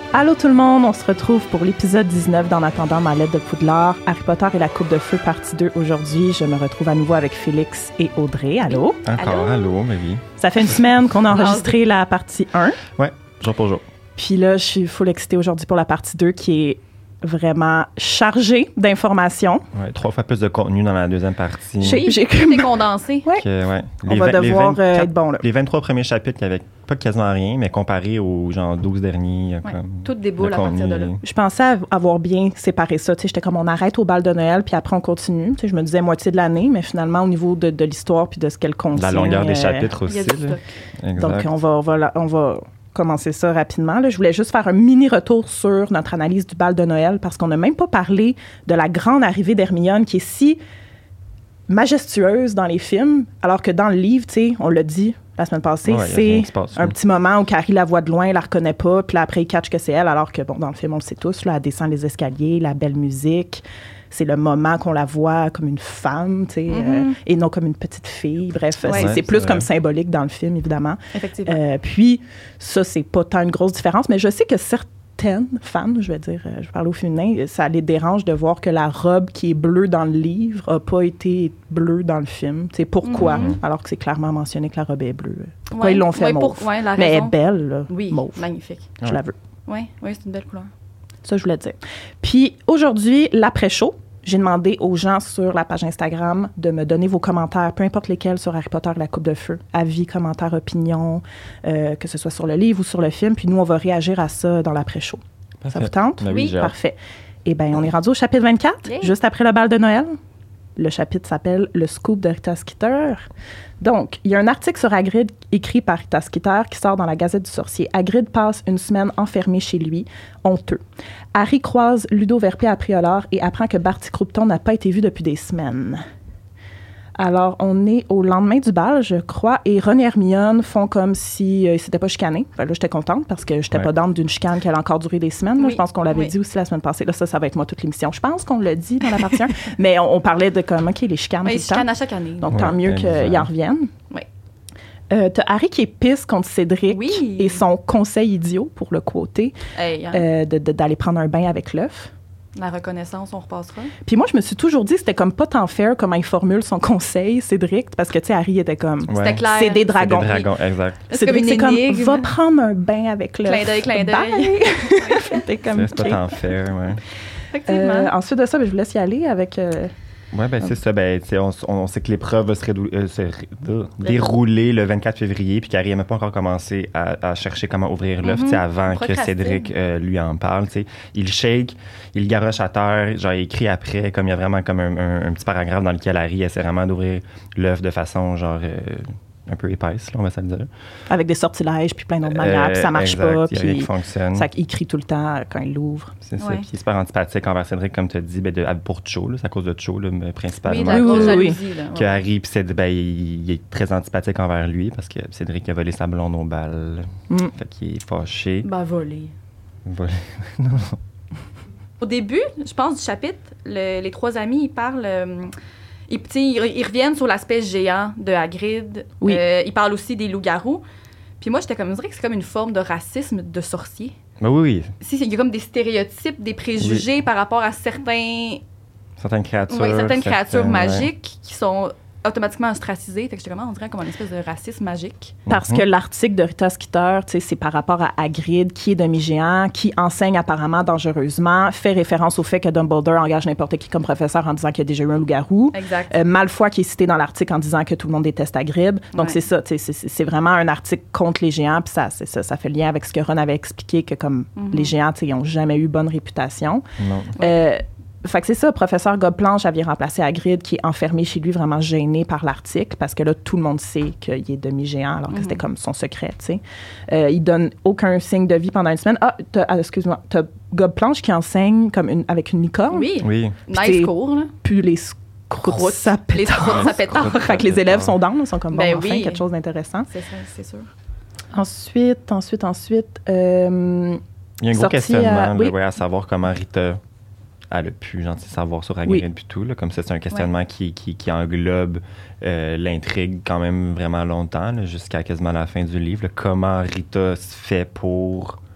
Allô tout le monde, on se retrouve pour l'épisode 19 d'En attendant ma lettre de Poudlard, Harry Potter et la Coupe de Feu, partie 2 aujourd'hui. Je me retrouve à nouveau avec Félix et Audrey. Allô? Encore, allô, ma vie. Ça fait une semaine qu'on a enregistré la partie 1. Ouais, jour pour jour. Puis là, je suis full excitée aujourd'hui pour la partie 2 qui est vraiment chargée d'informations. Ouais, 3 fois plus de contenu dans la deuxième partie. J'ai condensé. Ouais. On va devoir être bon là. Les 23 premiers chapitres, il n'y avait pas quasiment rien, mais comparé aux genre 12 derniers, Ouais, tout déboule à partir de là. Je pensais avoir bien séparé ça. J'étais comme on arrête au bal de Noël, puis après on continue. Je me disais moitié de l'année, mais finalement au niveau de l'histoire puis de ce qu'elle contient. La longueur des chapitres aussi. Donc on va commencer ça rapidement. Là. Je voulais juste faire un mini retour sur notre analyse du bal de Noël parce qu'on n'a même pas parlé de la grande arrivée d'Hermione qui est si majestueuse dans les films, alors que dans le livre, on l'a dit la semaine passée, c'est un petit moment où Harry la voit de loin, la reconnaît pas, puis là, après, il catch que c'est elle, alors que, bon, dans le film, on le sait tous, là, elle descend les escaliers, la belle musique, c'est le moment qu'on la voit comme une femme, et non comme une petite fille. Bref, c'est plus comme symbolique dans le film, évidemment. Effectivement. Puis, ça, c'est pas tant une grosse différence, mais je sais que certaines fans, je parle au féminin, ça les dérange de voir que la robe qui est bleue dans le livre n'a pas été bleue dans le film. C'est pourquoi? Alors que c'est clairement mentionné que la robe est bleue. Pourquoi ils l'ont fait mauve? Mais elle est belle, là, mauve. Magnifique. Je la veux. Oui, c'est une belle couleur. Ça, je voulais dire. Puis aujourd'hui, l'après-show, j'ai demandé aux gens sur la page Instagram de me donner vos commentaires, peu importe lesquels, sur Harry Potter et la Coupe de Feu. Avis, commentaires, opinions, que ce soit sur le livre ou sur le film. Puis nous, on va réagir à ça dans l'après-show. Ça vous tente? Oui. Parfait. Eh bien, on est rendu au chapitre 24, juste après le bal de Noël. Le chapitre s'appelle « Le scoop de Rita Skeeter ». Donc, il y a un article sur Hagrid écrit par Rita Skeeter qui sort dans la Gazette du Sorcier. Hagrid passe une semaine enfermé chez lui, honteux. Harry croise Ludo Verpé à Priolor et apprend que Barty Croupton n'a pas été vu depuis des semaines. Alors, on est au lendemain du bal, je crois, et Ron et Hermione font comme si ils s'étaient pas chicanés. Là, j'étais contente parce que j'étais pas down d'une chicane qui allait encore durer des semaines. Là. Je pense qu'on l'avait dit aussi la semaine passée. Là, ça va être moi toute l'émission. Je pense qu'on l'a dit dans la partie 1, mais on parlait de comme, OK, les chicanes tout Les le temps. chicanes à chaque année. Donc, tant mieux qu'ils en reviennent. Oui. T'as Harry qui est pisse contre Cédric et son conseil idiot, pour le quoter, d'aller prendre un bain avec l'œuf. La reconnaissance, on repassera. Puis moi, je me suis toujours dit que c'était comme pas tant fair comment il formule son conseil, Cédric, parce que, tu sais, Harry était comme... C'était clair. C'est des dragons. C'est des dragons, exact. Cédric, c'est comme, va prendre un bain avec l'œuf. Clin d'œil. Bye! C'est comme... C'est pas tant fair, ouais. Effectivement. Ensuite de ça, je vous laisse y aller avec... Oui, c'est ça. On sait que l'épreuve va se dérouler le 24 février, puis qu'Harry n'a pas encore commencé à chercher comment ouvrir l'œuf avant que Cédric lui en parle. Il shake, il garoche à terre, genre il écrit après, comme il y a vraiment comme un petit paragraphe dans lequel Harry essaie vraiment d'ouvrir l'œuf de façon genre un peu épaisse, là, on va se le dire. Avec des sortilèges, puis plein d'autres manières, puis ça marche pas. Il y a rien qui fonctionne. Il crie tout le temps quand il l'ouvre. C'est ça. Puis il est super antipathique envers Cédric, comme tu as dit, pour Cho, c'est à cause de Cho, principalement. Oui, la grosse jalousie. Là. Que Harry, puis il est très antipathique envers lui, parce que Cédric a volé sa blonde au bal. Fait qu'il est fâché. Volé. Non. Au début, je pense, du chapitre, les trois amis, ils parlent... Ils reviennent sur l'aspect géant de Hagrid. Oui. Ils parlent aussi des loups-garous. Puis moi, j'étais comme, je dirais que c'est comme une forme de racisme de sorcier. Ben oui. Il y a comme des stéréotypes, des préjugés par rapport à certaines créatures magiques qui sont automatiquement ostracisées. Fait que j'étais on dirait comme une espèce de racisme magique. Parce que l'article de Rita Skeeter, c'est par rapport à Hagrid, qui est demi-géant, qui enseigne apparemment dangereusement, fait référence au fait que Dumbledore engage n'importe qui comme professeur en disant qu'il y a déjà eu un loup-garou. Exact. Malfoy qui est cité dans l'article en disant que tout le monde déteste Hagrid. Donc c'est ça, c'est vraiment un article contre les géants, puis ça fait lien avec ce que Ron avait expliqué, que comme les géants, ils n'ont jamais eu bonne réputation. Non. Fait que c'est ça, professeur Gobplanche avait remplacé Hagrid qui est enfermé chez lui, vraiment gêné par l'article, parce que là, tout le monde sait qu'il est demi-géant, alors que c'était comme son secret, tu sais. Il donne aucun signe de vie pendant une semaine. Excuse-moi, t'as Gobplanche qui enseigne comme avec une licorne. Oui. Nice cours, là. Puis les croûtes, ça pétard. Fait que les élèves sont down, ils sont comme, enfin, quelque chose d'intéressant. C'est ça, c'est sûr. Ensuite, il y a un gros questionnement à savoir comment Rita... Elle a pu savoir sur Hagrid puis tout. Là, comme ça, c'est un questionnement qui englobe l'intrigue quand même vraiment longtemps, là, jusqu'à quasiment la fin du livre. Là, comment Rita se fait pour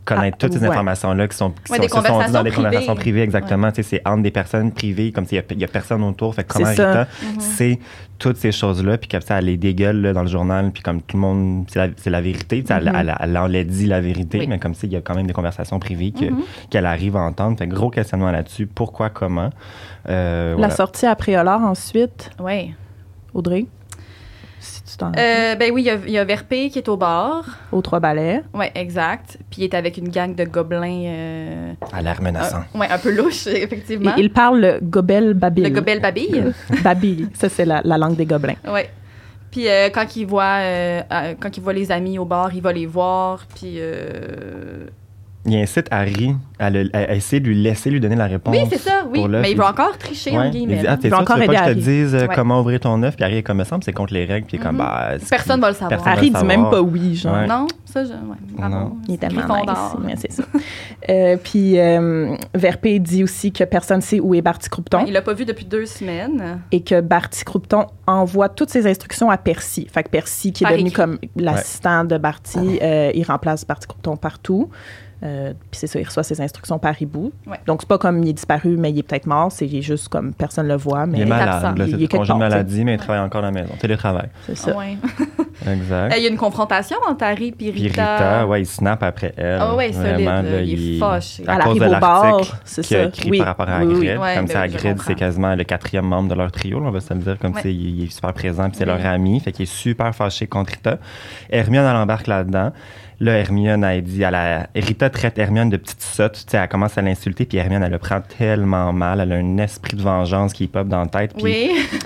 connaître toutes ces informations-là qui sont dans des conversations privées, exactement. Ouais. C'est entre des personnes privées, comme s'il n'y a personne autour. Fait que comment Rita sait toutes ces choses-là, puis comme ça, elle les dégueule là, dans le journal, puis comme tout le monde, c'est la vérité. Elle en dit la vérité, mais comme il y a quand même des conversations privées qu'elle arrive à entendre. Fait que gros questionnement là-dessus. Pourquoi, comment? La sortie à Préolard ensuite. Oui. Audrey? Ben oui, il y a Verpé qui est au bar. Aux Trois Ballets. Oui, exact. Puis il est avec une gang de gobelins. À l'air menaçant. Oui, un peu louche, effectivement. Il parle le gobel-babille. Le gobel-babille. Babille, ça c'est la langue des gobelins. Oui. Puis quand il voit les amis au bar, il va les voir. Puis... Il incite Harry à essayer de lui donner la réponse. Oui, c'est ça, oui. Mais il va encore tricher, en guillemets. Il dit, t'es sûr, tu veux pas que je te dise comment ouvrir ton œuf? Puis Harry, comme me semble, c'est contre les règles. Puis comme, personne va le savoir. Harry dit même pas oui, genre. Ouais. Non, ça, non. Il est tellement nice, mais c'est ça. Puis Verpé dit aussi que personne sait où est Barty Croupton. Ouais, il l'a pas vu depuis 2 semaines. Et que Barty Croupton envoie toutes ses instructions à Percy. Fait que Percy, qui est devenu comme l'assistant de Barty, il remplace Barty Croupton partout. Puis c'est ça, il reçoit ses instructions par hibou. Ouais. Donc, c'est pas comme il est disparu, mais il est peut-être mort. C'est juste comme personne le voit. Mais il est malade. Là, c'est congé de maladie, mais il travaille encore à la maison. Télétravail. C'est ça. Ouais. Exact. Il y a une confrontation entre Harry et Rita. Puis Rita, il snap après elle. Ah oui, solide. Là, il est fâché. À cause de l'article qu'il a écrit par rapport à Hagrid. Comme ça, Hagrid, c'est quasiment le 4e membre de leur trio, on va se le dire. Comme il est super présent, puis c'est leur ami. Fait qu'il est super fâché contre Rita. Hermione, elle embarque là-dedans. Là, Hermione, elle dit Rita traite Hermione de petite sotte. Elle commence à l'insulter, puis Hermione, elle le prend tellement mal. Elle a un esprit de vengeance qui pop dans la tête. Puis,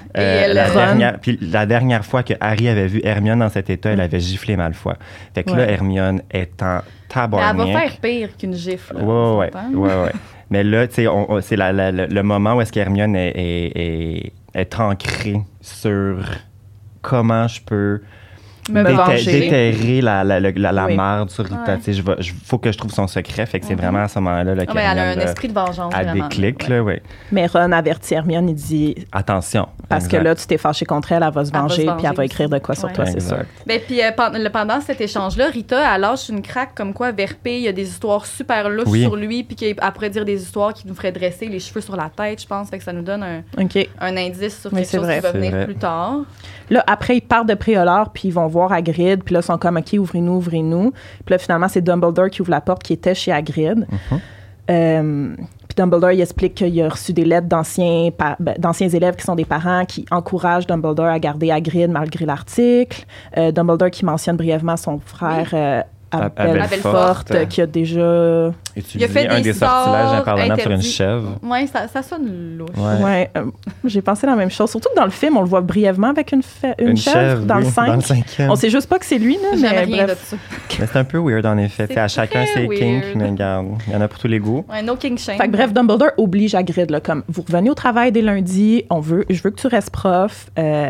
la dernière fois que Harry avait vu Hermione dans cet état, elle avait giflé Malfoy. Fait que là, Hermione est en tabarnak. Elle va faire pire qu'une gifle. Ouais. Mais là, tu sais, c'est le moment où est-ce qu'Hermione est ancrée sur comment je peux déterrer la merde sur Rita. Il faut que je trouve son secret. Fait que c'est vraiment à ce moment-là elle a un esprit de vengeance. Elle déclic, là, oui. Mais Ron avertit Hermione, il dit... Attention. Parce que là, tu t'es fâché contre elle, elle va se venger, puis elle va écrire de quoi sur toi, c'est sûr. Ben, puis pendant cet échange-là, Rita, elle lâche une craque comme quoi Verpé, il y a des histoires super louches sur lui, puis qu'elle pourrait dire des histoires qui nous feraient dresser les cheveux sur la tête, je pense. Fait que ça nous donne un indice sur quelque chose qui va venir plus tard. Là, après, ils partent de Préolard, puis ils vont voir Hagrid, puis là, ils sont comme, OK, ouvrez-nous. Puis là, finalement, c'est Dumbledore qui ouvre la porte qui était chez Hagrid. Puis Dumbledore, il explique qu'il a reçu des lettres d'anciens élèves qui sont des parents qui encouragent Dumbledore à garder Hagrid malgré l'article. Dumbledore qui mentionne brièvement son frère... à Belfort, qui a déjà utilisé un des sortilèges impardonnables sur une chèvre. Oui, ça sonne louche. Ouais. J'ai pensé la même chose. Surtout que dans le film, on le voit brièvement avec une chèvre dans le 5. Dans le 5e. On sait juste pas que c'est lui, là, mais rien de ça. Mais c'est un peu weird, en effet. À chacun ses kinks, mais regarde, il y en a pour tous les goûts. Ouais, no king shame. Fait que, bref, Dumbledore oblige Hagrid, là, comme, vous revenez au travail dès lundi, je veux que tu restes prof.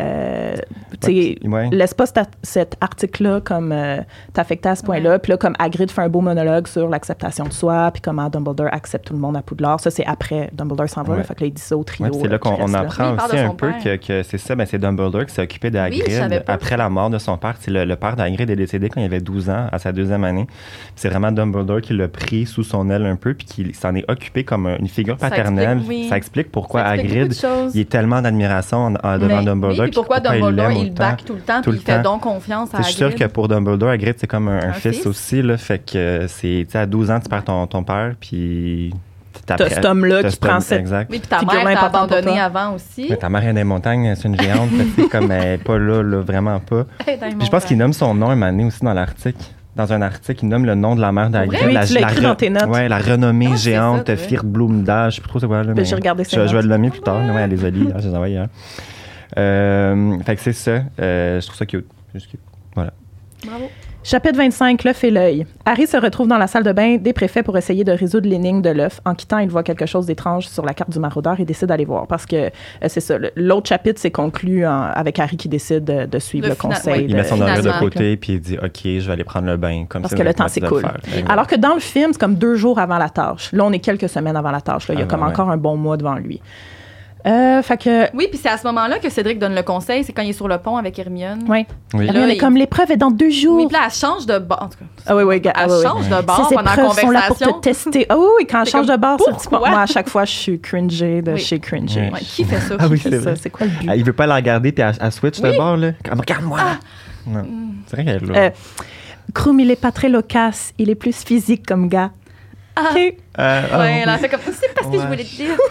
Laisse pas cet article-là comme t'affecter à ce point-là. Puis là, comme Hagrid fait un beau monologue sur l'acceptation de soi, puis comment Dumbledore accepte tout le monde à Poudlard. Ça, c'est après Dumbledore s'en va. Là, fait que là, il dit ça au trio. C'est là qu'on apprend aussi un peu que c'est ça, c'est Dumbledore qui s'est occupé d'Hagrid après la mort de son père. Le père d'Hagrid est décédé quand il avait 12 ans, à sa 2e année. C'est vraiment Dumbledore qui l'a pris sous son aile un peu, puis qui s'en est occupé comme une figure paternelle. Ça explique pourquoi Hagrid, il est tellement d'admiration devant Dumbledore. Puis pourquoi Dumbledore, il back tout le temps, puis il fait donc confiance à Hagrid. Je suis sûr que pour Dumbledore, Hagrid, c'est comme un fils aussi, là, fait que c'est, à 12 ans, tu perds ton père, puis t'as cet homme-là qui prend cette... Oui, puis ta mère t'a abandonné avant aussi. Mais ta mère est dans les montagnes, c'est une géante, c'est comme, elle n'est pas là, vraiment pas. Puis je pense qu'il nomme son nom un moment donné aussi dans l'article. Dans un article, il nomme le nom de la mère d'Hagrid. Oui, tu l'as écrit dans tes notes. Oui, la renommée géante Firtblumda, je sais plus trop c'est quoi. Là, mais j'ai regardé ça. Je vais le nommer plus tard. Oui, désolé, je les envoie hier. Fait que c'est ça. Je trouve ça cute. Juste cute. Voilà. Bravo. Chapitre 25, l'œuf et l'œil. Harry se retrouve dans la salle de bain des préfets pour essayer de résoudre l'énigme de l'œuf. En quittant, il voit quelque chose d'étrange sur la carte du maraudeur et décide d'aller voir. Parce que c'est ça, l'autre chapitre s'est conclu avec Harry qui décide de suivre le conseil. Il met son oreille de côté puis il dit « OK, je vais aller prendre le bain. » Parce que le temps s'écoule. Alors que dans le film, c'est comme 2 jours avant la tâche. Là, on est quelques semaines avant la tâche. Là. Il y a encore un bon mois devant lui. Fait que... Oui, puis c'est à ce moment-là que Cédric donne le conseil, c'est quand il est sur le pont avec Hermione. Oui. Hermione est comme l'épreuve est dans 2 jours. Oui, puis là, elle change de bord. En tout cas, elle change de bord pendant la conversation. Sont là pour te tester. Oui, quand elle change de bord, moi, à chaque fois, je suis cringée de chez cringée. Ouais, qui fait ça? Oui, c'est ça. C'est quoi le but? Il veut pas la regarder, puis elle switch de bord, là. Regarde-moi! Non. C'est vrai qu'elle est là. Krum, il est pas très loquace. Il est plus physique comme gars. Ouais, elle a fait comme... C'est parce que je voulais te dire.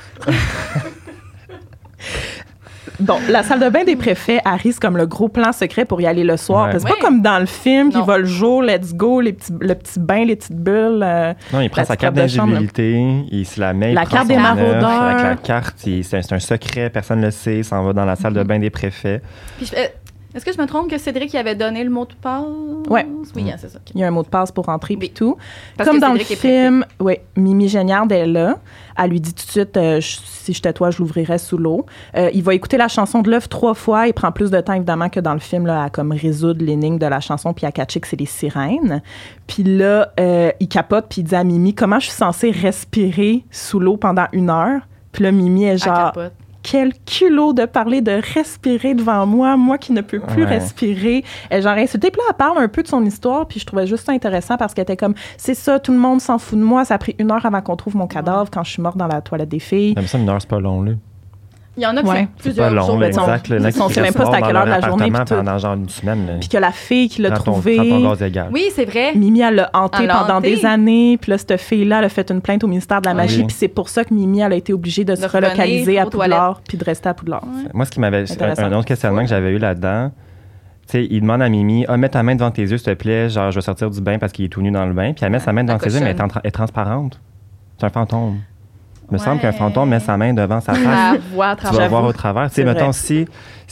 Bon, la salle de bain des préfets, Harry, c'est comme le gros plan secret pour y aller le soir. C'est pas comme dans le film qui va le jour, let's go, le petit bain, les petites bulles. Non, il prend sa carte d'invisibilité, il se la met, la carte des maraudeurs. Avec la carte, c'est un secret, personne ne le sait, il s'en va dans la salle de bain des préfets. Puis est-ce que je me trompe que Cédric y avait donné le mot de passe? Ouais. Oui, c'est ça. Okay. Il y a un mot de passe pour rentrer puis tout. Parce comme que dans Cédric le film, Mimi Géniard est là. Elle lui dit tout de suite, si j'étais toi, je l'ouvrirais sous l'eau. Il va écouter la chanson de l'œuf 3 fois. Il prend plus de temps, évidemment, que dans le film, là, à comme résoudre l'énigme de la chanson puis à catcher que c'est les sirènes. Puis là, il capote puis il dit à Mimi, comment je suis censée respirer sous l'eau pendant 1 heure? Puis là, Mimi est genre... Quel culot de parler de respirer devant moi qui ne peux plus respirer. Elle genre insultée. Puis là, elle parle un peu de son histoire, puis je trouvais juste ça intéressant parce qu'elle était comme, c'est ça, tout le monde s'en fout de moi. Ça a pris 1 heure avant qu'on trouve mon cadavre quand je suis morte dans la toilette des filles. Même ça, 1 heure, c'est pas long, là. Il y en a qui sont plusieurs jours. C'est pas long, exact. On sait même pas c'est à quelle heure de la journée. Pendant genre 1 semaine. Puis que la fille qui l'a trouvé... Oui, c'est vrai. Mimi, elle l'a hanté pendant des années. Puis là, cette fille-là, elle a fait une plainte au ministère de la Magie. Puis c'est pour ça que Mimi, elle a été obligée de se relocaliser à Poudlard puis de rester à Poudlard. Moi, ce qui m'avait... Un autre questionnement que j'avais eu là-dedans, tu sais, il demande à Mimi, mets ta main devant tes yeux, s'il te plaît. Genre, je vais sortir du bain parce qu'il est tout nu dans le bain. Puis elle met sa main devant ses yeux, mais elle est transparente. C'est un fantôme. Il me semble qu'un fantôme met sa main devant sa face. Tu vas voir au travers. Tu sais, mettons, si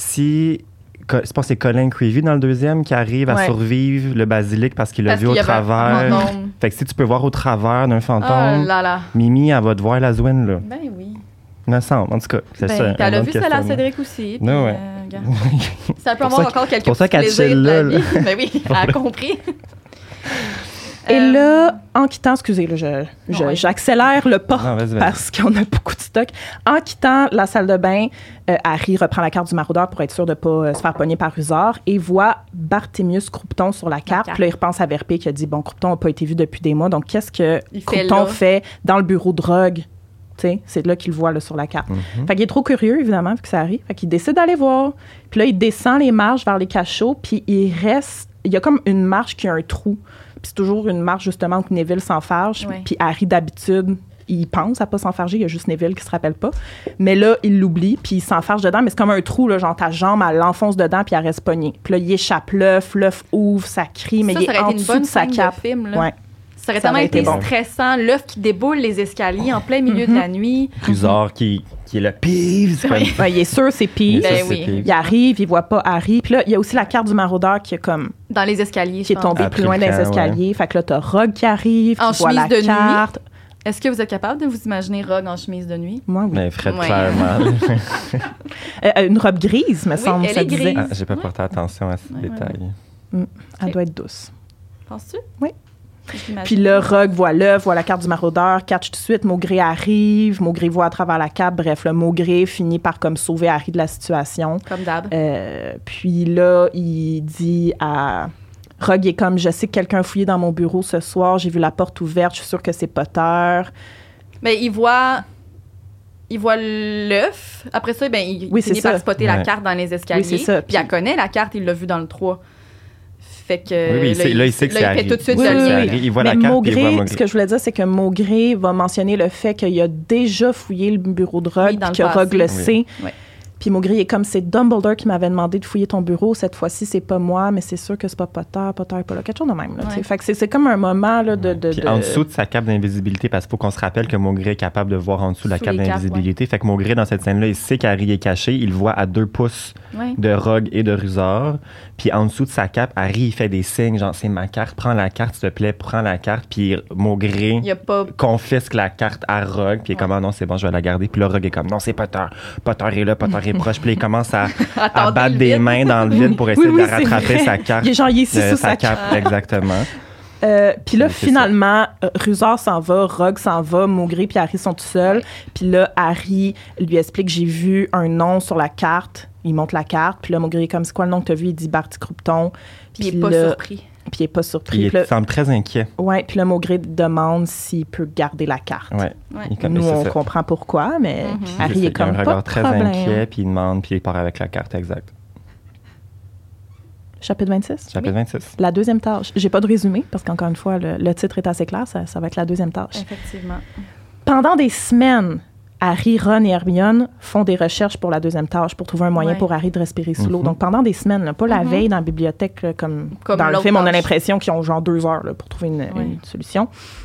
je pense que c'est Colin Creevy dans le 2e qui arrive à survivre le basilic parce qu'il l'a vu au travers. Fait que si tu peux voir au travers d'un fantôme, Mimi, elle va te voir la zouine, là. Ben oui. Il me semble, en tout cas. C'est ça. Elle a vu ça à Cédric aussi. Puis, ça peut avoir encore quelques pour ça qu'elle chill là. Ben oui, elle a compris. Et là, en quittant, excusez, là, j'accélère le pas parce qu'on a beaucoup de stock. En quittant la salle de bain, Harry reprend la carte du maraudeur pour être sûr de ne pas se faire pogner par Rusard et voit Barthémius Croupton sur la carte. Puis là, il repense à Verpé qui a dit, bon, Croupton n'a pas été vu depuis des mois, donc qu'est-ce que Croupton fait dans le bureau de Rogue? C'est là qu'il le voit là, sur la carte. Fait qu'il est trop curieux, évidemment, vu que ça arrive. Fait qu'il décide d'aller voir. Puis là, il descend les marches vers les cachots, puis il y a comme une marche qui a un trou. Puis c'est toujours une marche, justement, où Neville s'enfarge. Puis Harry, d'habitude, il pense à pas s'enfarger. Il y a juste Neville qui se rappelle pas. Mais là, il l'oublie, puis il s'enfarge dedans. Mais c'est comme un trou, là, genre ta jambe, elle l'enfonce dedans, puis elle reste pognée. Puis là, il échappe l'œuf ouvre, ça crie, mais il est en dessous de sa cape. Ça aurait tellement été stressant. L'œuf qui déboule les escaliers en plein milieu de la nuit. Rusard qui est le Peeves. Il est sûr, c'est Peeves. Il arrive, il voit pas Harry. Puis là, il y a aussi la carte du maraudeur qui est comme... Dans les escaliers, qui est tombée plus loin dans les escaliers. Fait que là, t'as Rogue qui arrive, en qui voit la carte. Nuit. Est-ce que vous êtes capable de vous imaginer Rogue en chemise de nuit? Moi, oui. Mais Fred, clairement. Une robe grise, me semble, ça disait. J'ai pas porté attention à ce détail. Elle doit être douce. Penses-tu? Oui. Puis là, Rogue voit l'œuf, voit la carte du maraudeur, catch tout de suite, Maugré arrive, Maugré voit à travers la cape, bref, le Maugré finit par comme sauver Harry de la situation. Comme d'hab. Puis là, il dit à... Rogue est comme, je sais que quelqu'un a fouillé dans mon bureau ce soir, j'ai vu la porte ouverte, je suis sûre que c'est Potter. Mais il voit l'œuf. Après ça, il finit par spotter la carte dans les escaliers. Oui, c'est ça. Puis elle connaît la carte, il l'a vue dans le 3. Fait que là, il sait que c'est Harry. Il fait tout de suite il voit la carte, Maugré, il voit Maugré. Ce que je voulais dire, c'est que Maugré va mentionner le fait qu'il a déjà fouillé le bureau de Rogue, puis que Rogue le sait. Oui. Puis Maugré est comme, c'est Dumbledore qui m'avait demandé de fouiller ton bureau. Cette fois-ci, c'est pas moi, mais c'est sûr que c'est pas Potter. Potter est pas là. Quelque chose de même. Là, fait que c'est comme un moment là, de... Puis en dessous de sa cape d'invisibilité, parce qu'il faut qu'on se rappelle que Maugré est capable de voir en dessous de la cape d'invisibilité. Fait que Maugré, dans cette scène-là, il sait qu'Harry est caché. Il le voit à 2 pouces de Rogue et de Rusard. Puis en dessous de sa cape, Harry, il fait des signes, genre, c'est ma carte, prends la carte, s'il te plaît, prends la carte. Puis Maugré confisque la carte à Rogue. Puis il est comme, non, c'est bon, je vais la garder. Puis le Rogue est comme, non, c'est Potter. Potter est là, Potter est proche. Puis il commence à battre des mains dans le vide pour essayer de rattraper sa carte. Il est genre, il est ici sous sa cape. Exactement. Puis là, finalement, Rusar s'en va, Rogue s'en va, Maugrey puis Harry sont tout seuls. Puis là, Harry lui explique, j'ai vu un nom sur la carte. Il montre la carte. Puis là, Maugrey est comme, c'est quoi le nom que tu as vu? Il dit Barty Croupton. Puis il est pas surpris. Puis il est pas surpris. Il semble très inquiet. Oui, puis là, Maugrey demande s'il peut garder la carte. Ouais. Nous, on comprend pourquoi, mais Harry est comme, il a un regard très problème. inquiet, puis il demande, puis il part avec la carte exacte. Chapitre 26? Chapitre 26. La deuxième tâche. J'ai pas de résumé, parce qu'encore une fois, le titre est assez clair. Ça va être la deuxième tâche. Effectivement. Pendant des semaines, Harry, Ron et Hermione font des recherches pour la deuxième tâche, pour trouver un moyen pour Harry de respirer sous l'eau. Donc, pendant des semaines, là, pas la veille dans la bibliothèque, là, comme dans le film, on a l'impression qu'ils ont genre 2 heures là, pour trouver une solution.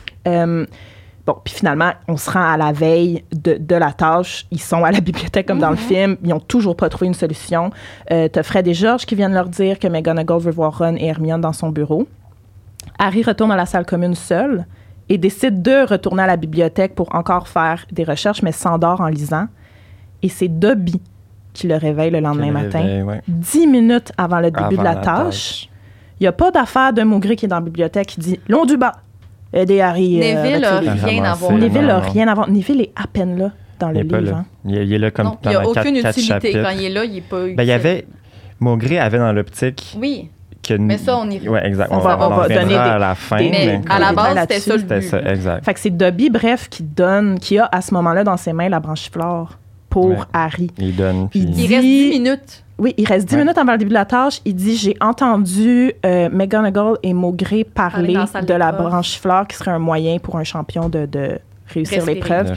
Bon, puis finalement, on se rend à la veille de la tâche. Ils sont à la bibliothèque comme dans le film. Ils n'ont toujours pas trouvé une solution. T'as Fred et George qui viennent leur dire que McGonagall veut voir Ron et Hermione dans son bureau. Harry retourne à la salle commune seul et décide de retourner à la bibliothèque pour encore faire des recherches, mais s'endort en lisant. Et c'est Dobby qui le réveille le lendemain matin, 10 minutes avant le début de la tâche. Il n'y a pas d'affaire de Maugrey qui est dans la bibliothèque qui dit « Long du bas ». Aider Harry. Neville n'a rien à voir. Neville n'a rien à voir. Neville est à peine là dans le livre. Hein. Il est là comme non, il n'y a aucune utilité. Quand il est là, il n'est pas utile. Il y avait... Maugrey avait dans l'optique... Oui. Mais ça, on y... Oui, exact. On va donner à la fin. Mais à la base, c'était ça le but. C'était ça, exact. Fait que c'est Dobby, bref, qui a à ce moment-là dans ses mains la branchiflore pour Harry. Il donne. Puis... Il reste 10 minutes. Oui, il reste 10 minutes avant le début de la tâche. Il dit, j'ai entendu McGonagall et Maugrey parler de la branchiflore qui serait un moyen pour un champion de réussir l'épreuve.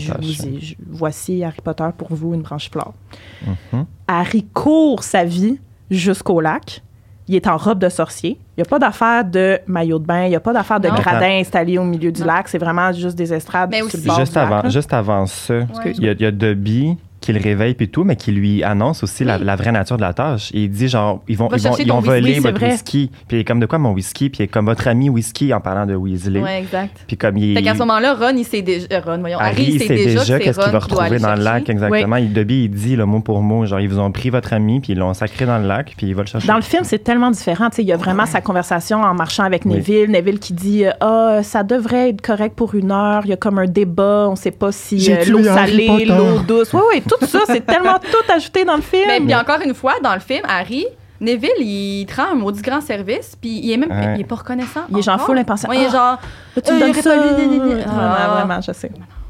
Voici Harry Potter pour vous, une branchiflore. Harry court sa vie jusqu'au lac. Il est en robe de sorcier. Il n'y a pas d'affaire de maillot de bain. Il n'y a pas d'affaire de gradin installé au milieu du lac. C'est vraiment juste des estrades sur le bord du lac. Juste avant ça, il y a Dobby qui le réveille puis tout, mais qui lui annonce aussi la vraie nature de la tâche. Et il dit genre, ils vont voler votre whisky. Puis il est comme, de quoi mon whisky? Puis il est comme, votre ami whisky, en parlant de Weasley. Oui, exact. Puis comme il... Fait qu'à ce moment-là, Ron, il sait déjà... Harry, il sait déjà qu'est-ce qu'il va retrouver dans le lac, exactement. Dobby, il dit le mot pour mot, genre, ils vous ont pris votre ami, puis ils l'ont sacré dans le lac, puis il va le chercher. Dans le film, c'est tellement différent. Il y a vraiment sa conversation en marchant avec Neville. Neville qui dit, ça devrait être correct pour 1 heure. Il y a comme un débat. On ne sait pas si l'eau salée, l'eau douce. Oui, tout ça, c'est tellement tout ajouté dans le film. Mais puis encore une fois, dans le film, Harry, Neville, il te rend un maudit grand service, puis il est même il est pas reconnaissant. Il est genre full impatient. Il est genre, tu me donnes ça. Vraiment, je sais.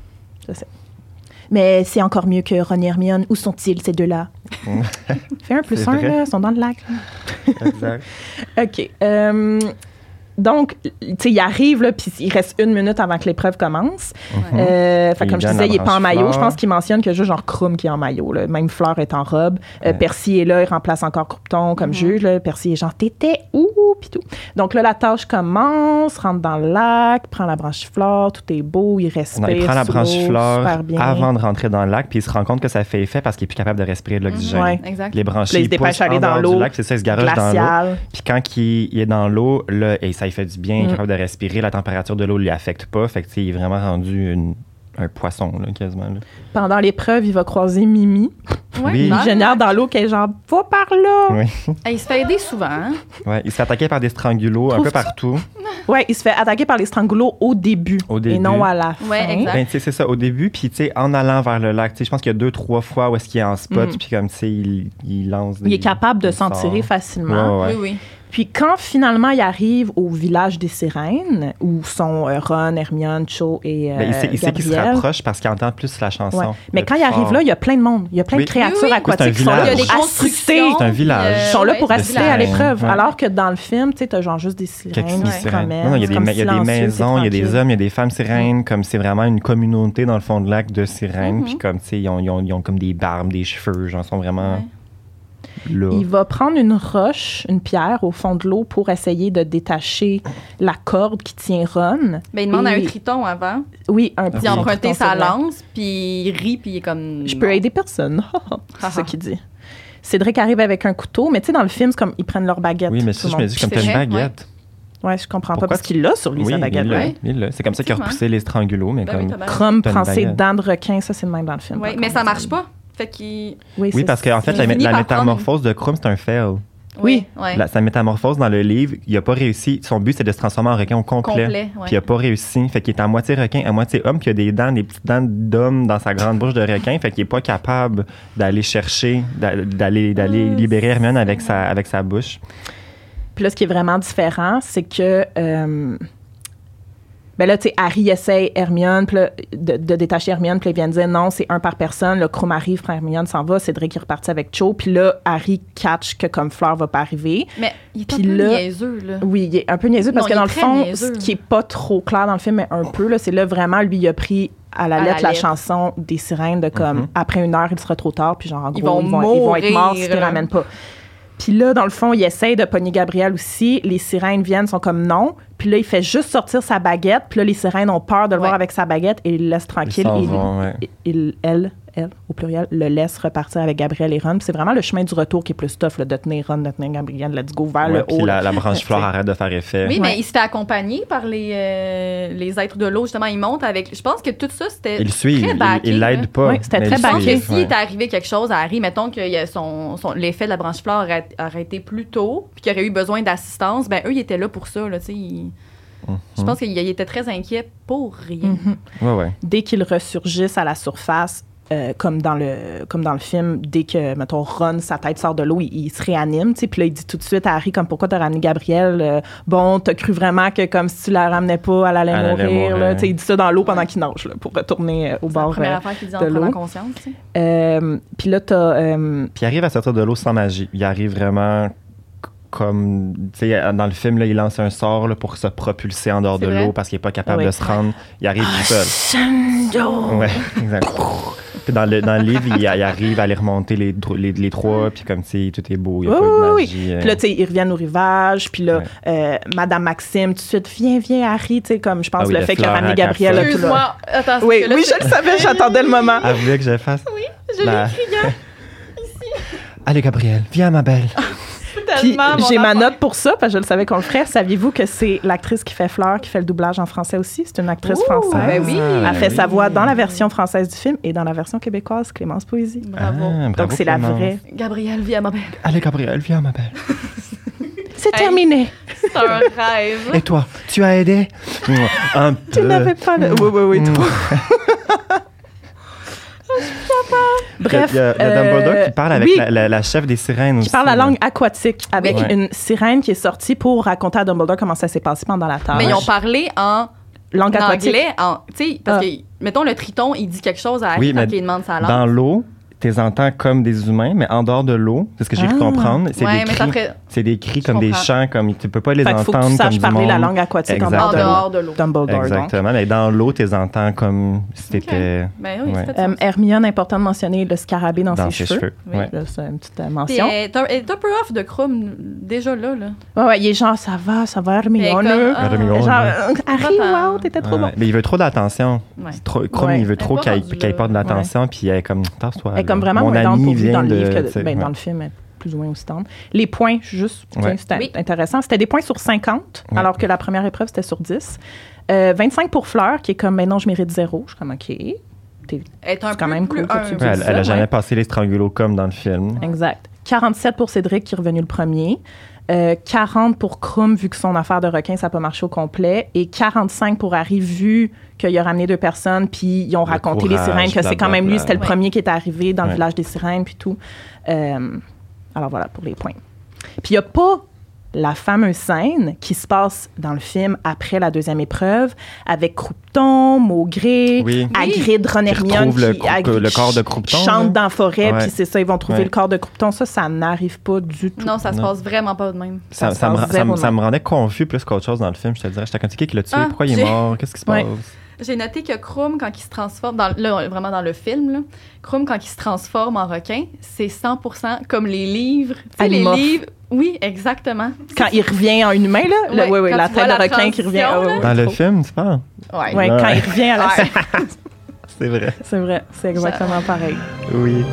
Mais c'est encore mieux que Ron et Hermione. Où sont-ils, ces deux-là? Fais un plus un, là. Ils sont dans le lac. Exact. OK. Donc, tu sais, il arrive, là, puis il reste 1 minute avant que l'épreuve commence. Fait comme je disais, il n'est pas en maillot. Je pense qu'il mentionne que juste genre Krum qui est en maillot. Là. Même Fleur est en robe. Percy est là, il remplace encore Croupton comme juge. Là. Percy est genre, t'étais où? Puis tout. Donc là, la tâche commence, rentre dans le lac, prend la branchiflore, tout est beau, il respire. Il prend la branchiflore avant de rentrer dans le lac, puis il se rend compte que ça fait effet parce qu'il n'est plus capable de respirer de l'oxygène. Ouais, exact. Les branchies, il se dépêche à aller dans l'eau. C'est ça, il se garoche dans l'eau. Puis quand il est dans l'eau, là, et ça lui fait du bien, il est capable de respirer, la température de l'eau ne lui affecte pas. Fait que, il est vraiment rendu un poisson, là, quasiment. Là. Pendant l'épreuve, il va croiser Mimi. Oui. L'ingénieur dans l'eau qui est genre, va par là. Oui. Il se fait aider souvent. Hein? Ouais, il se fait attaquer par des strangulos un peu partout. Oui, il se fait attaquer par les strangulos au début. Et non à la fin. Oui, exact. Ben, c'est ça, au début. Puis, en allant vers le lac, je pense qu'il y a 2-3 fois où est-ce qu'il est en spot. Puis, comme, il lance des... Il est capable de s'en tirer facilement. Ouais. Oui. Puis quand finalement il arrive au village des sirènes, où sont Ron, Hermione, Cho et il sait qu'il se rapproche parce qu'il entend plus la chanson. Ouais. Mais quand il arrive là, il y a plein de monde. Il y a plein de créatures aquatiques qui sont là pour assister. C'est un village. Ils sont là pour assister à l'épreuve. Alors que dans le film, tu sais, genre juste des sirènes qui se promènent. Non, il y a des maisons, il y a des hommes, il y a des femmes sirènes. Comme c'est vraiment une communauté dans le fond de lac de sirènes. Puis comme, tu sais, ils ont comme des barbes, des cheveux. Genre, sont vraiment... Là. Il va prendre une roche, une pierre au fond de l'eau pour essayer de détacher la corde qui tient Ron. Ben, il demande à un triton avant. Oui, un triton. Il a emprunté sa lance, puis il rit, puis il est comme... Je peux aider personne. C'est ce qu'il dit. Cédric arrive avec un couteau, mais tu sais, dans le film, c'est comme ils prennent leur baguette. Oui, mais ça, je me dis comme t'as une baguette. Ouais, je comprends pas parce qu'il l'a sur lui, sa baguette. Oui, c'est comme ça qu'il a repoussé les strangulos, mais comme... Krum prend ses dents de requin, ça, c'est le même dans le film. Oui, mais ça marche pas. Fait qu'il... Oui, parce qu'en fait, la métamorphose de Krum, c'est un fail. Oui. Sa métamorphose dans le livre, il a pas réussi. Son but, c'est de se transformer en requin au complet. Puis il a pas réussi. Fait qu'il est à moitié requin, à moitié homme, puis il a des petites dents d'homme dans sa grande bouche de requin. Fait qu'il est pas capable d'aller chercher, d'aller libérer Hermione avec sa bouche. Puis là, ce qui est vraiment différent, c'est que... ben là, tu sais, Harry essaie Hermione, puis de détacher Hermione, puis il vient de dire non, c'est un par personne. Le Krum arrive, frère Hermione s'en va, Cédric est reparti avec Cho, puis là, Harry catch que comme Fleur va pas arriver. Mais il est un peu niaiseux, là. Oui, il est un peu niaiseux parce que dans le fond, ce qui est pas trop clair dans le film, mais un peu, là, c'est là vraiment, lui, il a pris à la lettre la chanson des sirènes de comme après 1 heure, il sera trop tard, puis genre en gros, ils vont être morts si tu les ramènes pas. Puis là, dans le fond, il essaye de pogner Gabrielle aussi. Les sirènes viennent, sont comme non. Puis là, il fait juste sortir sa baguette. Puis là, les sirènes ont peur de le voir avec sa baguette et ils le laissent tranquille. Elle, au pluriel, le laisse repartir avec Gabrielle et Ron. Puis c'est vraiment le chemin du retour qui est plus tough, là, de tenir Ron, de tenir Gabrielle, let's go vers le haut. Puis la branche fleur arrête de faire effet. Oui, mais il se fait accompagner par les êtres de l'eau. Justement, il monte avec... Je pense que tout ça, c'était très backé. Il l'aide pas. Oui, c'était très backé. S'il était arrivé quelque chose à Harry, mettons que l'effet de la branche fleur aurait été plus tôt, puis qu'il aurait eu besoin d'assistance, ben eux, ils étaient là pour ça, là, tu sais. Je pense qu'il était très inquiet pour rien. Dès qu'ils ressurgissent à la surface, comme dans le film, dès que, mettons, Ron, sa tête sort de l'eau, il se réanime, tu sais, puis là, il dit tout de suite à Harry, comme, pourquoi t'as ramené Gabrielle? Bon, t'as cru vraiment que, comme, si tu la ramenais pas, elle allait mourir, là, tu sais, il dit ça dans l'eau pendant qu'il nage, là, pour retourner au bord de l'eau. C'est la première affaire qu'il dit en prenant conscience, tu sais. Puis là, puis il arrive à sortir de l'eau sans magie. Il arrive vraiment... comme, tu sais, dans le film, là, il lance un sort là, pour se propulser en dehors de l'eau parce qu'il n'est pas capable de se rendre. Il arrive tout seul. Ouais, exact. Puis dans le livre, il arrive à aller remonter les 3, puis comme, tu sais, tout est beau, il n'y a pas de magie. Puis là, tu sais, ils reviennent au rivage, puis là, Madame Maxime, tout de suite, viens, Harry, tu sais, comme, je pense, le fait qu'il a ramené Gabrielle. Excuse-moi, attends. Oui, je le savais, j'attendais le moment. Elle voulait que je fasse. Oui, je l'ai écrit, ici. Allez, Gabrielle, viens, ma belle. Puis j'ai ma note pour ça, parce que je le savais qu'on le ferait. Saviez-vous que c'est l'actrice qui fait Fleur qui fait le doublage en français aussi? C'est une actrice française. Ben oui. Elle fait sa voix dans la version française du film et dans la version québécoise, Clémence Poésie. Bravo. Donc c'est Clémence. La vraie. Gabrielle, viens, ma belle. Allez, Gabrielle, viens, ma belle. C'est terminé. C'est un rêve. Et toi, tu as aidé? Un peu. Tu n'avais pas le... Oui, toi. Bref, il y a Dumbledore qui parle avec la chef des sirènes aussi. Qui parle la langue aquatique avec une sirène qui est sortie pour raconter à Dumbledore comment ça s'est passé pendant la tâche. Mais ils ont parlé en langue aquatique. Anglais, tu sais, parce que, mettons, le triton, il dit quelque chose à Harry quand il demande sa langue. Dans l'eau, tu les entends comme des humains, mais en dehors de l'eau, c'est ce que j'ai cru comprendre. C'est des cris comme des chants, comme tu peux pas les entendre comme du monde. Faut que tu saches parler la langue aquatique en dehors de l'eau. Dumbledore. Exactement, mais dans l'eau, tu les entends comme si t'étais... Ben oui, Hermione, important de mentionner le scarabée dans ses cheveux. Oui. Là, c'est une petite mention. Elle est un peu off de Krum, déjà là. Ouais, il est genre, ça va, Hermione. Harry, wow, t'étais trop bon. Mais il veut trop d'attention. Krum, il veut trop qu'il porte de l'attention, puis elle est comme, tasse-toi. Elle est comme vraiment moins tendre pour lui dans le livre que dans le film, elle est plus ou moins aussi tendre. Les points, juste, c'était intéressant. C'était des points sur 50, alors que la première épreuve, c'était sur 10. 25 pour Fleur, qui est comme, non, je mérite 0. Je suis comme, OK. C'est quand même cool que tu dises ça. Elle a jamais passé les strangulos comme dans le film. Exact. 47 pour Cédric, qui est revenu le premier. 40 pour Krum, vu que son affaire de requin, ça n'a pas marché au complet. Et 45 pour Harry, vu qu'il a ramené 2 personnes, puis ils ont raconté les sirènes, que c'est quand même lui, c'était le premier qui est arrivé dans le village des sirènes, puis tout. Alors voilà, pour les points. Puis il n'y a pas la fameuse scène qui se passe dans le film après la deuxième épreuve, avec Croupton, Maugré, Hagrid, Ron, Hermione, le corps de Croupton chante dans la forêt, puis c'est ça, ils vont trouver le corps de Croupton. Ça n'arrive pas du tout. Non, ça se passe vraiment pas de même. Ça me rendait confus plus qu'autre chose dans le film, je te dirais. J'étais comme, qui l'a tué? Pourquoi il est mort? Qu'est-ce qui se passe? J'ai noté que Krum, quand il se transforme, vraiment dans le film, là, Krum, quand il se transforme en requin, c'est 100% comme les livres. Tu sais, les livres... Oui, exactement. Quand il revient en humain, là? Oui, la tête de requin qui revient. Dans le film, tu parles? Oui, quand il revient à la C'est vrai. C'est vrai, c'est exactement pareil. Oui.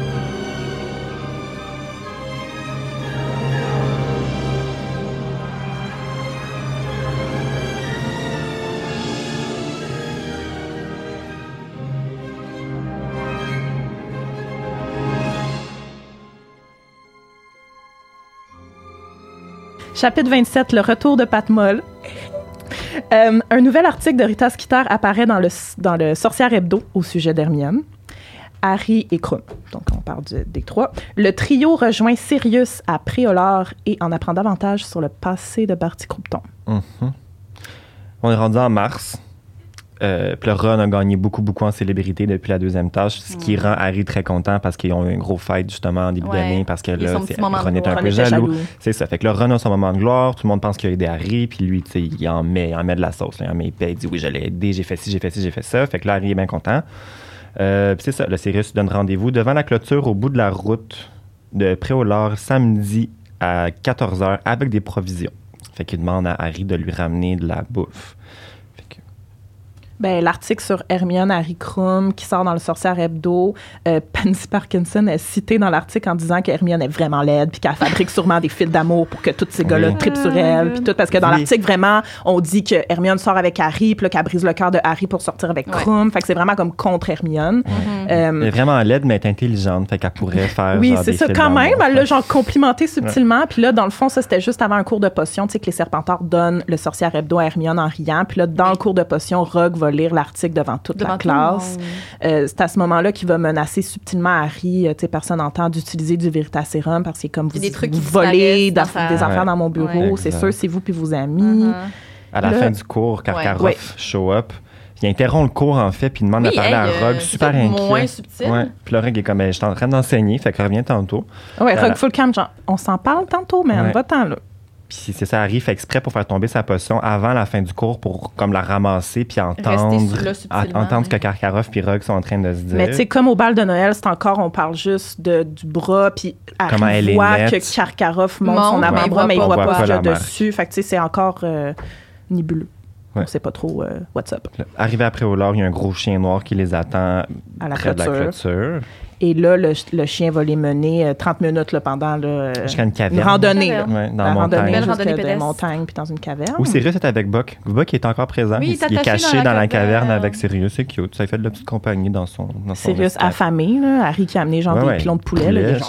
Chapitre 27, le retour de Pat Moll. Un nouvel article de Rita Skeeter apparaît dans le Sorcière Hebdo au sujet d'Hermione. Harry et Krum. Donc, on parle des trois. Le trio rejoint Sirius à Préolard et en apprend davantage sur le passé de Barty Croughton. Mm-hmm. On est rendu en mars. Puis le Ron a gagné beaucoup en célébrité depuis la deuxième tâche, ce qui rend Harry très content parce qu'ils ont eu un gros fight justement en début d'année parce que là, Ron est un peu jaloux. C'est ça. Fait que le Ron a son moment de gloire, tout le monde pense qu'il a aidé Harry, puis lui, tu sais, il en met de la sauce. Là, il en met épais, il dit oui, je l'ai aidé, j'ai fait ci, j'ai fait ça. Fait que là, Harry est bien content. Puis c'est ça, le Sirius donne rendez-vous devant la clôture au bout de la route de Préolard samedi à 14h avec des provisions. Fait qu'il demande à Harry de lui ramener de la bouffe. Ben, l'article sur Hermione, Harry Krum, qui sort dans le Sorcière Hebdo, Pansy Parkinson est citée dans l'article en disant qu'Hermione est vraiment laide puis qu'elle fabrique sûrement des fils d'amour pour que tous ces gars-là trippent sur elle. Puis tout, parce que dans l'article, vraiment, on dit que Hermione sort avec Harry puis qu'elle brise le cœur de Harry pour sortir avec Krum. Fait que c'est vraiment comme contre Hermione. Elle est vraiment laide, mais elle est intelligente. Fait qu'elle pourrait faire oui, c'est ça. Quand même, elle l'a genre complimenté subtilement. Puis là, dans le fond, ça, c'était juste avant un cours de potion. Tu sais, que les Serpentards donnent le Sorcière Hebdo à Hermione en riant. Puis là, dans le cours de potion, Rogue va lire l'article devant toute la classe. C'est à ce moment-là qu'il va menacer subtilement Harry. Personne n'entend d'utiliser du Veritaserum parce que c'est comme vous volez des affaires dans mon bureau. C'est sûr, c'est vous puis vos amis. À la fin du cours, Karkaroff show up. Il interrompt le cours, en fait, puis il demande de parler à Rogue, super inquiet. Moins subtil. Ouais. Puis le Rogue est comme, je suis en train d'enseigner, fait que reviens tantôt. Ouais, Rogue full calm, genre, on s'en parle tantôt, man, va-t'en là. Puis c'est ça, Harry fait exprès pour faire tomber sa potion avant la fin du cours pour comme la ramasser puis entendre ce que Karkaroff puis Rogue sont en train de se dire. Mais tu sais, comme au bal de Noël, c'est encore, on parle juste du bras, puis Harry voit que Karkaroff monte son avant-bras, mais il voit pas ce dessus. Fait que tu sais, c'est encore nébuleux. On sait pas trop what's up. Arrivé après au Lord, il y a un gros chien noir qui les attend près de la clôture. Et là, le chien va les mener 30 minutes là, pendant jusqu'à une caverne. Une randonnée. Là. Ouais, dans la montagne. Belle randonnée de montagne, puis dans une caverne. Où Sirius est avec Buck. Buck est encore présent. Oui, il est caché dans la caverne avec Sirius. C'est cute. Ça fait de la petite compagnie dans son Sirius affamé. Là. Harry qui a amené genre des pilons de poulet. Là,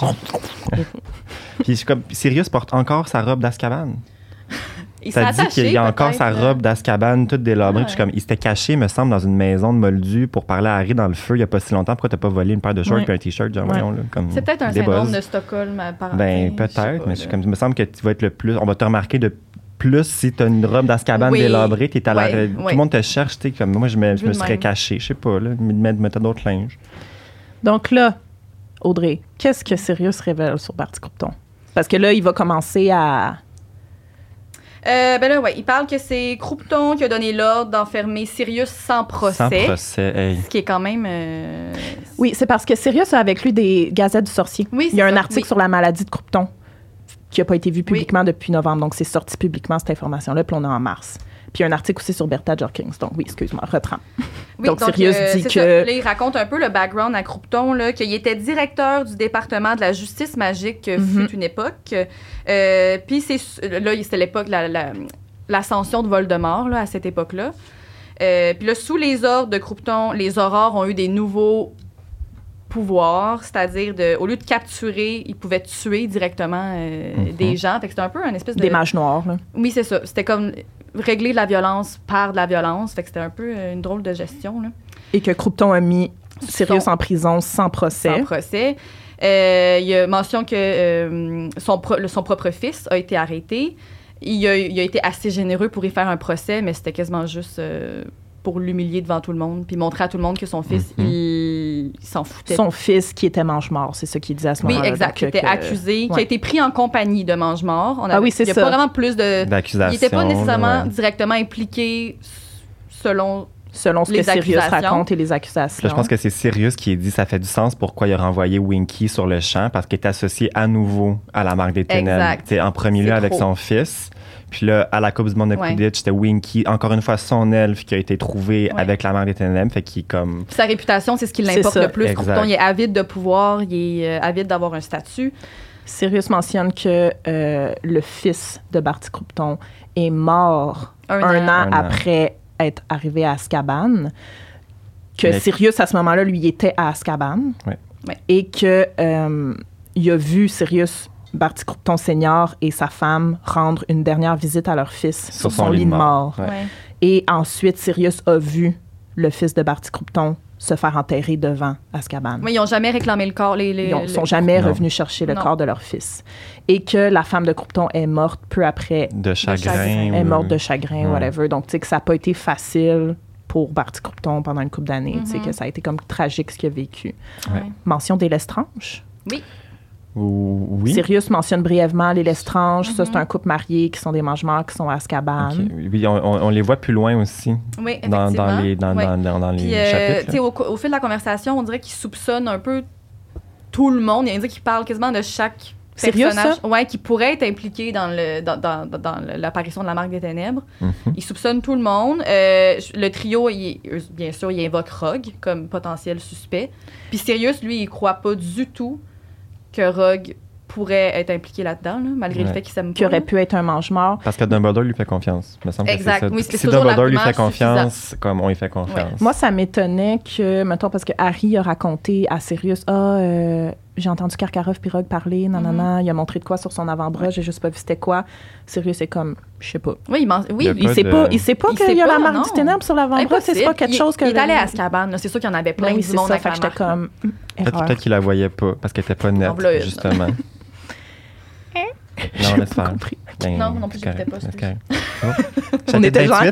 puis comme Sirius porte encore sa robe d'Azkaban. Ça dit qu'il y a encore sa robe d'Azkaban toute délabrée. Puis comme il s'était caché, me semble, dans une maison de Moldu pour parler à Harry dans le feu il n'y a pas si longtemps. Pourquoi t'as pas volé une paire de shorts et un t-shirt? Genre, voyons, là, comme c'est peut-être un syndrome de Stockholm par ben peut-être, mais comme, il me semble que tu vas être le plus. On va te remarquer de plus si tu as une robe d'Azkaban délabrée. Tout le monde te cherche. Comme moi, je me serais caché. Je sais pas, là, mettre d'autres linges. Donc là, Audrey, qu'est-ce que Sirius révèle sur Barty Croughton? Parce que là, il va commencer à... il parle que c'est Croughton qui a donné l'ordre d'enfermer Sirius sans procès. Sans procès, Ce qui est quand même... Oui, c'est parce que Sirius a avec lui des gazettes du sorcier. Oui, il y a un article sur la maladie de Croughton qui n'a pas été vu publiquement depuis novembre. Donc, c'est sorti publiquement, cette information-là, puis on est en mars. Puis il y a un article aussi sur Bertha Jorkins. Donc, oui, excuse-moi, reprends. Oui, donc Sirius dit que... Là, il raconte un peu le background à Croughton, là, qu'il était directeur du département de la justice magique fut une époque. Puis c'était l'époque, l'ascension de Voldemort, là, à cette époque-là. Puis là, sous les ordres de Croughton, les aurores ont eu des nouveaux pouvoirs, c'est-à-dire, au lieu de capturer, ils pouvaient tuer directement des gens. Fait que c'était un peu un espèce de... Des mages noirs, là. Oui, c'est ça. C'était comme... régler de la violence par de la violence. Fait que c'était un peu une drôle de gestion, là. Et que Croughton a mis Sirius en prison sans procès. Sans procès. Il y a mention que son propre fils a été arrêté. Il a été assez généreux pour y faire un procès, mais c'était quasiment juste pour l'humilier devant tout le monde, puis montrer à tout le monde que son fils, il s'en foutait. Son fils qui était mange-mort, c'est ça qu'il disait à ce moment-là. Oui, exact. Qui était accusé, qui a été pris en compagnie de mange-mort. Oui, c'est ça. Il n'y a pas vraiment plus d'accusations. Il n'était pas nécessairement directement impliqué selon ce que Sirius raconte et les accusations. Là, je pense que c'est Sirius qui a dit ça fait du sens pourquoi il a renvoyé Winky sur le champ, parce qu'il est associé à nouveau à la marque des ténèbres. En premier lieu avec son fils. Puis là, à la Coupe du monde de Quidditch, c'était Winky, encore une fois, son elfe qui a été trouvé avec la marque des ténèbres. Fait qu'il comme... Sa réputation, c'est ce qui l'importe le plus. Croughton, il est avide de pouvoir, il est avide d'avoir un statut. Sirius mentionne que le fils de Barty Croughton est mort un an après être arrivé à Azkaban. Que Sirius, à ce moment-là, lui, était à Azkaban. Ouais. Et que il a vu Sirius Barty Croupton Senior et sa femme rendre une dernière visite à leur fils sur son lit de mort. Ouais. Et ensuite, Sirius a vu le fils de Barty Croupton se faire enterrer devant Azkaban. Oui, ils n'ont jamais réclamé le corps. Ils ne sont jamais revenus chercher le corps de leur fils. Et que la femme de Croupton est morte peu après. De chagrin. Est morte de chagrin, whatever. Donc, tu sais, que ça n'a pas été facile pour Barty Croupton pendant une couple d'années. Tu sais, que ça a été comme tragique ce qu'il a vécu. Ouais. Mention des Lestrange. Oui. Oui. Sirius mentionne brièvement les Lestrange. Ça, c'est un couple marié qui sont des mange-morts, qui sont à Azkaban. Okay. Oui, on les voit plus loin aussi. Oui, effectivement. Dans les chapitres. Au fil de la conversation, on dirait qu'ils soupçonnent un peu tout le monde. Il y a qui parle quasiment de chaque personnage qui pourrait être impliqué dans l'apparition de la Marque des Ténèbres. Ils soupçonnent tout le monde. Le trio, bien sûr, il invoque Rogue comme potentiel suspect. Puis Sirius, lui, il croit pas du tout que Rogue pourrait être impliqué là-dedans, malgré le fait qu'il s'aime pas. Qui aurait pu être un mange-mort. Parce que Dumbledore lui fait confiance. Me semble exact. Que c'est ça. Si Dumbledore lui fait confiance, comme on lui fait confiance. Ouais. Moi, ça m'étonnait que, mettons, parce que Harry a raconté à Sirius, j'ai entendu Karkaroff puis Rogue parler, nanana, il a montré de quoi sur son avant-bras, j'ai juste pas vu c'était quoi. Sirius est comme, je sais pas. Oui, il sait pas qu'il y a la Marque du Ténèbre sur l'avant-bras, c'est pas quelque chose que... Il est allé à Azkaban, c'est sûr qu'il y en avait plein du monde avec la marque. Comme, peut-être qu'il la voyait pas, parce qu'elle était pas nette, justement. Non, laisse faire. Non plus, je n'étais pas. On était genre...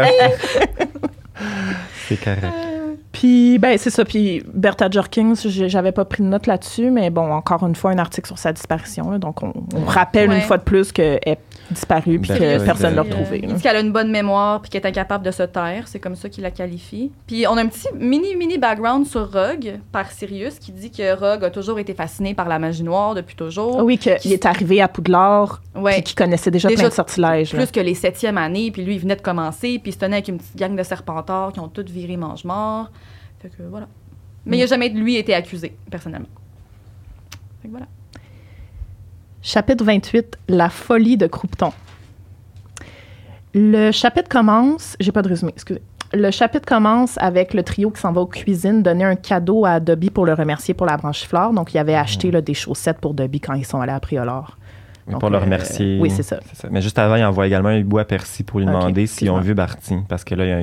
C'est correct. Puis, c'est ça. Puis, Bertha Jorkins, j'avais pas pris de note là-dessus, mais bon, encore une fois, un article sur sa disparition. Là, donc, on rappelle une fois de plus qu'elle est disparue puis que personne ne l'a retrouvée. Il dit qu'elle a une bonne mémoire puis qu'elle est incapable de se taire. C'est comme ça qu'il la qualifie. Puis, on a un petit mini background sur Rogue par Sirius qui dit que Rogue a toujours été fasciné par la magie noire depuis toujours. Oui, qu'il est arrivé à Poudlard puis qu'il connaissait déjà plein de sortilèges. Plus que les 7e années. Puis lui, il venait de commencer puis il se tenait avec une petite gang de serpentards qui ont toutes viré mange-mort. Fait que voilà. Mais il n'a jamais, lui, été accusé, personnellement. Fait que voilà. Chapitre 28, la folie de Croupton. Le chapitre commence... J'ai pas de résumé, excusez. Le chapitre commence avec le trio qui s'en va aux cuisines donner un cadeau à Dobby pour le remercier pour la branchifleur. Donc, il avait acheté des chaussettes pour Dobby quand ils sont allés à Priolor. Donc, pour le remercier. Oui, c'est ça. Mais juste avant, il envoie également un hibou à Percy pour lui demander s'ils ont vu Barty. Parce que là,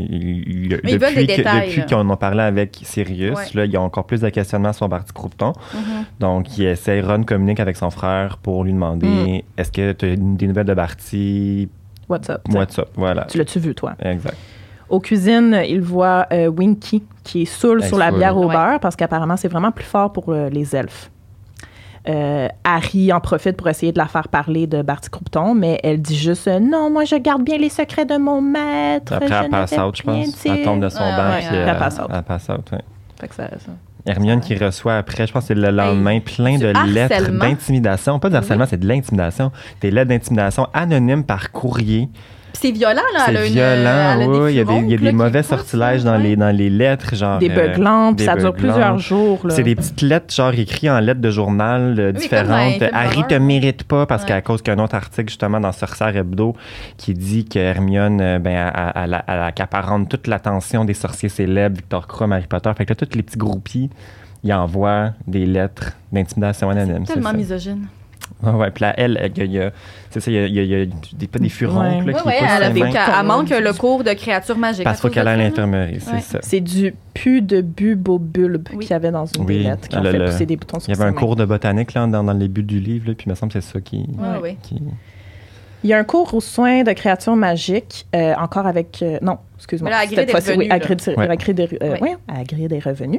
depuis qu'on en parlait avec Sirius, là, il y a encore plus de questionnements sur Barty Croupton. Donc, Ron communique avec son frère pour lui demander est-ce que tu as des nouvelles de Barty? What's up? Voilà. Tu l'as-tu vu, toi? Exact. Aux cuisines, il voit Winky qui est saoul sur la bière au beurre parce qu'apparemment, c'est vraiment plus fort pour les elfes. Harry en profite pour essayer de la faire parler de Barty Croupton, mais elle dit juste « Non, moi, je garde bien les secrets de mon maître. » Après, elle passe out, je pense. Elle tombe de son banc, puis elle passe out. Elle passe out, oui. Fait que ça. Hermione qui reçoit après, je pense que c'est le lendemain, plein de lettres d'intimidation. Pas de harcèlement, c'est de l'intimidation. Des lettres d'intimidation anonymes par courrier. C'est violent, là. C'est violent, oui. Il y a des mauvais sortilèges dans les lettres, genre... Des beuglantes, ça dure plusieurs jours, là. C'est des petites lettres, genre, écrites en lettres de journal différentes. Harry te mérite pas, parce qu'à cause qu'il y a un autre article, justement, dans Sorcière Hebdo, qui dit que Hermione, elle accaparante toute l'attention des sorciers célèbres, Victor Krum, Harry Potter. Fait que là, tous les petits groupies, ils envoient des lettres d'intimidation anonyme. C'est tellement misogyne. Oui, puis là, il y a des furoncles qui poussent elle manque le cours de créatures magiques. Parce qu'il faut qu'elle aille à l'infirmerie, c'est ça. C'est du pu de bulbe qu'il y avait dans une des lettres qui ont fait pousser des boutons sur Il y avait un cours de botanique là, dans les buts du livre, là, puis il me semble que c'est ça qui... Il y a un cours aux soins de créatures magiques, encore avec... non, excuse-moi. Là, Hagrid est revenu. Hagrid est revenu.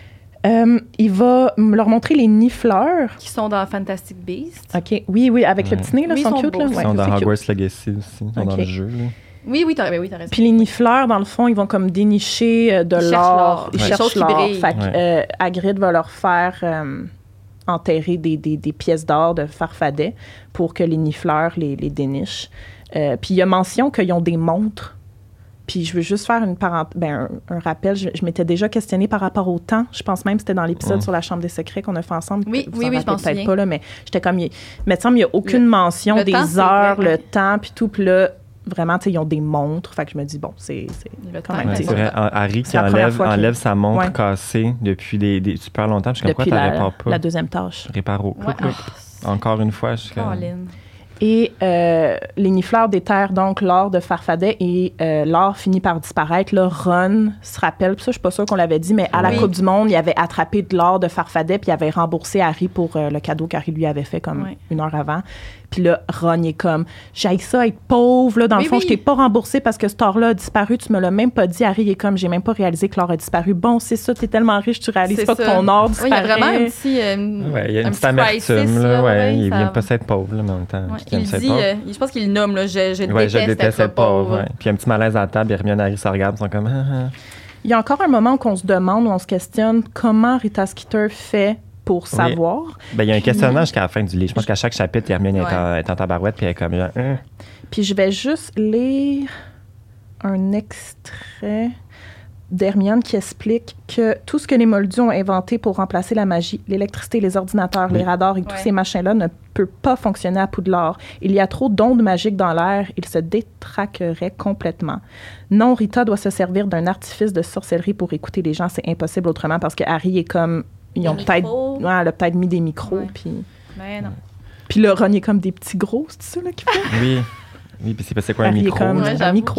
Il va leur montrer les nifleurs. Qui sont dans Fantastic Beasts. OK. Oui, avec le petit nez, là, ils sont cute. Là. Ils sont dans Hogwarts Legacy aussi, dans le jeu. Là. Oui, t'as raison. Puis les nifleurs, dans le fond, ils vont comme dénicher de l'or. Ils cherchent l'or. Fait que Hagrid va leur faire enterrer des pièces d'or de Farfadet pour que les nifleurs les dénichent. Puis il y a mention qu'ils ont des montres. Puis je veux juste faire un rappel. Je m'étais déjà questionnée par rapport au temps. Je pense même que c'était dans l'épisode sur la Chambre des secrets qu'on a fait ensemble. Oui, je pense peut-être pas, là, mais j'étais comme... Mais il me semble qu'il n'y a aucune mention des heures, le temps, puis tout. Puis là, vraiment, tu sais, ils ont des montres. Fait que je me dis, bon, c'est quand même... C'est vrai, Harry qui enlève sa montre cassée depuis super longtemps. Je comprends que tu la répares pas. La deuxième tâche. Répare au Encore une fois, je suis Et les Nifleurs déterrent donc l'or de Farfadet et l'or finit par disparaître. Là, Ron se rappelle, puis ça, je suis pas sûre qu'on l'avait dit, mais à la Coupe du Monde, il avait attrapé de l'or de Farfadet puis il avait remboursé Harry pour le cadeau qu'Harry lui avait fait comme une heure avant. Puis là, Ron est comme, j'haïs ça être pauvre. Là, dans le fond, je t'ai pas remboursé parce que cet or-là a disparu. Tu me l'as même pas dit. Harry est comme, j'ai même pas réalisé que l'or a disparu. Bon, c'est ça, t'es tellement riche, tu réalises pas que ton or disparaît. Il y a vraiment un petit. Il y a une petite amertume. Là, il vient pas s'être pauvre, là, mais en même temps. Il dit, je pense qu'il le nomme, là, je déteste être pauvre. Puis il y a un petit malaise à la table. Hermione et Harry se regardent, ils sont comme. Il y a encore un moment où on se demande, où on se questionne comment Rita Skeeter fait pour savoir. Il y a un questionnement jusqu'à la fin du livre. Je pense qu'à chaque chapitre, Hermione est en tabarouette, puis elle est comme... Puis je vais juste lire un extrait d'Hermione qui explique que tout ce que les Moldus ont inventé pour remplacer la magie, l'électricité, les ordinateurs, les radars et tous ces machins-là ne peut pas fonctionner à Poudlard. Il y a trop d'ondes magiques dans l'air, il se détraquerait complètement. Non, Rita doit se servir d'un artifice de sorcellerie pour écouter les gens, c'est impossible autrement parce que Harry est comme... Ils ont peut-être, elle a peut-être mis des micros. Puis... Mais non. Puis là, Ron est comme des petits gros, c'est ça là, qu'il fait? Oui, puis c'est quoi un micro? Comme un micro.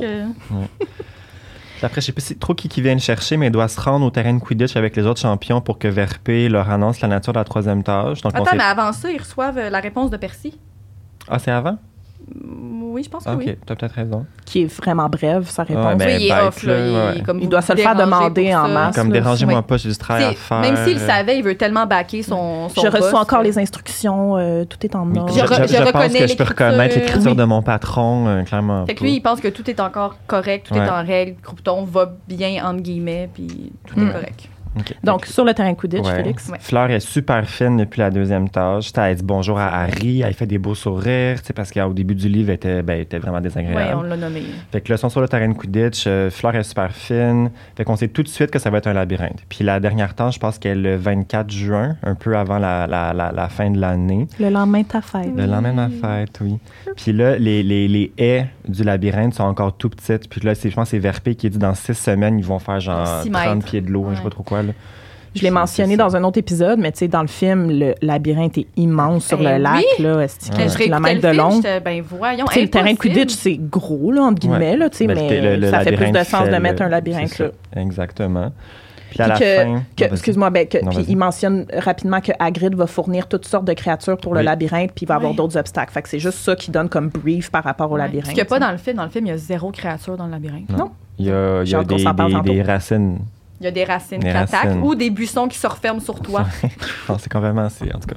Après, je sais pas trop qui vient le chercher, mais il doit se rendre au terrain de Quidditch avec les autres champions pour que Verpé leur annonce la nature de la troisième tâche. Donc, attends, mais avant ça, ils reçoivent la réponse de Percy. Ah, c'est avant? Oui, je pense que oui. OK, t'as peut-être raison. Qui est vraiment brève, sa réponse. Il est off, là. Il doit se le faire demander en masse. Comme dérangez-moi pas, j'ai du travail à faire. Même s'il savait, il veut tellement backer son Je reçois encore les instructions, tout est en ordre. Je pense que je peux reconnaître l'écriture de mon patron, clairement. Fait que lui, il pense que tout est encore correct, tout est en règle, Croupton va bien, entre guillemets, puis tout est correct. Okay. Donc, sur le terrain Quidditch, Félix. Fleur est super fine depuis la deuxième tâche. Elle dit bonjour à Harry, elle fait des beaux sourires, parce qu'au début du livre, elle était vraiment désagréable. Oui, on l'a nommé. Fait que là, ils sont sur le terrain de Quidditch. Fleur est super fine. Fait qu'on sait tout de suite que ça va être un labyrinthe. Puis la dernière tâche, je pense qu'elle est le 24 juin, un peu avant la fin de l'année. Le lendemain de ta fête. Le lendemain de ma fête, oui. Puis là, les haies du labyrinthe sont encore tout petites. Puis là, je pense que c'est Verpé qui dit dans 6 semaines, ils vont faire genre 30 pieds de l'eau, je sais pas trop quoi. Là. Je l'ai mentionné dans un autre épisode, mais tu sais, dans le film, le labyrinthe est immense sur le lac, là, c'est kilomètres de long. Voyons, le terrain de Quidditch, c'est gros, là, entre guillemets, là, tu sais, mais ça fait plus de sens de mettre un labyrinthe là. Exactement. Puis à la fin... Excuse-moi, puis il mentionne rapidement que Hagrid va fournir toutes sortes de créatures pour le labyrinthe, puis il va avoir d'autres obstacles. Fait que c'est juste ça qui donne comme brief par rapport au labyrinthe. Ce qu'il n'y a pas dans le film. Dans le film, il y a 0 créature dans le labyrinthe. Non. Il y a des racines. Il y a des racines qui attaquent ou des buissons qui se referment sur toi. C'est complètement assez, en tout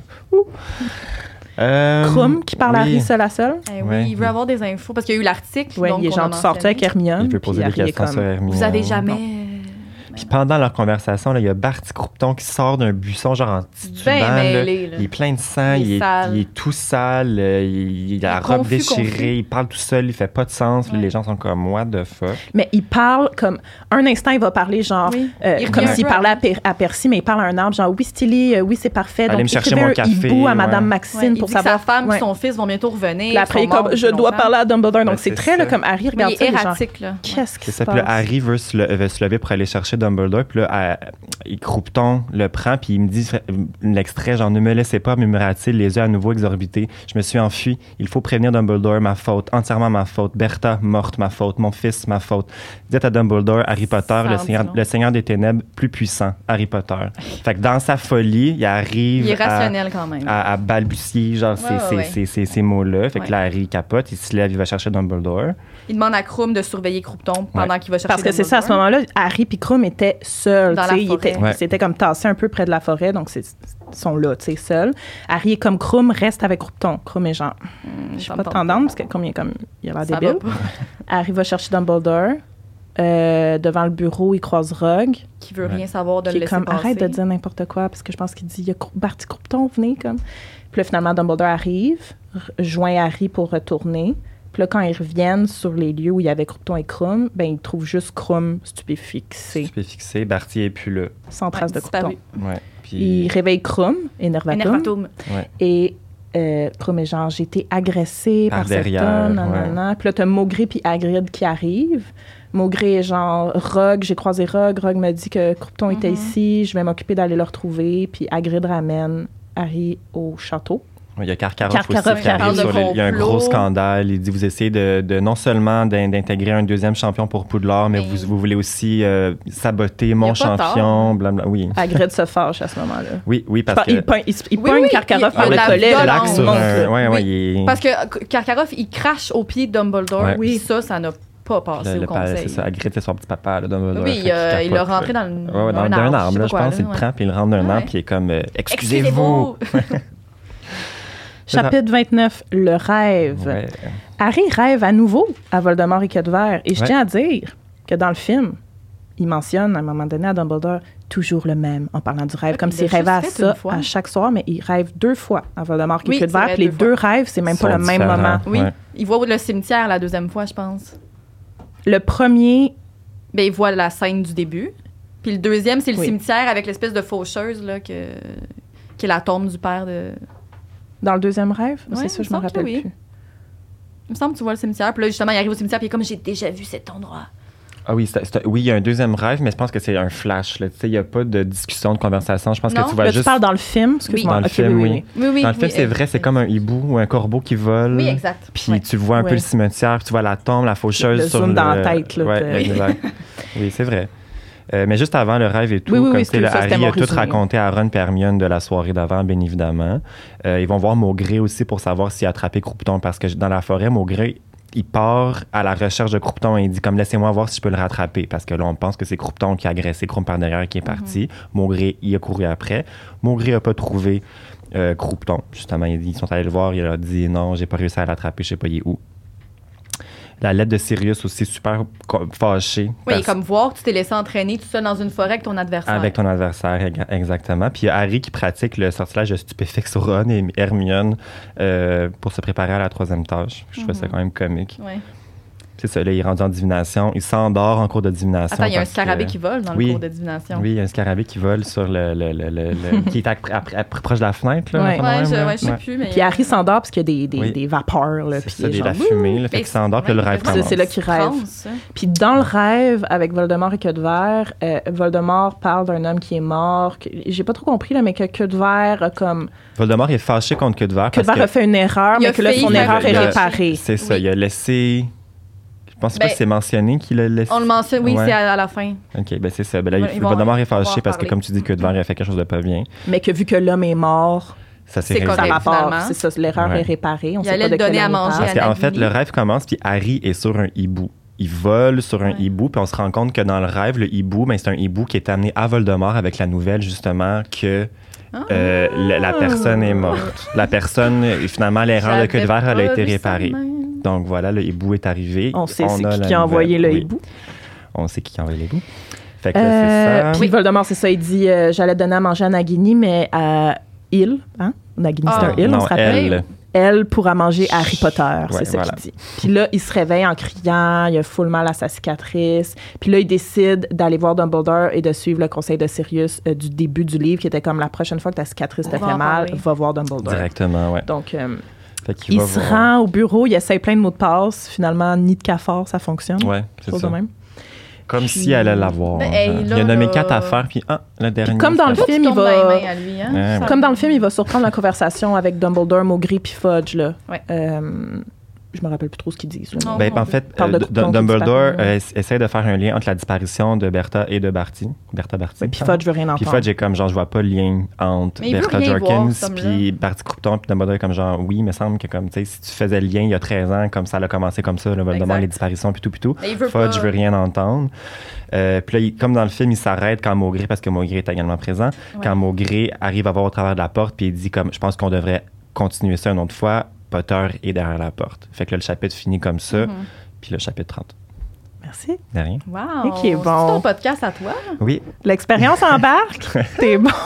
cas. Krum qui parle à Harry seul à seul. Il veut avoir des infos parce qu'il y a eu l'article. Oui, il est genre sorti avec Hermione. Il veut poser des questions sur Hermione. Vous avez jamais... Puis pendant leur conversation, il y a Barty Croupton qui sort d'un buisson, genre en titubant. Il est plein de sang, il est tout sale, il a la robe déchirée, il parle tout seul, il fait pas de sens. Les gens sont comme, what the fuck? Mais il parle comme... Un instant, il va parler genre... comme s'il parlait à Percy, mais il parle à un arbre, genre, oui, Stilly, oui, c'est parfait. Allez donc, me chercher mon café. Il bout à Madame Maxine pour savoir... sa femme et son fils vont bientôt revenir. Puis après, comme, je dois parler à Dumbledore. Donc, c'est très comme Harry regarde ça. Il est erratique, là. Qu'est-ce qui se passe? Puis Harry veut se lever pour aller chercher Dumbledore, puis là, Croupton le prend, puis il me dit l'extrait, genre, ne me laissez pas, murmura-t-il, les yeux à nouveau exorbités. Je me suis enfui. Il faut prévenir Dumbledore, ma faute, entièrement ma faute. Bertha, morte, ma faute. Mon fils, ma faute. Dites à Dumbledore, Harry Potter, le Seigneur des Ténèbres, plus puissant, Harry Potter. Fait que dans sa folie, il arrive il est rationnel quand même. À balbutier, genre, ces mots-là. Fait que là, Harry capote, il se lève, il va chercher Dumbledore. Il demande à Krum de surveiller Croupton pendant qu'il va chercher Parce que c'est ça, à ce moment-là, Harry et Krum étaient seuls. Ils s'étaient comme tassés un peu près de la forêt, donc ils sont là, tu sais, seuls. Harry est comme Krum, reste avec Croupton. Krum est genre, je suis pas tendance, parce que Krum, il a l'air débile. Harry va chercher Dumbledore. Devant le bureau, il croise Rogue. Qui veut rien savoir de le laisser comme, passer. Arrête de dire n'importe quoi, parce que je pense qu'il dit, il y a Barty Croupton, venez, comme. Puis là, finalement, Dumbledore arrive, joint Harry pour retourner. Puis là, quand ils reviennent sur les lieux où il y avait Croupton et Krum, ben ils trouvent juste Krum stupéfixé. Barty est plus là. Sans trace de Croupton. Puis... Il réveille Krum, Énervatum. Et Krum est genre, j'ai été agressé par cet homme, nanana. Puis là, t'as Maugré puis Hagrid qui arrivent. Maugré est genre, Rogue, j'ai croisé Rogue. Rogue me dit que Croupton était ici, je vais m'occuper d'aller le retrouver. Puis Hagrid ramène Harry au château. Il y a Karkaroff aussi qui arrive il y a un gros scandale. Il dit, vous essayez de non seulement d'intégrer un deuxième champion pour Poudlard, mais vous voulez aussi saboter mon champion, blablabla. Oui. Hagrid se fâche à ce moment-là. Oui, parce que... Il pogne Karkaroff par le collet. Parce que Karkaroff, il crache au pied de Dumbledore. Oui, ça n'a pas passé au conseil. C'est ça, Hagrid, c'est son petit papa, là, Dumbledore. Oui, il l'a rentré dans un arbre, je pense. Il le prend, puis il le rentre dans un arbre, puis il est comme « Excusez-vous! » Chapitre 29, le rêve. Ouais. Harry rêve à nouveau à Voldemort et Queue de Verre. Et je tiens à dire que dans le film, il mentionne à un moment donné à Dumbledore toujours le même en parlant du rêve, comme s'il rêvait à ça à chaque soir, mais il rêve 2 fois à Voldemort et Queue de Verre. Puis les 2 rêves, c'est même pas le même moment. Oui, il voit le cimetière la 2e fois, je pense. Le premier... Ben, il voit la scène du début. Puis le 2e, c'est le cimetière avec l'espèce de faucheuse là, qui est la tombe du père de... Dans le 2e rêve? C'est ça, je me rappelle plus. Il me semble que tu vois le cimetière. Puis là, justement, il arrive au cimetière, puis il est comme, j'ai déjà vu cet endroit. Ah oui, oui, il y a un 2e rêve, mais je pense que c'est un flash. Il n'y a pas de discussion, de conversation. Je pense que tu vois juste... Tu parles dans le film? Excuse-moi. Dans le film, oui. Dans le film, c'est vrai, c'est comme un hibou ou un corbeau qui vole. Oui, exact. Puis tu vois un peu le cimetière, puis tu vois la tombe, la faucheuse. Le zoom dans la tête. Oui, exact. Oui, c'est vrai. Mais juste avant le rêve et tout, Harry a tout raconté à Ron et Hermione de la soirée d'avant, bien évidemment. Ils vont voir Maugré aussi pour savoir s'il a attrapé Croupton, parce que dans la forêt, Maugré, il part à la recherche de Croupton et il dit comme laissez-moi voir si je peux le rattraper, parce que là, on pense que c'est Croupton qui a agressé Krum par derrière qui est parti. Maugré, il a couru après. Maugré n'a pas trouvé Croupton. Justement, ils sont allés le voir, il a dit non, j'ai pas réussi à l'attraper, je sais pas, il est où. La lettre de Sirius aussi, super fâchée. Oui, comme voir que tu t'es laissé entraîner tout seul dans une forêt avec ton adversaire. Avec ton adversaire, exactement. Puis il y a Harry qui pratique le sortilège de stupéfix sur Ron et Hermione pour se préparer à la 3e tâche. Je trouve ça quand même comique. Oui. C'est ça, là, il est rendu en divination. Il s'endort en cours de divination. Attends, il y a un scarabée qui vole dans le cours de divination. Oui, il y a un scarabée qui vole sur qui est proche de la fenêtre. Là, je sais plus. Mais puis Harry s'endort parce qu'il y a des vapeurs. Là, c'est ça, de la fumée. Là, fait qu'il s'endort, puis le rêve commence. C'est là qu'il rêve. Puis dans le rêve, avec Voldemort et Queue de Verre, Voldemort parle d'un homme qui est mort. J'ai pas trop compris, là, mais que Queue de Verre a comme... Voldemort est fâché contre Queue de Verre. Queue de Verre a fait une erreur, mais que là, son erreur est réparée. C'est ça, il a laissé... Je pense pas que c'est mentionné qu'il a laissé. On le mentionne, oui, c'est à la fin. OK, ben c'est ça. Ben là, Voldemort est fâché parce que, comme tu dis, Queue de Verre a fait quelque chose de pas bien. Mais que vu que l'homme est mort, c'est correct, finalement. C'est ça, l'erreur est réparée. On il allait le donner à manger parce qu'en fait, le rêve commence, puis Harry est sur un hibou. Il vole sur un hibou, puis on se rend compte que dans le rêve, le hibou, ben, c'est un hibou qui est amené à Voldemort avec la nouvelle, justement, que... la personne est morte. La personne, finalement, l'erreur de Queue de Verre, elle a été réparée. Donc voilà, le hibou est arrivé. On sait qui a envoyé le hibou. On sait qui a envoyé le hibou. Fait que là, c'est ça. Puis Voldemort, c'est ça, il dit j'allais donner à manger à Nagini, mais à Il, hein? Nagini, c'est un Il, on se rappelle. Elle pourra manger Harry Potter, c'est ça qu'il dit. Puis là, il se réveille en criant, il a full mal à sa cicatrice. Puis là, il décide d'aller voir Dumbledore et de suivre le conseil de Sirius du début du livre, qui était comme la prochaine fois que ta cicatrice te fait mal, va voir Dumbledore. Directement, ouais. Donc, il se rend au bureau, il essaye plein de mots de passe. Finalement, nid de cafard, ça fonctionne. Ouais, c'est ça. Même. Comme si elle allait l'avoir. Il a nommé 4 affaires, puis le dernier. Comme dans le film, il va. Comme dans le film, il va surprendre la conversation avec Dumbledore, Maugré puis Fudge là. Ouais. Je me rappelle plus trop ce qu'ils disent. En fait, Dumbledore essaie de faire un lien entre la disparition de Bertha et de Barty. Bertha Barty. Puis Fudge veut rien entendre. Puis Fudge est comme genre, je vois pas le lien entre Bertha Jorkins puis Barty Croupton. Puis Dumbledore est comme genre, oui, il me semble que comme, tu sais, si tu faisais le lien il y a 13 ans, comme ça a commencé comme ça, Voldemort, les disparitions, puis tout. Fudge veut rien entendre. Puis là, comme dans le film, il s'arrête quand Maugré, parce que Maugré est également présent, quand Maugré arrive à voir au travers de la porte, puis il dit comme, je pense qu'on devrait continuer ça une autre fois. Potter est derrière la porte. Fait que là, le chapitre finit comme ça, puis le chapitre 30. Merci. De rien. Wow. Okay, bon. C'est ton podcast à toi? Oui. L'expérience embarque. T'es bon.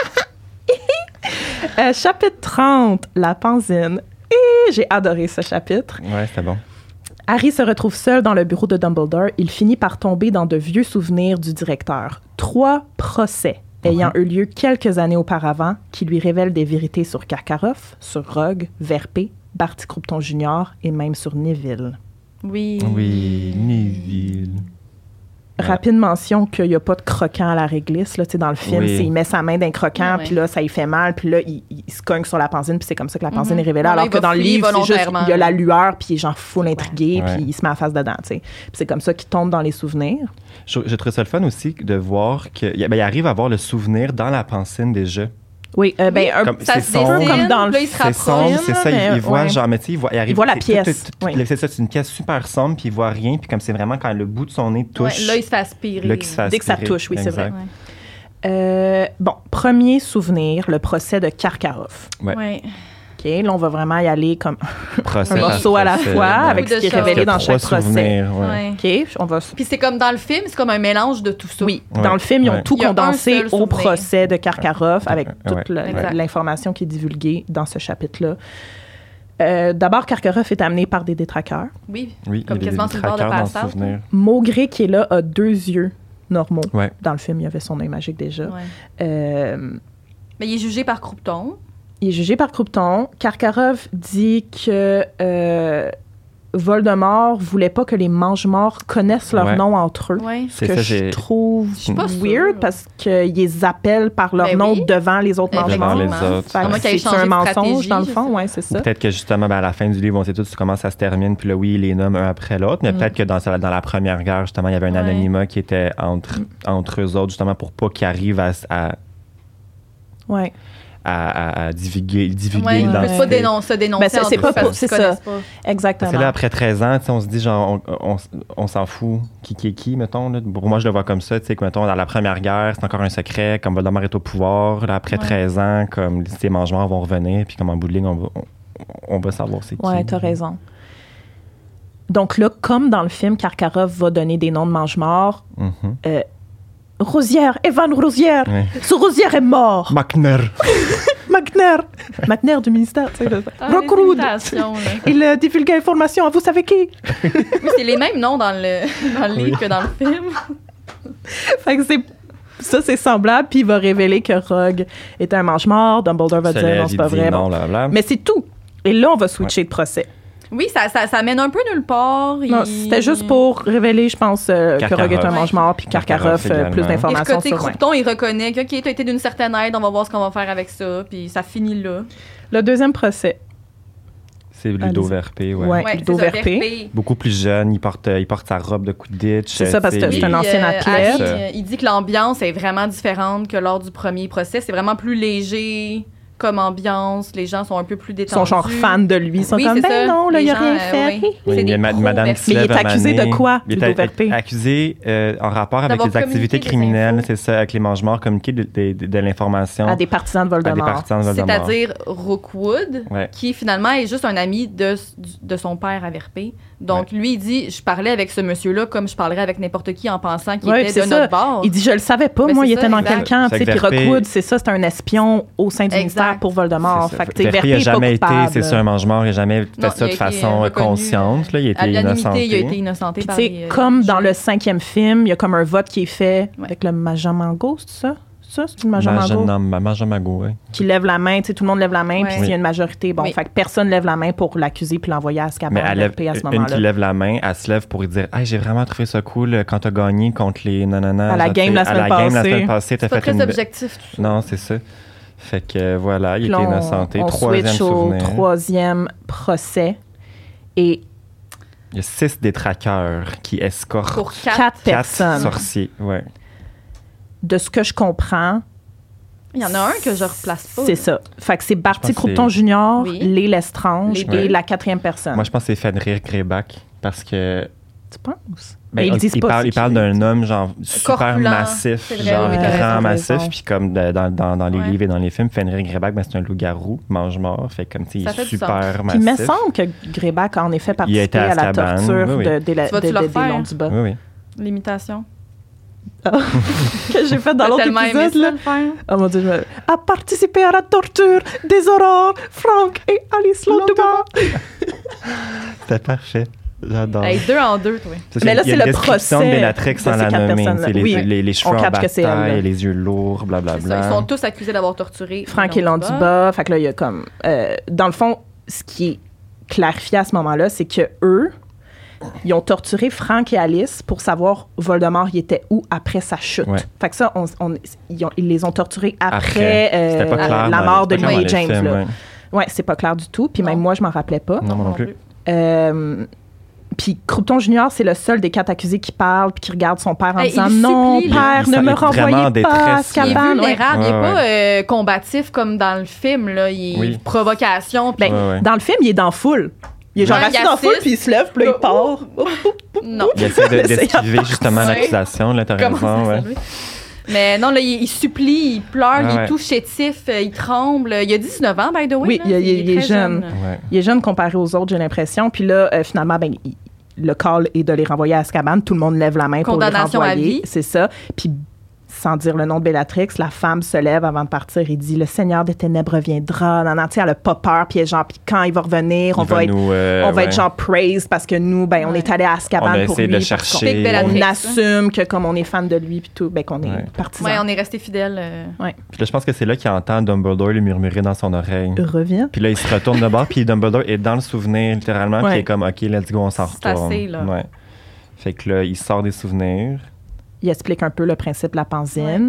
Chapitre 30, la panzine. Et j'ai adoré ce chapitre. Ouais, c'était bon. Harry se retrouve seul dans le bureau de Dumbledore. Il finit par tomber dans de vieux souvenirs du directeur. 3 procès ayant eu lieu quelques années auparavant, qui lui révèlent des vérités sur Karkaroff, sur Rogue, Verpé, Barty Croupton Jr. et même sur Neville. Oui. Oui, Neville. Rapide mention qu'il n'y a pas de croquant à la réglisse. Là, dans le film, il met sa main d'un croquant, puis là, ça y fait mal, puis là, il se cogne sur la pansine, puis c'est comme ça que la pansine est révélée. Alors que dans le livre, c'est juste, il y a la lueur, puis il est genre full intrigué, puis il se met la face dedans. Puis c'est comme ça qu'il tombe dans les souvenirs. Je trouve ça le fun aussi de voir qu'il arrive à avoir le souvenir dans la pansine déjà. Oui, ça se dessine, comme dans le là, il se rapproche. C'est ça, il voit, genre, mais tu sais, il voit la pièce. C'est ça, c'est une pièce super sombre, puis il voit rien, puis comme c'est vraiment quand le bout de son nez touche. Là, il se fait aspirer. Dès que ça touche, oui, c'est vrai. Premier souvenir, le procès de Karkaroff. Ouais. OK, là, on va vraiment y aller comme un morceau à la fois, avec ce qui est révélé dans chaque procès. OK, on va... Puis c'est comme dans le film, c'est comme un mélange de tout ça. Oui, dans le film, ils ont tout condensé au procès de Karkaroff, avec toute l'information qui est divulguée dans ce chapitre-là. D'abord, Karkaroff est amené par des détraqueurs. Oui, comme quasiment sur le bord de passage. Maugré, qui est là, a 2 yeux normaux. Dans le film, il y avait son œil magique déjà. Mais il est jugé par Croupton. Il est jugé par Croupton. Karkaroff dit que Voldemort voulait pas que les Mange-Morts connaissent leur nom entre eux. Ce que je trouve weird parce qu'ils les appellent par leur nom devant les autres Mange-Morts. C'est un mensonge dans le fond, c'est ça. Peut-être que justement, à la fin du livre, on sait tous comment ça se termine, puis là, oui, ils les nomment un après l'autre, mais peut-être que dans la Première Guerre, justement, il y avait un anonymat qui était entre eux autres, justement, pour pas qu'ils arrivent à divulguer pas dénoncer c'est pas c'est ça. Exactement. Parce que là, après 13 ans, on se dit, genre, on s'en fout qui est qui, mettons. Là. Pour moi, je le vois comme ça, tu sais, que, mettons, dans la Première Guerre, c'est encore un secret, comme Voldemort est au pouvoir. Là, après 13 ans, comme ces Mange-Morts vont revenir, puis comme en bout de ligne, on va savoir c'est qui. Ouais, t'as raison. Donc là, comme dans le film, Karkaroff va donner des noms de Mange-Morts. Rosière, Evan Rosière. Ce Rosière est mort. McNair du ministère, tu sais. Rockwood. Il divulgue l'information à vous savez qui. Oui, c'est les mêmes noms dans le livre que dans le film. Fait que c'est semblable, puis il va révéler que Rogue est un mange-mort. Dumbledore va dire non, c'est pas vrai. Mais c'est tout. Et là, on va switcher de procès. Oui, ça mène un peu nulle part. Non, c'était juste pour révéler, je pense, que Rogue est un mange-mort, puis Karkaroff, plus d'informations sur Croupton, il reconnaît que, OK, t'as été d'une certaine aide, on va voir ce qu'on va faire avec ça, puis ça finit là. Le deuxième procès. C'est Ludo Verpé, Ludo Verpé. Beaucoup plus jeune, il porte sa robe de Quidditch. C'est ça, parce que c'est un ancien athlète. Il dit que l'ambiance est vraiment différente que lors du premier procès. C'est vraiment plus léger comme ambiance, les gens sont un peu plus détendus. Ils sont genre fans de lui, ils sont comme non, là, il a rien fait. Il y a madame qui mais il est accusé de quoi, Ludo Verpé? Accusé en rapport avec les activités criminelles, c'est ça, avec les Mange-Morts, communiquer de l'information à des partisans de Voldemort. C'est-à-dire Rookwood, qui finalement est juste un ami de son père à Verpé. Donc lui, il dit, je parlais avec ce monsieur-là comme je parlerais avec n'importe qui en pensant qu'il était de notre bord. Il dit, je le savais pas, moi, il était dans quel camp. Puis Rookwood, c'est ça, c'est un espion au sein du ministère pour Voldemort. Fait que Verpé n'a jamais été, c'est ça, un mange-mort, il n'a jamais fait ça de façon consciente. Là, il a été innocenté. Il a été innocenté par comme dans le 5e film, il y a comme un vote qui est fait avec le Majamango, c'est ça? C'est une Majamango, oui. Qui lève la main, tu sais, tout le monde lève la main, puis s'il y a une majorité, fait que personne lève la main pour l'accuser puis l'envoyer à Azkaban. Mais à ce moment-là. Une qui lève la main, elle se lève pour lui dire « Hey, j'ai vraiment trouvé ça cool quand t'as gagné contre les nanana. » À la game la semaine passée. C'est pas très objectif. Non, c'est ça. Fait que voilà, il était innocenté. Troisième souvenir. Troisième procès. Et il y a 6 détraqueurs qui escortent pour 4 personnes. Sorciers, de ce que je comprends, il y en a un que je replace pas. C'est ça. Fait que c'est Barty Croupton Jr., les Lestrange et la 4e personne. Moi, je pense que c'est Fenrir Greyback parce que... Tu penses? Ben, il parle d'un homme genre super corpulent, massif, genre grand massif, puis comme dans les livres et dans les films, Fenrir Greyback, c'est un loup-garou, mange-mort, fait comme il est super massif. Il me semble que Greyback a en effet participé à la torture des Longs du Bas. Oui. L'imitation. Que j'ai fait dans l'autre épisode là. Oh mon Dieu, a participé à la torture des aurores, Frank et Alice Londuba. C'était parfait. J'adore. Hey, 2 en 2, toi. Mais là, c'est le procès de Bellatrix sans la nommer. C'est les cheveux en bataille, les yeux lourds, blablabla. Ils sont tous accusés d'avoir torturé Frank et Londuba. Fait que là, il y a comme... dans le fond, ce qui est clarifié à ce moment-là, c'est que eux, ils ont torturé Frank et Alice pour savoir Voldemort il était où après sa chute. Ouais. Fait que ça, ils les ont torturés après la mort de lui et James. Films, là. Ouais, c'est pas clair du tout. Puis même moi, je m'en rappelais pas. Non plus. Puis Croupton Junior, c'est le seul des 4 accusés qui parle puis qui regarde son père en disant « Non, père, ne me renvoyez pas à Azkaban. » Il est vulnérable. Il n'est pas combatif comme dans le film. Là. Il est provocation. Puis... Dans le film, il est dans foule. Il est genre assis dans la foule, puis il se lève, puis là, il part. Non. Il essaie d'esquiver justement l'accusation. Là, t'as raison. Mais non, là, il supplie, il pleure, il est tout chétif, il tremble. Il a 19 ans, by the way. Oui, là, il est jeune. Il est jeune comparé aux autres, j'ai l'impression. Puis là, finalement, le call est de les renvoyer à Azkaban. Tout le monde lève la main pour les renvoyer. Condamnation à vie. C'est ça. Puis sans dire le nom de Bellatrix, la femme se lève avant de partir et dit « Le Seigneur des Ténèbres viendra. » Elle n'a pas peur. Puis genre, puis quand il va revenir, on va être genre praised parce que nous, on est allé à Azkaban pour lui. On a essayé de le chercher. On assume que comme on est fan de lui puis tout, qu'on est partisans. Oui, on est resté fidèles. Puis là, je pense que c'est là qu'il entend Dumbledore lui murmurer dans son oreille. Reviens. Puis là, il se retourne de bord, puis Dumbledore est dans le souvenir, littéralement, puis il est comme « OK, let's go, on s'en retourne. » C'est assez, là. Ouais. Fait que là, il sort des souvenirs. Il explique un peu le principe de la pansine.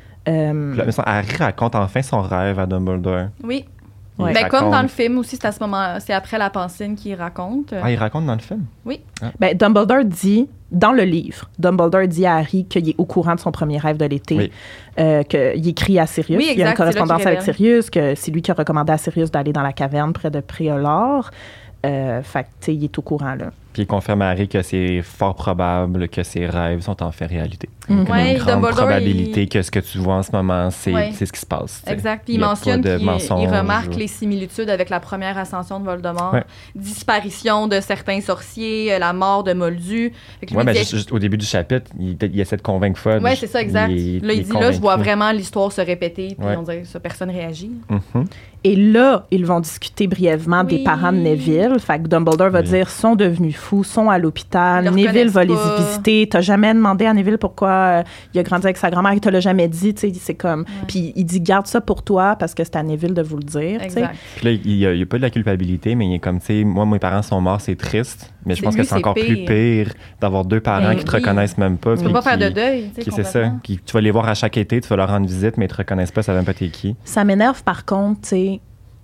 Harry raconte enfin son rêve à Dumbledore. Oui. Comme dans le film aussi, c'est à ce moment, c'est après la pansine qu'il raconte. Ah, il raconte dans le film? Oui. Ah. Dumbledore dit, dans le livre, Dumbledore dit à Harry qu'il est au courant de son premier rêve de l'été, qu'il écrit à Sirius. Oui, exact, il y a une correspondance avec Sirius, que c'est lui qui a recommandé à Sirius d'aller dans la caverne près de Préolor. Fait que, il est au courant, là. Puis il confirme à Harry que c'est fort probable que ses rêves sont en fait réalité. Mm-hmm. Il y a une grande probabilité que ce que tu vois en ce moment, c'est ce qui se passe. T'sais. Exact. Puis il mentionne qu'il remarque les similitudes avec la première ascension de Voldemort. Disparition de certains sorciers, la mort de Moldu. Juste au début du chapitre, il essaie de convaincre Fudge. Oui, c'est ça, exact. Il dit là, je vois vraiment l'histoire se répéter. Puis on dirait que personne réagit. Mm-hmm. Et là, ils vont discuter brièvement des parents de Neville. Fait que Dumbledore va dire, sont devenus fous, sont à l'hôpital. Neville va les visiter. T'as jamais demandé à Neville pourquoi il a grandi avec sa grand-mère. Il te l'a jamais dit. C'est comme... Puis il dit, garde ça pour toi parce que c'est à Neville de vous le dire. Exact. Puis là, il y a pas de la culpabilité, mais il est comme, tu sais, moi, mes parents sont morts, c'est triste. Mais je pense que c'est encore plus pire d'avoir 2 parents qui te reconnaissent même pas. Tu peux pas faire de deuil. C'est ça. Tu vas les voir à chaque été, tu vas leur rendre visite, mais ils te reconnaissent pas, ça va même pas t'es qui. Ça m'énerve par contre, tu sais,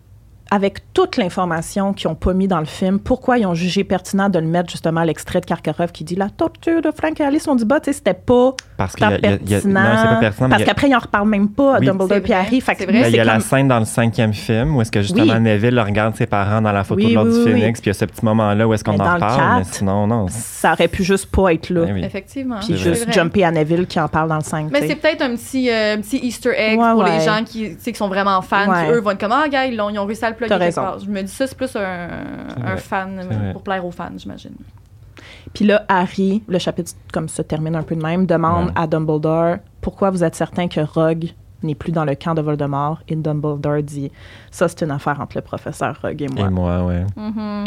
avec toute l'information qu'ils n'ont pas mis dans le film, pourquoi ils ont jugé pertinent de le mettre justement à l'extrait de Karkaroff qui dit « La torture de Frank et Alice on dit bas », tu sais, c'était pas pertinent. Non, c'est pas pertinent. Parce qu'après, ils n'en reparlent même pas à Dumbledore et Harry. C'est vrai. Il y a la scène dans le 5e film où est-ce que justement Neville regarde ses parents dans la photo de l'Ordre du Phénix, puis il y a ce petit moment-là où est-ce qu'on en reparle, mais sinon, non. Ça aurait pu juste pas être là. Effectivement. Puis juste jumper à Neville qui en parle dans le 5. Mais c'est peut-être un petit Easter egg pour les gens qui sont vraiment fans, qui eux vont être comme « Ah, gars, ils ont réussi à le plugger quelque part. » Je me dis ça, c'est plus un fan, pour plaire aux fans, j'imagine. Puis là, Harry, le chapitre comme se termine un peu de même, demande à Dumbledore pourquoi vous êtes certain que Rogue n'est plus dans le camp de Voldemort. Et Dumbledore dit ça, c'est une affaire entre le professeur Rogue et moi. Et moi, ouais. Mm-hmm.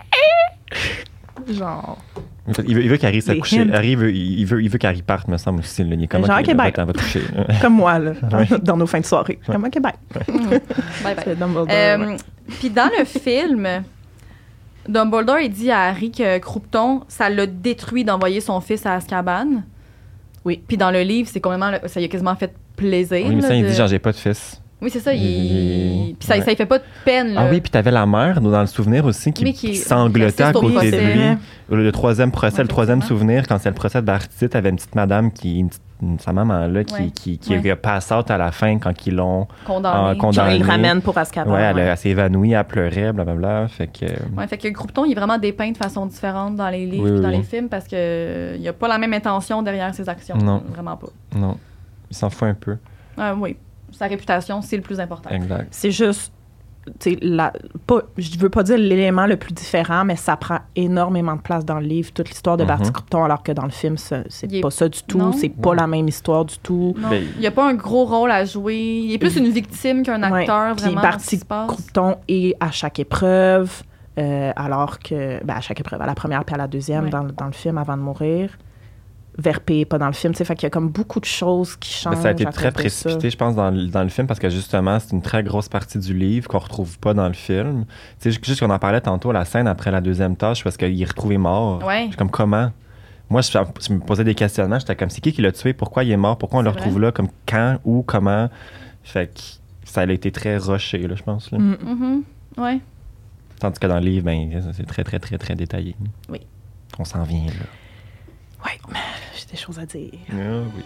Genre. Il veut qu'Harry s'est couché. Harry, il veut qu'Harry parte, me semble aussi. Il est comme genre, OK, bye. Va coucher. Comme moi, là, dans nos fins de soirée. Comme OK, bye. Bye, bye. Puis dans le film, Dumbledore, il dit à Harry que Croupton, ça l'a détruit d'envoyer son fils à Azkaban. Oui. Puis dans le livre, ça lui a quasiment fait plaisir. Oui, mais ça, il dit genre, j'ai pas de fils. Oui, c'est ça. Puis ça, ça lui fait pas de peine. Là. Ah oui, puis t'avais la mère dans le souvenir aussi qui sanglotait à côté de lui. Le 3e procès, le 3e souvenir, quand c'est le procès de Bartitite, t'avais une petite madame sa maman là qui a pass out à la fin quand ils l'ont condamné. Ils le ramènent pour Azkaban. Ouais, elle s'est évanouie, elle pleurait, blablabla. Fait que Croupton, il est vraiment dépeint de façon différente dans les livres et dans les films parce qu'il n'y a pas la même intention derrière ses actions. Non. Vraiment pas. Non. Il s'en fout un peu. Oui. Sa réputation, c'est le plus important. Exact. C'est juste, je veux pas dire l'élément le plus différent, mais ça prend énormément de place dans le livre, toute l'histoire de Barty Croupton, alors que dans le film, c'est pas ça du tout. Non. C'est pas la même histoire du tout. Non. Il n'y a pas un gros rôle à jouer. Il est plus une victime qu'un acteur, vraiment. Puis Barty Croupton est à chaque épreuve, alors que, à chaque épreuve, à la première puis à la deuxième, dans le film, avant de mourir. Verpé n'est pas dans le film. Fait qu'il y a comme beaucoup de choses qui changent. Ça a été très précipité, je pense, dans le film, parce que justement, c'est une très grosse partie du livre qu'on ne retrouve pas dans le film. Juste qu'on en parlait tantôt, la scène après la deuxième tâche, parce qu'il est retrouvé mort. Ouais. Je suis comme, comment? Moi, je me posais des questionnements. J'étais comme, c'est qui l'a tué? Pourquoi il est mort? Pourquoi on le retrouve là? Comme quand? Où? Comment? Fait que ça a été très rushé, là, je pense. Là. Ouais. Tandis que dans le livre, c'est très, très, très, très détaillé. Oui. On s'en vient, là. Oui, j'ai des choses à dire. Ah, oui.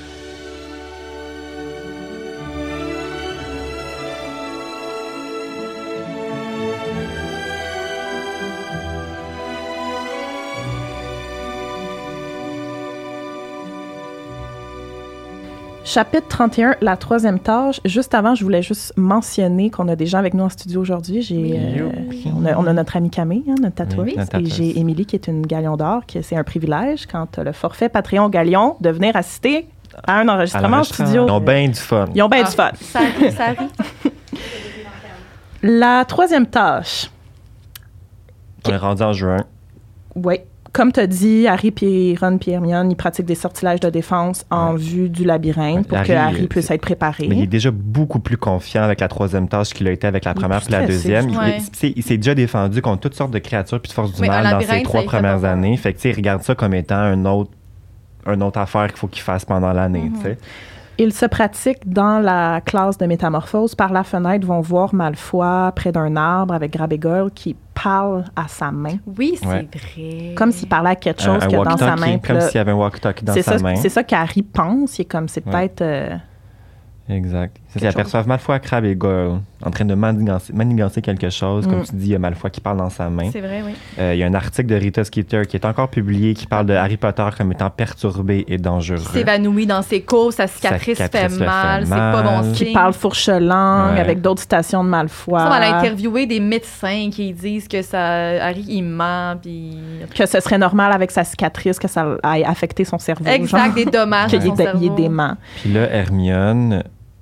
Chapitre 31, la troisième tâche. Juste avant, je voulais juste mentionner qu'on a des gens avec nous en studio aujourd'hui. On a notre amie Camille, notre tatoueuse, et j'ai Émilie qui est une Galion d'or, c'est un privilège quand tu as le forfait Patreon Galion de venir assister à un enregistrement en studio. Ils ont bien du fun. Ils ont bien du fun. Ça arrive. La troisième tâche. On est rendu en juin. Oui. Comme tu as dit, Harry, Ron et Hermione, ils pratiquent des sortilèges de défense en vue du labyrinthe pour que Harry puisse être préparé. Mais il est déjà beaucoup plus confiant avec la troisième tâche qu'il a été avec la première puis la deuxième. Il s'est déjà défendu contre toutes sortes de créatures puis de forces du mal dans ses 3 premières années. Fait que, il regarde ça comme étant une autre affaire qu'il faut qu'il fasse pendant l'année. Ils se pratiquent dans la classe de métamorphose. Par la fenêtre, vont voir Malfoy près d'un arbre avec Grabégol qui parle à sa main. Oui, c'est vrai. Comme s'il parlait à quelque chose qu'il y a dans sa main. Comme s'il y avait un walkie-talkie dans sa main. C'est ça qu'Harry pense. C'est peut-être... Exact. Ils aperçoivent Malfoy, Crabbe et Goyle en train de manigancer quelque chose. Comme tu dis, il y a Malfoy qui parle dans sa main. C'est vrai, oui. Il y a un article de Rita Skeeter qui est encore publié qui parle de Harry Potter comme étant perturbé et dangereux. Qui s'évanouit dans ses cours, sa cicatrice fait mal, c'est pas bon signe. Qui parle fourche-langue avec d'autres citations de Malfoy. On a interviewé des médecins qui disent que Harry, il ment. Puis... Que ce serait normal avec sa cicatrice, que ça ait affecté son cerveau. Exact, des dommages à son cerveau. Il est dément. Puis là, Hermione...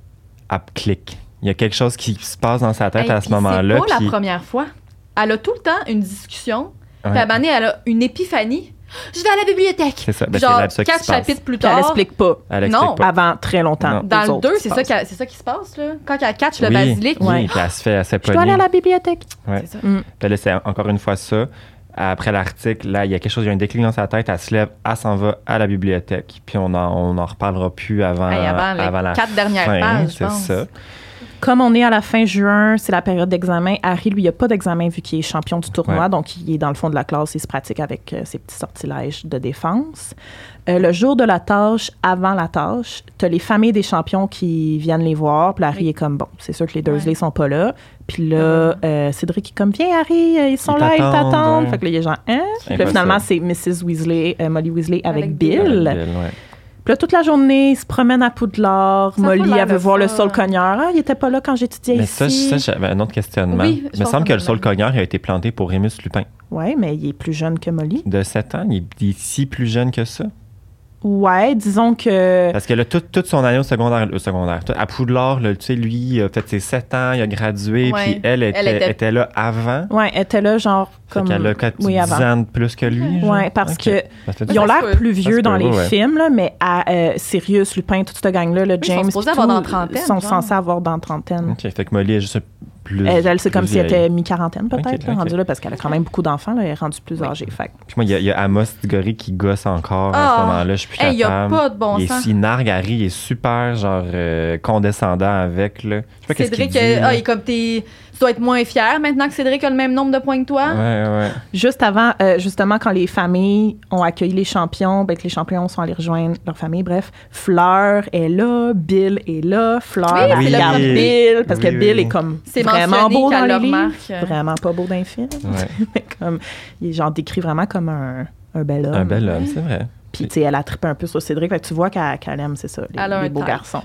clique. Il y a quelque chose qui se passe dans sa tête à ce moment-là. C'est pas la première fois. Elle a tout le temps une discussion. Puis à un moment donné, elle a une épiphanie. Je vais à la bibliothèque. C'est ça. Genre, 4 chapitres plus tard. Elle explique pas. Non. Avant très longtemps. Dans le 2, c'est ça qui se passe, là. Quand elle catch le basilic. Oui, puis elle se fait Je dois aller à la bibliothèque. Ouais. C'est ça. Puis là, c'est encore une fois ça. Après l'article, là, il y a quelque chose, il y a un déclic dans sa tête, elle se lève, elle s'en va à la bibliothèque. Puis on en reparlera plus avant la 4 dernières pages, je pense. C'est ça. Comme on est à la fin juin, c'est la période d'examen. Harry, lui, il n'a pas d'examen vu qu'il est champion du tournoi. Donc, il est dans le fond de la classe. Il se pratique avec ses petits sortilèges de défense. Le jour de la tâche, avant la tâche, tu as les familles des champions qui viennent les voir. Puis Harry est comme, bon, c'est sûr que les Dursley sont pas là. Puis là, Cédric est comme, viens Harry, ils sont là, ils t'attendent. Fait que là, il y a genre, hein? Puis là, finalement, c'est Mrs. Weasley, Molly Weasley avec Bill. Puis là, toute la journée, il se promène à Poudlard. Molly, elle veut voir le Saule-Cogneur. Ah, il était pas là quand j'étudiais ici. Mais ça, j'avais un autre questionnement. Oui, il me semble que le Saule-Cogneur a été planté pour Rémus Lupin. Oui, mais il est plus jeune que Molly. De 7 ans? Il est si plus jeune que ça? Ouais, disons que... Parce que là, toute son année au secondaire, à Poudlard, là, tu sais, lui, il a fait ses 7 ans, il a gradué, puis elle était là avant. Oui, elle était là, genre, comme... Elle a 10 ans de plus que lui. Oui, parce que ils ont l'air plus vieux dans les films, là, mais Sirius, Lupin, toute cette gang-là, James, ils sont supposés avoir dans trentaine. Ils sont censés avoir dans trentaine. OK, fait que Molly est juste plus... Elle, c'est comme si elle était mi-quarantaine, peut-être, rendue là, parce qu'elle a quand même beaucoup d'enfants, là, elle est rendue plus âgée. Fait. Puis moi, il y a Amos Diggory qui gosse encore à ce moment-là, je suis plus capable. Il n'y a pas de bon sens. Il nargue Harry, il est super, genre, condescendant avec, là. Je sais pas Cédric, qu'est-ce qu'il dit, il est comme tu dois être moins fier maintenant que Cédric a le même nombre de points que toi. Ouais. Juste avant, justement, quand les familles ont accueilli les champions, que les champions sont allés rejoindre leur famille, bref, Fleur est là, Bill est là, Fleur regarde Bill, parce que Bill est comme vraiment beau dans les livres, vraiment pas beau dans les films. Mais comme, il est genre décrit vraiment comme un bel homme. Un bel homme, c'est vrai. Puis, tu sais, elle a trippé un peu sur Cédric, fait que tu vois qu'elle aime, c'est ça, les beaux garçons.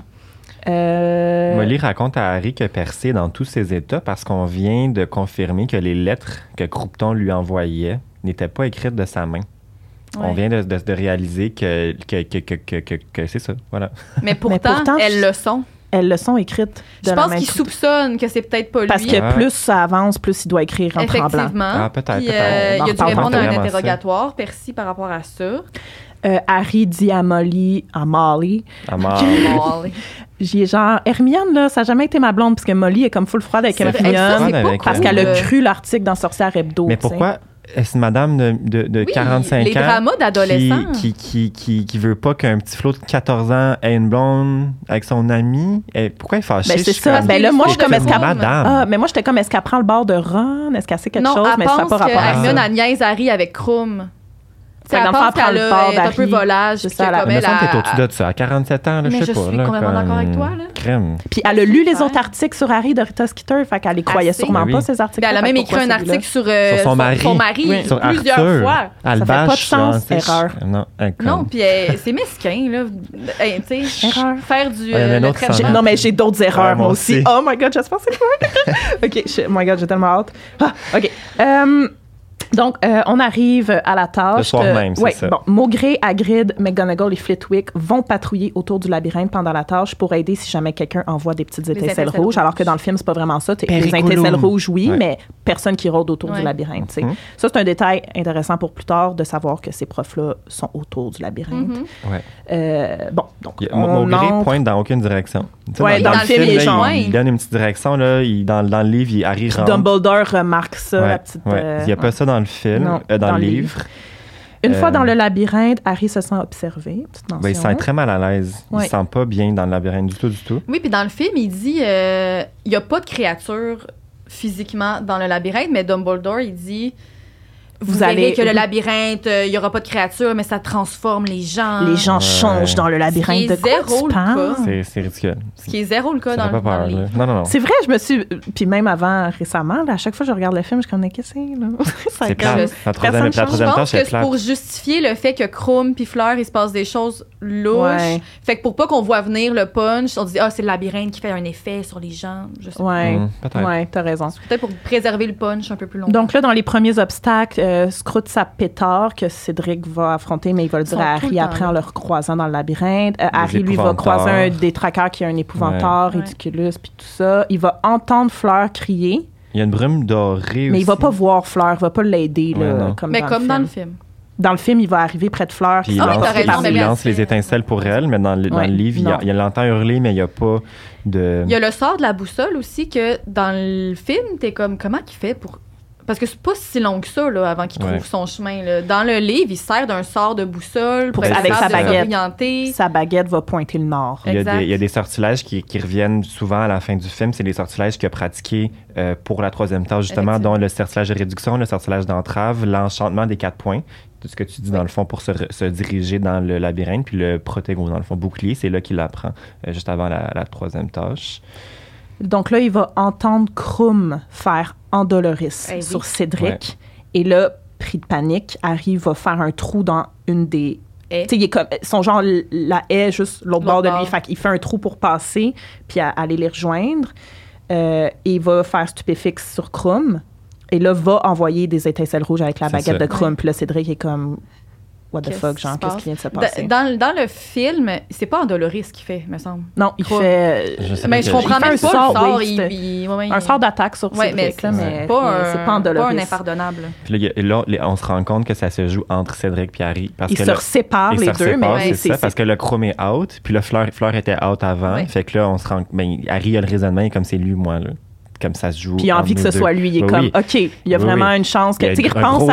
Molly raconte à Harry que Percy est dans tous ses états parce qu'on vient de confirmer que les lettres que Croupton lui envoyait n'étaient pas écrites de sa main. Ouais. On vient de réaliser que c'est ça, voilà. Mais pourtant, elles le sont. elles le sont écrites de la main. Je pense qu'il soupçonne que c'est peut-être pas lui. Parce que plus ça avance, plus il doit écrire en tremblant. Effectivement. Peut-être. Puis, il a dû répondre à un interrogatoire, Percy, par rapport à ça. Harry dit à Molly. J'ai genre, Hermione, là, ça n'a jamais été ma blonde, parce que Molly est comme full froide avec Hermione, parce qu'elle a cru l'article dans Sorcière Hebdo. Mais pourquoi est-ce une madame de 45 ans les dramas d'adolescents qui veut pas qu'un petit flot de 14 ans ait une blonde avec son ami? Pourquoi elle est fâchée? Ben, c'est ça. Ben là, moi, je suis comme, est-ce qu'elle... mais moi, j'étais comme, est-ce qu'elle prend le bord de Ron? Est-ce qu'elle sait quelque chose? Mais ça n'a pas rapport à ça. Hermione, elle niaise Harry avec Krum. C'est elle pense qu'elle est un peu volage. C'est ça, elle est au-dessus de ça. À 47 ans, là, je sais pas. Mais je suis complètement d'accord avec toi. Là. Crème. Puis elle a lu les autres articles sur Harry de Rita Skeeter, fait qu'elle les croyait sûrement pas, ces articles. Elle a même écrit un article sur son mari plusieurs fois. Ça fait pas de sens. Erreur. Non, puis c'est mesquin, là. Erreur. Faire du... Non, mais j'ai d'autres erreurs, moi aussi. Oh my God, j'espère que c'est quoi. OK, oh my God, j'ai tellement hâte. OK. Donc, on arrive à la tâche. Le soir même, c'est ça. Bon, Maugrey, Hagrid, McGonagall et Flitwick vont patrouiller autour du labyrinthe pendant la tâche pour aider si jamais quelqu'un envoie des petites étincelles rouges. Alors que dans le film, c'est pas vraiment ça. Les étincelles rouges, oui, mais personne qui rôde autour du labyrinthe. Ça, c'est un détail intéressant pour plus tard de savoir que ces profs-là sont autour du labyrinthe. Bon, donc Maugrey pointe dans aucune direction. Oui, dans le film, il donne une petite direction. Là, dans le livre, il arrive. Dumbledore remarque ça, la petite... Il n'y a pas ça dans le film, dans le livre. Une fois dans le labyrinthe, Harry se sent observé. Il se sent très mal à l'aise. Il ne se sent pas bien dans le labyrinthe du tout. Oui, puis dans le film, il dit il n'y a pas de créature physiquement dans le labyrinthe, mais Dumbledore, il dit... Vous verrez que le labyrinthe, il n'y aura pas de créature, mais ça transforme les gens. Les gens changent dans le labyrinthe. De quoi tu parles? C'est ridicule. Ce qui est zéro le cas dans le peur, livre. Non. C'est vrai, je me suis... Puis même avant, récemment, là, à chaque fois que je regarde le film, je suis comme, qu'est-ce que c'est, là? C'est plate. La troisième tâche, c'est plate. Je pense que c'est pour justifier le fait que Krum puis Fleur, il se passe des choses louches. Fait que pour pas qu'on voit venir le punch, on dit, c'est le labyrinthe qui fait un effet sur les gens. Je sais pas. Ouais, t'as raison. C'est peut-être pour préserver le punch un peu plus longtemps. Donc là, dans les premiers obstacles, Scrooge Pétard que Cédric va affronter, mais il va le dire à Harry après en le recroisant dans le labyrinthe. Harry, lui, va croiser un des traqueurs qui a un épouvantail, Ridiculous, puis tout ça. Il va entendre Fleur crier. Il y a une brume dorée mais aussi. il va pas voir Fleur, il va pas l'aider. Mais comme dans le film. Dans le film, il va arriver près de Fleur. Puis il lance les étincelles pour elle, mais dans le livre, il l'entend hurler, mais il n'y a pas de... Il y a le sort de la boussole aussi, que dans le film, t'es comme, comment il fait pour... Parce que c'est pas si long que ça, là, avant qu'il trouve son chemin. Là. Dans le livre, il sert d'un sort de boussole pour avec sa baguette. S'orienter. Sa baguette va pointer le nord. Il y a des sortilèges qui reviennent souvent à la fin du film. C'est des sortilèges qu'il a pratiqués pour la troisième tâche, justement, dont le sortilège de réduction, le sortilège d'entrave, l'enchantement des 4 points. Tout ce que tu dis, dans le fond, pour se diriger dans le labyrinthe. Puis le protego, dans le fond, bouclier, c'est là qu'il apprend, juste avant la troisième tâche. Donc là, il va entendre Krum faire Andoloris sur Cédric. Et là, pris de panique, Harry va faire un trou dans une des... Tu sais, il est comme... Son genre, la haie, juste l'autre bord de lui. Fait qu'il fait un trou pour passer, puis aller les rejoindre. Et il va faire Stupéfixe sur Krum. Et là, va envoyer des étincelles rouges avec la baguette de Krum. Puis là, Cédric est comme... What the fuck, genre, qu'est-ce qui vient de se passer? Dans le film, c'est pas Andoloris qu'il fait, me semble. Non, il fait... Mais je comprends même pas le sort. Un sort d'attaque sur Cédric, mais c'est pas Andoloris. Pas un impardonnable. Puis là, on se rend compte que ça se joue entre Cédric et Harry. Ils se séparent les deux, mais c'est ça, parce que le Krum est out, puis là, Fleur était out avant. Fait que là, on se rend... Harry a le raisonnement comme c'est lui, moi, là. Comme ça se joue. Puis il a envie que ce soit lui. Il est comme, OK, il y a vraiment une chance. Il repense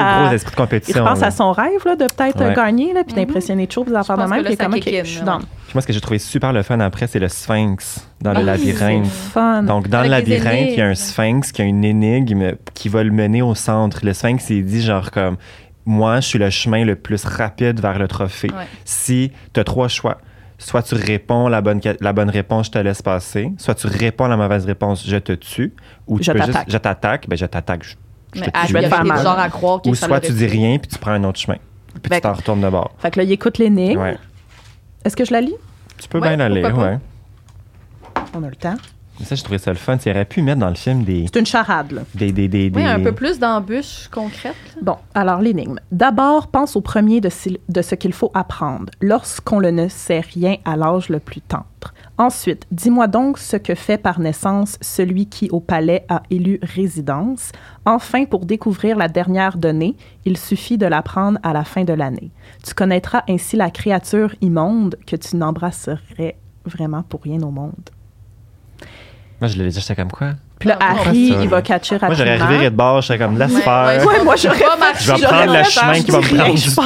à son rêve là, de peut-être gagner, là, puis d'impressionner Cho, puis d'affaires de même. Puis comme, OK, je suis dans. Moi, ce que j'ai trouvé super le fun après, c'est le Sphinx dans le labyrinthe. Fun. Donc, dans le labyrinthe, il y a un Sphinx qui a une énigme qui va le mener au centre. Le Sphinx, il dit genre comme, moi, je suis le chemin le plus rapide vers le trophée. Si tu as 3 choix, soit tu réponds la bonne réponse, je te laisse passer. Soit tu réponds la mauvaise réponse, je te tue. Ou je t'attaque. Ben, je t'attaque. Je vais te faire mal. Genre à croire ou soit tu dis rien, puis tu prends un autre chemin. Puis tu t'en retournes de bord. Fait que là, il écoute l'énigme. Est-ce que je la lis? Tu peux bien la lire, On a le temps. Ça, j'ai trouvé ça le fun. Tu aurais pu mettre dans le film des... C'est une charade, là. Oui, un peu plus d'embûches concrètes. Bon, alors l'énigme. D'abord, pense au premier de ce qu'il faut apprendre lorsqu'on ne sait rien à l'âge le plus tendre. Ensuite, dis-moi donc ce que fait par naissance celui qui, au palais, a élu résidence. Enfin, pour découvrir la dernière donnée, il suffit de l'apprendre à la fin de l'année. Tu connaîtras ainsi la créature immonde que tu n'embrasserais vraiment pour rien au monde. Moi, je l'avais dit, j'étais comme quoi? Puis là, Harry, il va catcher rapidement. Moi, j'aurais reviré de bord, j'étais comme, laisse faire. Ouais, moi, j'aurais pas je vais prendre le chemin qui va me prendre du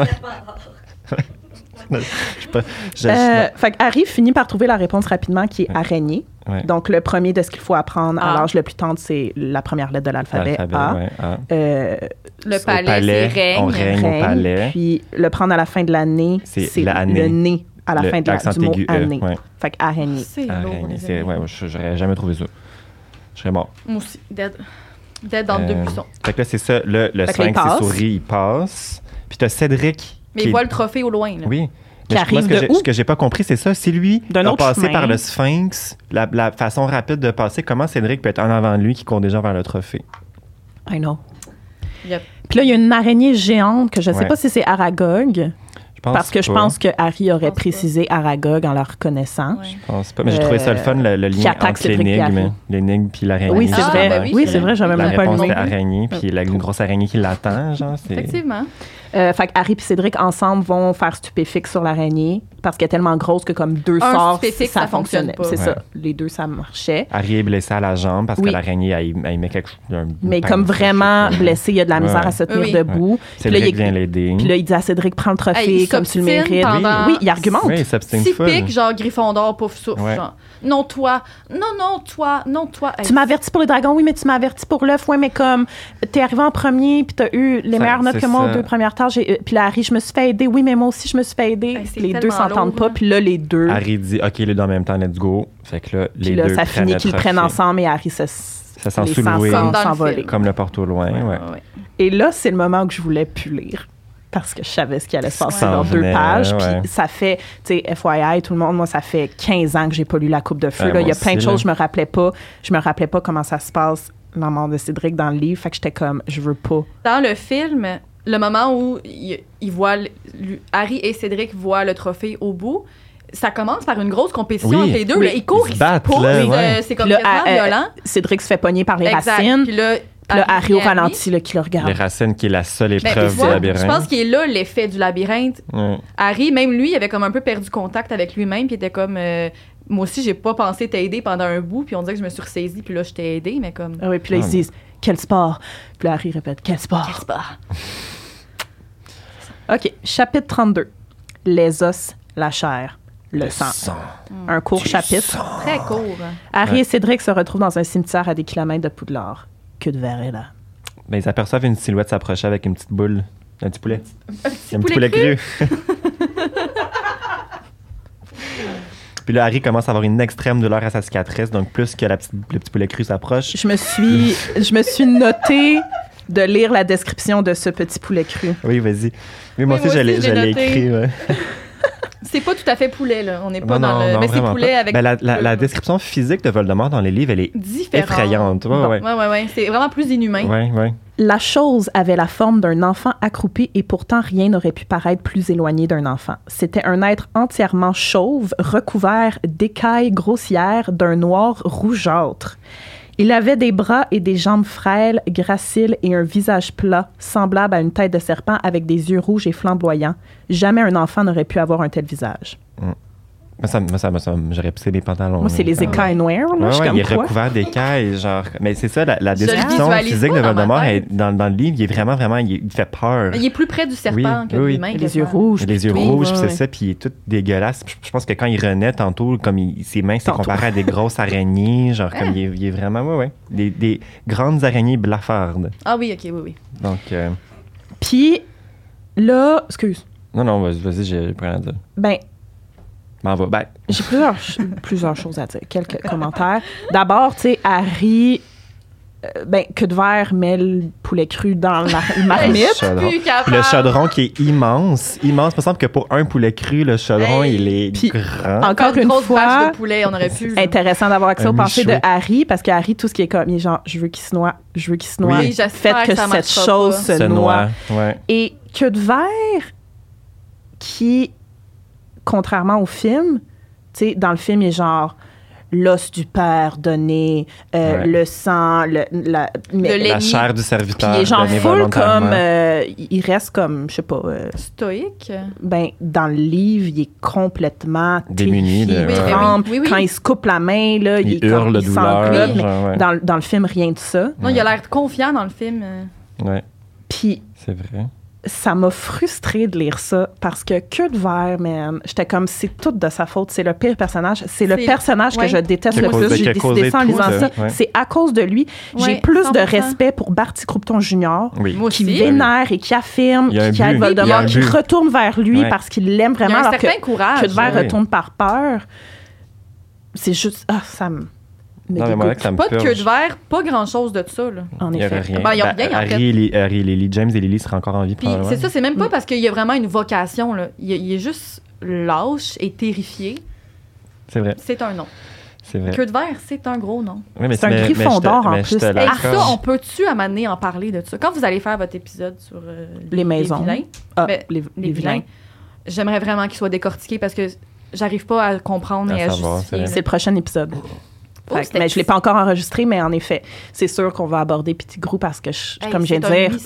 temps. Fait que Harry finit par trouver la réponse rapidement, qui est araignée. Ouais. Donc, le premier de ce qu'il faut apprendre à l'âge le plus tendre, c'est la première lettre de l'alphabet, A. Ouais, A. Le palais, c'est règne. On règne au palais. Puis, le prendre à la fin de l'année, c'est le nez à la fin du mot année. Ouais. Fait que araignée. C'est lourd. J'aurais jamais trouvé ça. Je serais mort. Moi aussi, dead dans deux buissons. Fait que là, c'est ça, le sphinx et souris, il passe. Puis t'as Cédric. Mais il voit le trophée au loin, là. Oui. Qui arrive de où? Ce que j'ai pas compris, c'est ça. Si lui a passé par le sphinx, la façon rapide de passer, comment Cédric peut être en avant de lui qui court déjà vers le trophée? I know. Yep. Puis là, il y a une araignée géante que je sais pas si c'est Aragog. Parce que je pense que Harry aurait précisé Aragog en la reconnaissant. Je pense pas. Mais j'ai trouvé ça le fun, le lien entre l'énigme puis l'araignée. Oui, c'est vrai. Ben oui, c'est vrai, j'avais même pas lu. La réponse, c'est araignée, puis une grosse araignée qui l'attend, genre. Effectivement. Fait que Harry et Cédric, ensemble, vont faire stupéfixe sur l'araignée parce qu'elle est tellement grosse que comme deux sorts, ça fonctionnait. C'est ça. Les deux, ça marchait. Harry est blessé à la jambe parce que l'araignée, elle met quelque chose. Mais comme vraiment blessé, il y a de la misère à se tenir debout. Cédric vient l'aider. Puis là, il dit à Cédric, prends le trophée comme tu le mérites. Oui, il argumente. Oui, il s'obstine full. Typique, genre Gryffondor, pouf souffle. Genre, non, toi. Non, toi. Tu m'as averti pour les dragons, oui, mais tu m'as averti pour l'œuf. Oui, mais comme t'es arrivé en premier, puis t'as eu les meilleures notes que moi aux deux premières tâches. Puis là, Harry, je me suis fait aider. Oui, mais moi aussi, je me suis fait aider. Les deux s'entendent pas. Puis là, les deux. Harry dit, OK, les deux en même temps, let's go. Fait que là, les deux. Ça finit qu'ils le prennent ensemble et Harry ça sent s'envoler. Comme le porte au loin. Ouais. Et là, c'est le moment où je voulais plus lire. Parce que je savais ce qui allait se passer dans 2 pages. Puis ça fait, tu sais, FYI, tout le monde, moi, ça fait 15 ans que j'ai pas lu La Coupe de Feu. Il y a plein de choses, je me rappelais pas. Je me rappelais pas comment ça se passe, la mort de Cédric dans le livre. Fait que j'étais comme, je veux pas. Dans le film, le moment où il voit Harry et Cédric voient le trophée au bout, ça commence par une grosse compétition entre les deux. Oui. Là, ils courent, ils se poussent. C'est comme quasiment violent. Cédric se fait pogner par les racines. Puis là, Harry au ralenti là, qui le regarde. Les racines qui est la seule épreuve du labyrinthe. Je pense qu'il est là l'effet du labyrinthe. Harry, même lui, il avait comme un peu perdu contact avec lui-même, puis il était comme moi aussi, j'ai pas pensé t'aider pendant un bout, puis on dirait que je me suis ressaisie, puis là, je t'ai aidé, mais comme. Ah oui, puis là, ils se disent quel sport. Puis là, Harry répète quel sport. Quel sport. OK, chapitre 32. Les os, la chair. Le sang. Un court chapitre. Très court. Harry et Cédric se retrouvent dans un cimetière à des kilomètres de Poudlard. Que de verre est là. Ben, ils aperçoivent une silhouette s'approcher avec une petite boule. Un petit poulet. Un petit poulet cru. Puis là, Harry commence à avoir une extrême douleur à sa cicatrice, donc plus que le petit poulet cru s'approche. Je me suis noté de lire la description de ce petit poulet cru. Oui, vas-y. Oui, moi aussi, je l'ai écrit. Ouais. C'est pas tout à fait poulet, là. On n'est pas dans le... Mais c'est poulet pas. avec... Ben, la description physique de Voldemort dans les livres, elle est effrayante. Ouais. C'est vraiment plus inhumain. Ouais. La chose avait la forme d'un enfant accroupi et pourtant rien n'aurait pu paraître plus éloigné d'un enfant. C'était un être entièrement chauve, recouvert d'écailles grossières d'un noir rougeâtre. Il avait des bras et des jambes frêles, graciles et un visage plat, semblable à une tête de serpent avec des yeux rouges et flamboyants. Jamais un enfant n'aurait pu avoir un tel visage. J'aurais poussé les pantalons. Moi, c'est les écailles noires. Il est recouvert d'écailles, genre. Mais c'est ça, la description physique de Voldemort, dans le livre, il est vraiment, il fait peur. Il est plus près du serpent que lui-même. Les yeux rouges. Les yeux rouges, c'est ça, puis il est tout dégueulasse. Je pense que quand il renaît tantôt, comme ses mains, c'est comparé à des grosses araignées, genre, comme il est vraiment, des grandes araignées blafardes. Ah oui, OK, oui. Donc. Puis, là, excuse. Non, vas-y, j'ai plus rien à dire. Ben, Bye. J'ai plusieurs choses à dire, quelques commentaires. D'abord, tu sais, Harry Queue de verre met le poulet cru dans le marmite. Le chaudron qui est immense. Il me semble que pour un poulet cru, le chaudron, il est grand. Encore une fois, de poulet, on aurait pu. Intéressant d'avoir accès au pensées de Harry, parce que Harry, tout ce qui est comme, il est genre, je veux qu'il se noie. Oui, faites que cette chose se noie. Ouais. Et Queue de verre, qui, contrairement au film, tu sais, dans le film, il est genre l'os du père donné, le sang, la chair du serviteur. Puis il est genre full comme, il reste comme, je sais pas. Stoïque. Dans le livre, il est complètement démuni. Oui. Quand il se coupe la main, là, il hurle de douleur. Dans le film, rien de ça. Non, il a l'air confiant dans le film. Ouais. Puis c'est vrai. Ça m'a frustrée de lire ça parce que Queue de verre, man, j'étais comme, c'est tout de sa faute. C'est le pire personnage. C'est le personnage que je déteste le plus. J'ai décidé ça en lisant ça. Ouais. C'est à cause de lui. J'ai plus 100%. De respect pour Barty Croupton Jr. Qui vénère et qui affirme, qui aide Voldemort, qui retourne vers lui parce qu'il l'aime vraiment. Il y a un certain courage. Queue de verre retourne par peur. C'est juste... ça me... Pas de Queue de verre, pas grand-chose de ça. Là. En effet. Il n'y a rien. Harry et Lily, James et Lily seraient encore en vie. C'est ça, c'est même pas parce qu'il y a vraiment une vocation. Là. Il est juste lâche et terrifié. C'est vrai. C'est un nom. C'est vrai. Queue de verre, c'est un gros nom. Oui, c'est un griffon d'or en plus. Et ça, on peut-tu amener en parler de ça? Quand vous allez faire votre épisode sur les maisons, les vilains, j'aimerais vraiment qu'il soit décortiqué parce que j'arrive pas à comprendre et à justifier. C'est le prochain épisode. Mais je ne l'ai pas encore enregistré, mais en effet, c'est sûr qu'on va aborder Pettigrew parce que, comme je viens de dire,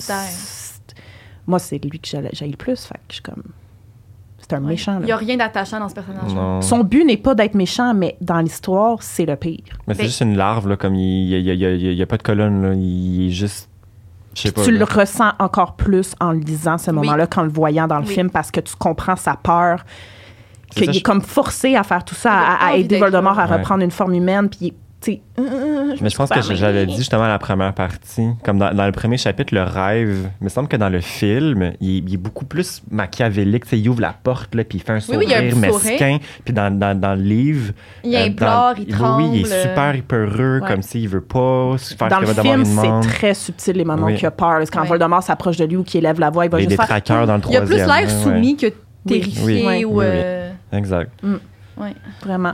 moi, c'est lui que j'ai le plus. Fait que je suis comme... C'est un méchant. Il n'y a rien d'attachant dans ce personnage. Son but n'est pas d'être méchant, mais dans l'histoire, c'est le pire. Mais c'est juste une larve, là, comme il n'y a pas de colonne. Là, il est juste... Je sais pas. Tu le ressens encore plus en lisant ce moment-là qu'en le voyant dans le film parce que tu comprends sa peur. Qu'il est comme forcé à faire tout ça, à aider Voldemort à reprendre une forme humaine, puis mais je pense que j'avais dit justement à la première partie, comme dans le premier chapitre, le rêve, il me semble que dans le film, il est beaucoup plus machiavélique. Il ouvre la porte, là, puis il fait un sourire mesquin. Puis dans le livre... Il implore, il tremble. Oui, il est super peureux, comme s'il veut pas faire dans ce que Voldemort lui demande. Dans le film, c'est très subtil les moments qu'il a peur. Quand Voldemort s'approche de lui ou qu'il élève la voix, il va juste faire... des traqueurs dans le troisième. Il a plus l'air soumis que terrifié ou... Exact. Oui, vraiment.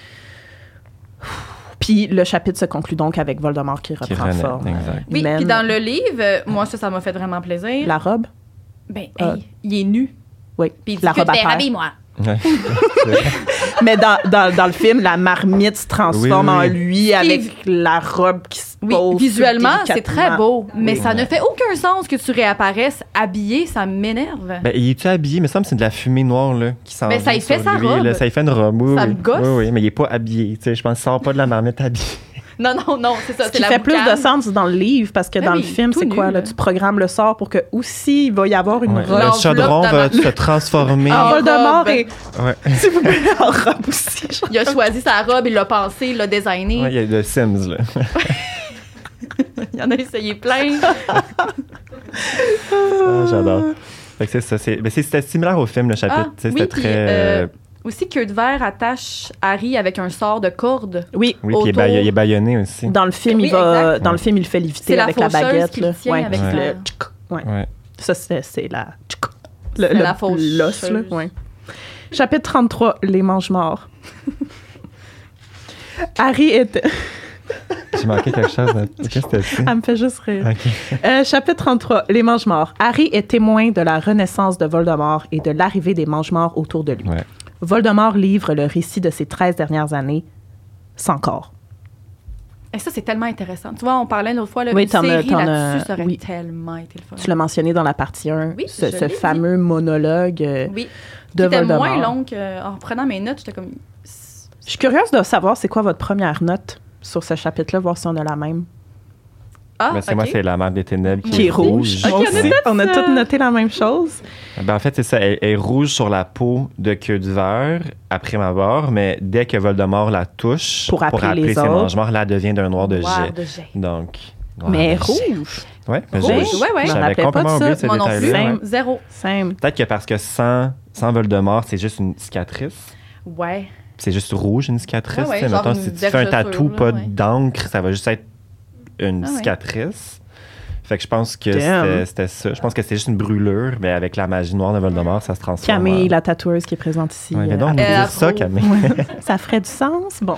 Puis le chapitre se conclut donc avec Voldemort qui reprend forme. Oui, puis dans le livre, moi, ça m'a fait vraiment plaisir. La robe? Il est nu. Oui, puis il dit la robe à terre. Habille-moi. Ouais. Mais dans le film, la marmite se transforme en lui avec la robe qui se pose. Visuellement, c'est très beau, mais ça ne fait aucun sens que tu réapparaisses habillé, ça m'énerve. Il est-tu habillé? Il me semble que c'est de la fumée noire là, qui s'en va. Ça y fait sa robe. Là, ça y fait une robe. Ça me gosse. Oui, mais il est pas habillé. Je pense qu'il sort pas de la marmite habillé. Non, c'est ça. Ce qui fait plus de sens dans le livre, parce que dans le film, c'est quoi? Là, tu programmes le sort pour que aussi il va y avoir une robe. Le chaudron va se transformer en Voldemort et... S'il vous plaît, en robe aussi. Il a choisi sa robe, il l'a pensé, il l'a designé. Il y a le Sims, là. Il y en a essayé plein. J'adore. Fait que c'est ça. C'était similaire au film, le chapitre. C'était très... Aussi, Queue de verre attache Harry avec un sort de corde. Oui, puis il est bâillonné aussi. Dans le film, il le fait léviter avec la baguette. Là. Avec ça, c'est la fausse l'os. Chapitre 33, les mange-morts. Harry était... J'ai manqué quelque chose. Qu'est-ce que c'était? Elle me fait juste rire. Okay. Chapitre 33, les mange-morts. Harry est témoin de la renaissance de Voldemort et de l'arrivée des mange-morts autour de lui. Ouais. Voldemort livre le récit de ses 13 dernières années sans corps. Et ça, c'est tellement intéressant. Tu vois, on parlait une autre fois, une série là-dessus, ça aurait tellement été le fun. Tu l'as mentionné dans la partie 1, ce fameux monologue de Voldemort. C'était moins long qu'en reprenant mes notes, j'étais comme... Je suis curieuse de savoir c'est quoi votre première note sur ce chapitre-là, voir si on a la même. Moi, c'est la mère des ténèbres qui est rouge. On a toutes noté la même chose. En fait, c'est ça. Elle est rouge sur la peau de Queue de verre après ma mort, mais dès que Voldemort la touche pour appeler ses mange-morts, là, elle devient d'un noir de jet. Donc, mais rouge. Oui, ouais. J'avais complètement oublié ces détails-là. Zéro. Peut-être que parce que sans Voldemort, c'est juste une cicatrice. Ouais. C'est juste rouge, une cicatrice. Ouais, mettons, si tu fais un tatou, pas d'encre, ça va juste être une cicatrice. Fait que je pense que c'était ça. Je pense que c'est juste une brûlure, mais avec la magie noire de Voldemort, ça se transforme. Camille, la tatoueuse qui est présente ici. Ouais, mais donc, dire ça, Camille. Ça ferait du sens. Bon.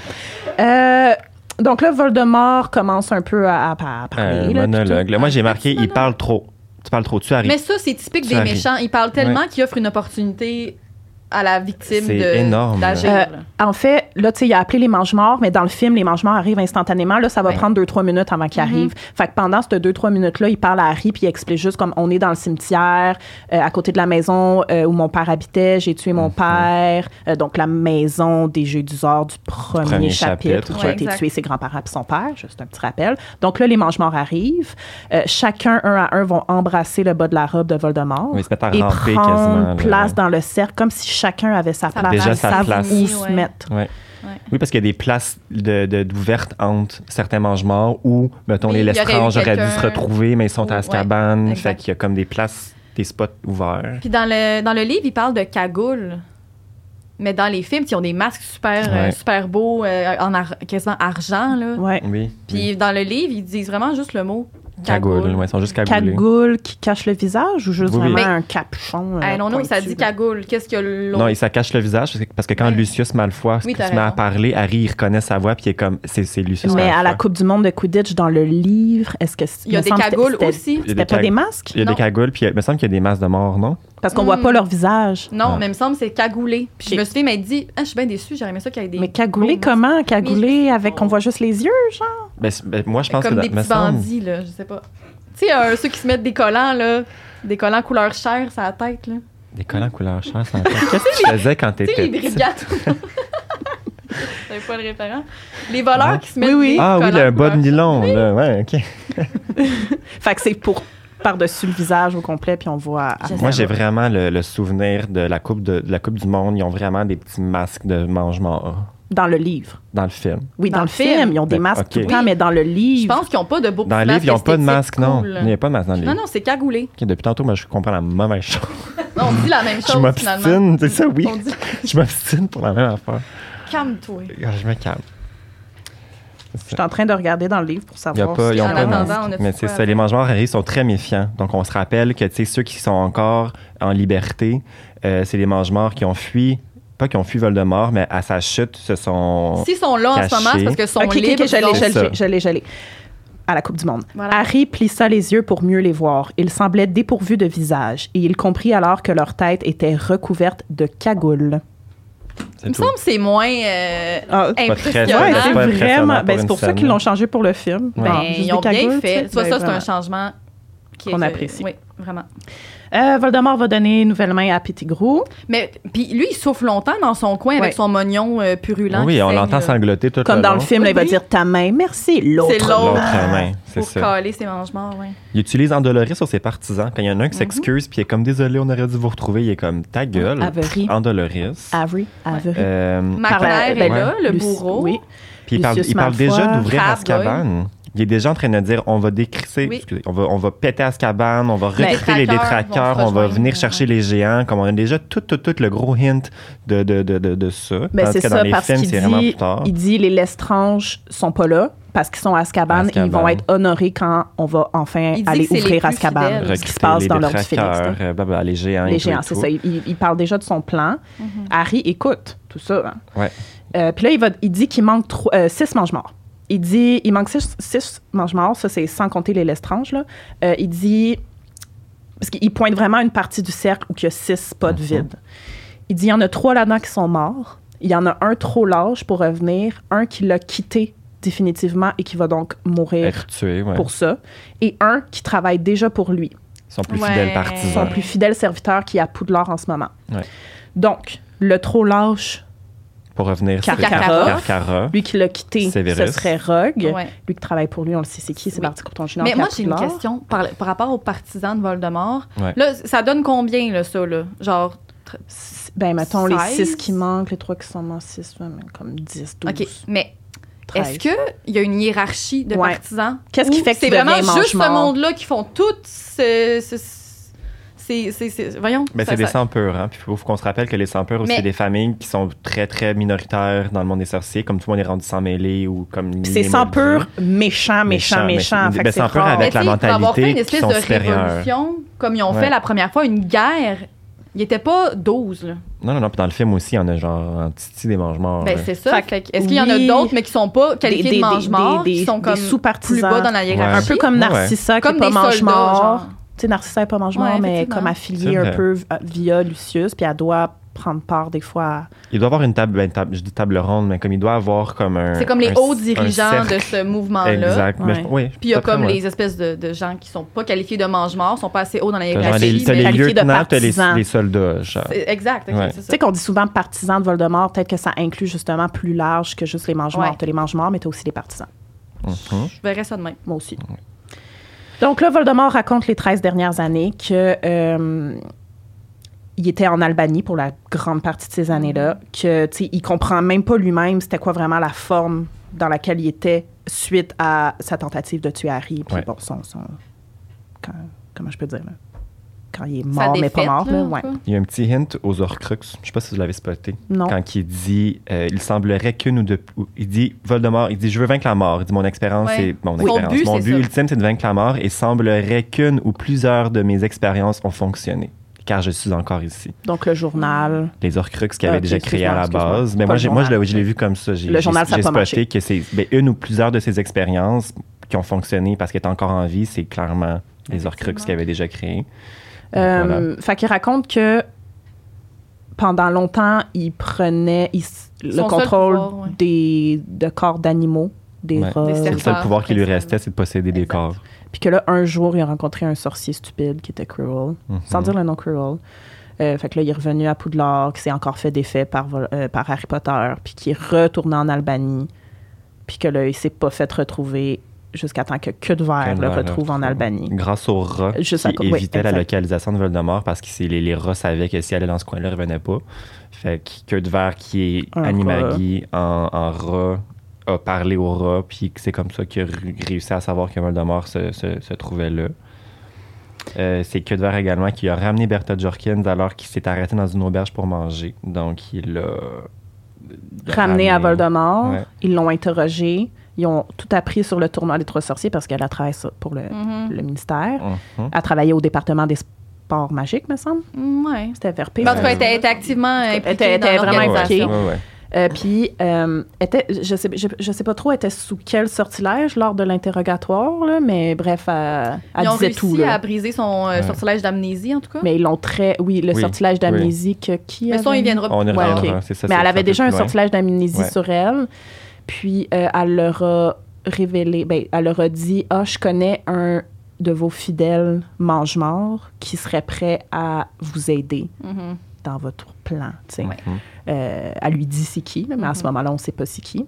Donc là, Voldemort commence un peu à parler. Monologue. Là, moi, j'ai marqué, il parle trop. Tu parles trop, tu arrives. Mais ça, c'est typique des méchants. Ils parlent tellement qu'ils offrent une opportunité à la victime d'agir. En fait, là, tu sais, il a appelé les mange-morts, mais dans le film, les mange-morts arrivent instantanément. Là, ça va prendre 2-3 minutes avant qu'ils arrivent. Fait que pendant ces 2-3 minutes-là, il parle à Harry, puis il explique juste comme on est dans le cimetière, à côté de la maison où mon père habitait, j'ai tué mon père. Donc, la maison des Jeux d'Usor du premier chapitre où a été tué ses grands-parents et son père. Juste un petit rappel. Donc là, les mange-morts arrivent. Chacun, un à un, vont embrasser le bas de la robe de Voldemort. Oui, ils se mettent à et ramper prendre place dans le cercle, comme si chacun avait sa place. Déjà sa place. Où se mettre. Ouais. Oui, parce qu'il y a des places d'ouvertes entre certains mange-morts où, mettons, les Lestrange auraient dû se retrouver, mais ils sont à Azkaban. Fait qu'il y a comme des places, des spots ouverts. Puis dans le livre, il parle de cagoules. Mais dans les films, ils ont des masques super beaux, quasiment argent. Là. Oui. Puis dans le livre, ils disent vraiment juste le mot cagoule. Ils sont juste cagoulés. Cagoule qui cache le visage ou juste vraiment un capuchon? Non, ça dit cagoule. Qu'est-ce que l'autre? Non, ça cache le visage parce que quand Lucius Malfoy se met à parler, Harry, il reconnaît sa voix puis il est comme, c'est Lucius Malfoy. Mais à la Coupe du monde de Quidditch, dans le livre, est-ce que... Il y a des cagoules aussi. C'était pas des masques? Il y a des cagoules puis il me semble qu'il y a des masques de mort, non? Parce qu'on voit pas leur visage. Non, mais il me semble que c'est cagoulé. Puis je me suis dit, je suis bien déçue, j'aurais aimé ça qu'il y ait des... Mais cagoulé comment? Cagoulé avec qu'on voit juste les yeux, genre? Ben, moi, je pense comme des petits bandits, là, je sais pas. Tu sais, ceux qui se mettent des collants, là, des collants couleur chair sur la tête, là. Des collants couleur chair sur la tête? Qu'est-ce que tu faisais quand t'étais petite? Tu sais, les brigades. J'avais pas le référent. Les voleurs qui se mettent des collants le bas de nylon, là. Ouais, OK. Fait que c'est pour par-dessus le visage au complet, puis on voit... Moi, j'ai vraiment le souvenir de la coupe du monde. Ils ont vraiment des petits masques de mange-morts. Dans le livre. Dans le film. Oui, dans le film, ils ont des masques tout le temps, mais dans le livre... Je pense qu'ils n'ont pas de beaux dans le livre, ils n'ont pas de masque, non. Il n'y a pas de masque dans le livre. Non, c'est cagoulé. Okay, depuis tantôt, moi, je comprends la mauvaise chose. Non, on dit la même chose, finalement. Je m'obstine, c'est ça, oui. Je m'obstine pour la même affaire. Calme-toi. Je me calme. Je suis en train de regarder dans le livre pour savoir si... En attendant, mais c'est ça, les mange-morts Harry sont très méfiants. Donc, on se rappelle que, tu sais, ceux qui sont encore en liberté, c'est les mange-morts qui ont fui... Pas qui ont fui Voldemort, mais à sa chute, se sont S'ils sont là cachés. En ce moment, c'est parce qu'ils sont libres. Je l'ai. À la Coupe du monde. Voilà. Harry plissa les yeux pour mieux les voir. Ils semblaient dépourvus de visage, et il comprit alors que leur tête était recouverte de cagoules. Il me semble que c'est moins impressionnant. C'est vraiment... c'est pour ça qu'ils l'ont changé pour le film. Ils ont bien fait. Tu vois, ça, c'est un changement qu'on apprécie. Oui, vraiment. Voldemort va donner une nouvelle main à Pettigrew. Mais puis lui, il souffle longtemps dans son coin avec son mognon purulent. Oui, on l'entend sangloter tout le long. Comme dans le film, là, il va dire ta main, merci, l'autre. C'est l'autre main, c'est pour ça. caler ses mange-morts, oui. Il utilise Endoloris sur ses partisans. Quand il y en a un qui s'excuse puis il est comme désolé, on aurait dû vous retrouver, il est comme ta gueule. Endoloris. Avery. Macnair est là, le bourreau. Oui. Puis il parle déjà d'ouvrir Azkaban. Il est déjà en train de dire on va décrisser, on va péter Azkaban, on va recruter les détraqueurs, on va venir chercher les géants. Comme on a déjà tout le gros hint de ça. Mais c'est que ça, dans les parce films, c'est vraiment plus tard. Il dit les Lestrange sont pas là parce qu'ils sont à Azkaban. Et ils vont être honorés quand on va enfin aller ouvrir Azkaban. Ce qui se passe dans l'ordre du Phénix. Les géants. Les géants, c'est ça. Il parle déjà de son plan. Harry écoute tout ça. Puis là, il dit qu'il manque 6 mange-morts. Il dit, il manque 6 mange-morts, ça c'est sans compter les Lestrange, là. Il dit, parce qu'il pointe vraiment une partie du cercle où il y a 6 spots vides. Il dit, il y en a 3 là-dedans qui sont morts. Il y en a un trop lâche pour revenir, un qui l'a quitté définitivement et qui va donc mourir être tué, pour ça, et un qui travaille déjà pour lui. Son plus fidèle partisan. Son plus fidèle serviteur qui est à Poudlard en ce moment. Donc, le trop lâche... Pour revenir, c'est Carcara. Lui qui l'a quitté, Severus. Ce serait Rogue. Lui qui travaille pour lui, on le sait c'est qui, c'est Barty Courton Junior. Mais moi, j'ai une question par rapport aux partisans de Voldemort. Là, ça donne combien, là, ça, là? Genre... mettons, 16? Les 6 qui manquent, les 3 qui sont morts, 6, comme 10, 12. OK, mais 13. Est-ce qu'il y a une hiérarchie de partisans? Qu'est-ce qui fait que c'est vraiment juste ce monde-là qui font toutes Voyons. C'est des sangs purs, hein. Puis il faut qu'on se rappelle que les sangs purs aussi, c'est des familles qui sont très, très minoritaires dans le monde des sorciers, comme tout le monde est rendu sans mêlée ou comme... C'est sangs purs méchants. Sangs purs avec la mentalité qui sont supérieurs. Comme ils ont fait la première fois, une guerre, il n'était pas 12, là. Non. Puis dans le film aussi, il y en a genre en titi des mange-morts. C'est ça. Est-ce qu'il y en a d'autres, mais qui sont pas qualifiés de mange-morts, qui sont comme plus bas dans la hiérarchie? Un peu comme Narcissa, qui n'est pas mange-mort. Tu sais, Narcissa n'est pas mange-mort, mais comme affiliée un peu via Lucius, puis elle doit prendre part des fois. Il doit avoir une table, je dis table ronde, mais comme il doit avoir comme un. C'est comme les hauts dirigeants de ce mouvement-là. Exact. Ouais. Puis il y a comme les espèces de gens qui sont pas qualifiés de mange-morts, sont pas assez hauts dans la hiérarchie. T'as les lieutenants, t'as les soldats. Exact. Tu sais qu'on dit souvent partisans de Voldemort, peut-être que ça inclut justement plus large que juste les mange-morts. T'as les mange-morts, mais t'as aussi les partisans. Je verrais ça demain. Moi aussi. Donc là, Voldemort raconte les 13 dernières années que il était en Albanie pour la grande partie de ces années-là, que il comprend même pas lui-même c'était quoi vraiment la forme dans laquelle il était suite à sa tentative de tuer Harry. Puis bon, comment je peux dire là? Quand il est mort, mais pas mort. Là, Il y a un petit hint aux Horcruxes. Je sais pas si vous l'avez spoté. Non. Quand il dit, il semblerait qu'une ou deux... Il dit, Voldemort, il dit, je veux vaincre la mort. Il dit, mon expérience, c'est... Mon but ultime, c'est de vaincre la mort et semblerait qu'une ou plusieurs de mes expériences ont fonctionné. Car je suis encore ici. Donc, le journal. Les Horcruxes qu'il avait déjà créé à la base. Mais moi, je l'ai vu comme ça. Le journal, ça n'a pas marché. Que c'est une ou plusieurs de ses expériences qui ont fonctionné parce qu'il est encore en vie. C'est clairement les Horcruxes qu'il avait déjà créés. Fait qu'il raconte que pendant longtemps, il prenait le contrôle de corps d'animaux, des rats. C'est le seul pouvoir qui lui restait, c'est de posséder des corps. Puis que là, un jour, il a rencontré un sorcier stupide qui était Quirrell, sans dire le nom Quirrell. Fait que là, il est revenu à Poudlard, qui s'est encore fait défait par Harry Potter, puis qui est retourné en Albanie, puis que là, il s'est pas fait retrouver jusqu'à temps que Queudver le retrouve en Albanie. Grâce aux rats qui évitaient la localisation de Voldemort parce que les rats savaient que s'ils allaient dans ce coin-là, ils ne revenaient pas. Fait que Queudver, qui est Animagi en rat, a parlé aux rats, puis c'est comme ça qu'il a réussi à savoir que Voldemort se trouvait là. C'est Queudver également qui a ramené Bertha Jorkins alors qu'il s'est arrêté dans une auberge pour manger. Donc, il l'a ramené à Voldemort. Ouais. Ils l'ont interrogé. Ils ont tout appris sur le tournoi des Trois Sorciers parce qu'elle a travaillé pour le ministère. Elle a travaillé au département des sports magiques, me semble. Oui. C'était VRP. En tout cas, elle était activement impliquée dans l'organisation. Puis, je sais pas trop, elle était sous quel sortilège lors de l'interrogatoire, là, mais bref, elle disait tout. Ils ont réussi à briser son sortilège d'amnésie, en tout cas. Mais ils l'ont sortilège d'amnésie que qui mais ça, il viendra. C'est ça, mais elle avait déjà un sortilège d'amnésie sur elle. Puis, elle leur a révélé, elle leur a dit, je connais un de vos fidèles mange-morts qui serait prêt à vous aider dans votre plan, tu sais. Elle lui dit c'est qui, mais à ce moment-là, on ne sait pas c'est qui.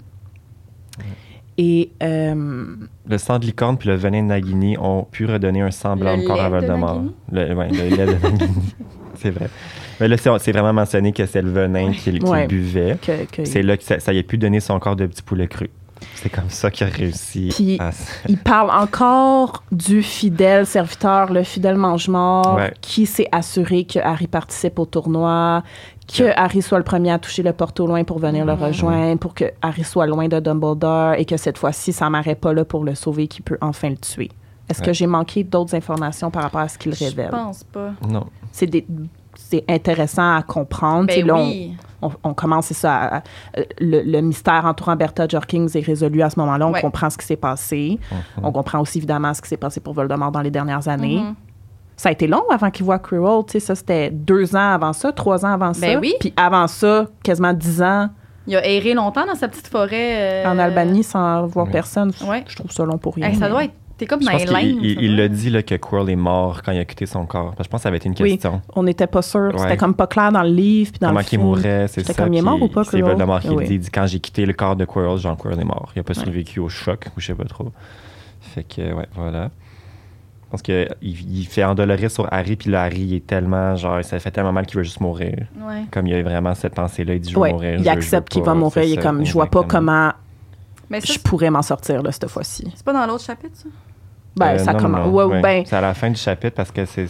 Et le sang de licorne puis le venin de Nagini ont pu redonner un semblant de corps à Voldemort. Le lait de Nagini. C'est vrai. Mais là, c'est vraiment mentionné que c'est le venin qu'il buvait. C'est là que ça y a pu donner son corps de petit poulet cru. C'est comme ça qu'il a réussi. Puis, il parle encore du fidèle serviteur, le fidèle mange-mort, qui s'est assuré que Harry participe au tournoi, que Harry soit le premier à toucher le porte au loin pour venir le rejoindre, pour que Harry soit loin de Dumbledore et que cette fois-ci, sa mère n'est pas là pour le sauver, qu'il peut enfin le tuer. Est-ce que j'ai manqué d'autres informations par rapport à ce qu'il révèle? Je pense pas. Non. C'est intéressant à comprendre. On commence, c'est ça. Le mystère entourant Bertha Jorkins est résolu à ce moment-là. On comprend ce qui s'est passé. On comprend aussi évidemment ce qui s'est passé pour Voldemort dans les dernières années. Ça a été long avant qu'il voit Quirrell. Ça, c'était 2 ans avant ça, 3 ans avant ça. Oui. Puis avant ça, quasiment 10 ans. Il a erré longtemps dans sa petite forêt. En Albanie, sans voir personne. Je trouve ça long pour rien. Ça doit être... T'es comme dans les lignes. Il a dit là, que Quirrell est mort quand il a quitté son corps. Parce que je pense que ça avait été une question. On n'était pas sûr. C'était comme pas clair dans le livre puis dans le film. Comment qu'il mourrait, c'est ça. Comme il est mort ou pas, Quirrell? C'est Voldemort qui dit quand j'ai quitté le corps de Quirrell, Quirrell est mort. Il n'a pas survécu au choc ou je sais pas trop. Fait que, voilà. Je pense qu'il fait endolorer sur Harry, puis là, Harry, il est tellement, ça fait tellement mal qu'il veut juste mourir. Comme il a vraiment cette pensée-là, il dit je vais mourir. Il accepte qu'il va mourir. Il est comme, je vois pas comment je pourrais m'en sortir, là, cette fois-ci. C'est pas dans l'autre chapitre, ça? Ça commence. C'est à la fin du chapitre parce que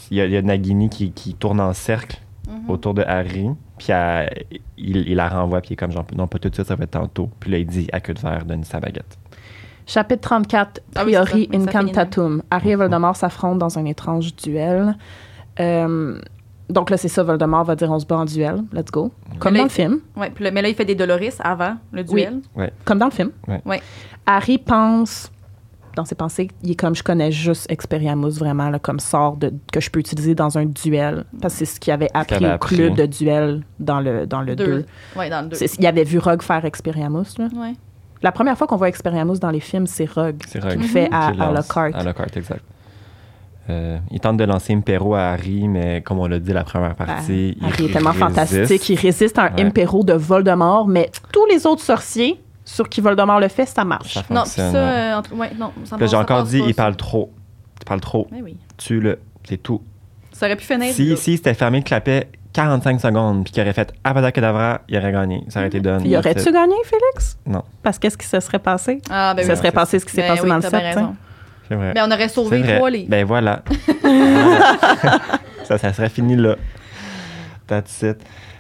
il y a Nagini qui tourne en cercle autour de Harry, puis il la renvoie, puis il est comme genre, non, pas tout de suite, ça va être tantôt. Puis là, il dit à queue de verre, donne sa baguette. Chapitre 34, Priori Incantatum. Harry et Voldemort s'affrontent dans un étrange duel. Donc là, c'est ça, Voldemort va dire on se bat en duel, let's go. Comme dans le film. Ouais, mais là, il fait des Doloris avant le duel. Oui, comme dans le film. Ouais. Harry pense, dans ses pensées, il est comme je connais juste Expelliarmus vraiment, là, comme sort que je peux utiliser dans un duel. Parce que c'est ce qu'il avait appris au club de duel dans le 2. Oui, dans le 2. Il avait vu Rogue faire Expelliarmus. Là. Ouais. La première fois qu'on voit Expelliarmus dans les films, c'est Rogue. C'est Rogue. Qui fait à Lockhart. À Lockhart, exact. Il tente de lancer Impero à Harry, mais comme on l'a dit la première partie, Harry est tellement fantastique. Il résiste à un Impero de Voldemort, mais tous les autres sorciers sur qui Voldemort le fait, ça marche. Ça non, ça, ça j'ai encore dit, il parle trop. Il parle trop. Oui. Tue-le, c'est tout. Ça aurait pu finir. Si c'était fermé le clapet 45 secondes, puis qu'il aurait fait Avada Kedavra, il aurait gagné. Ça aurait été donné. Il aurait-tu gagné, Félix? Non. Parce qu'est-ce qui se serait passé? Ah, ben ça serait passé ce qui s'est passé dans le 7. C'est vrai. Mais on aurait sauvé 3 livres. Ben voilà. ça serait fini là. That's it.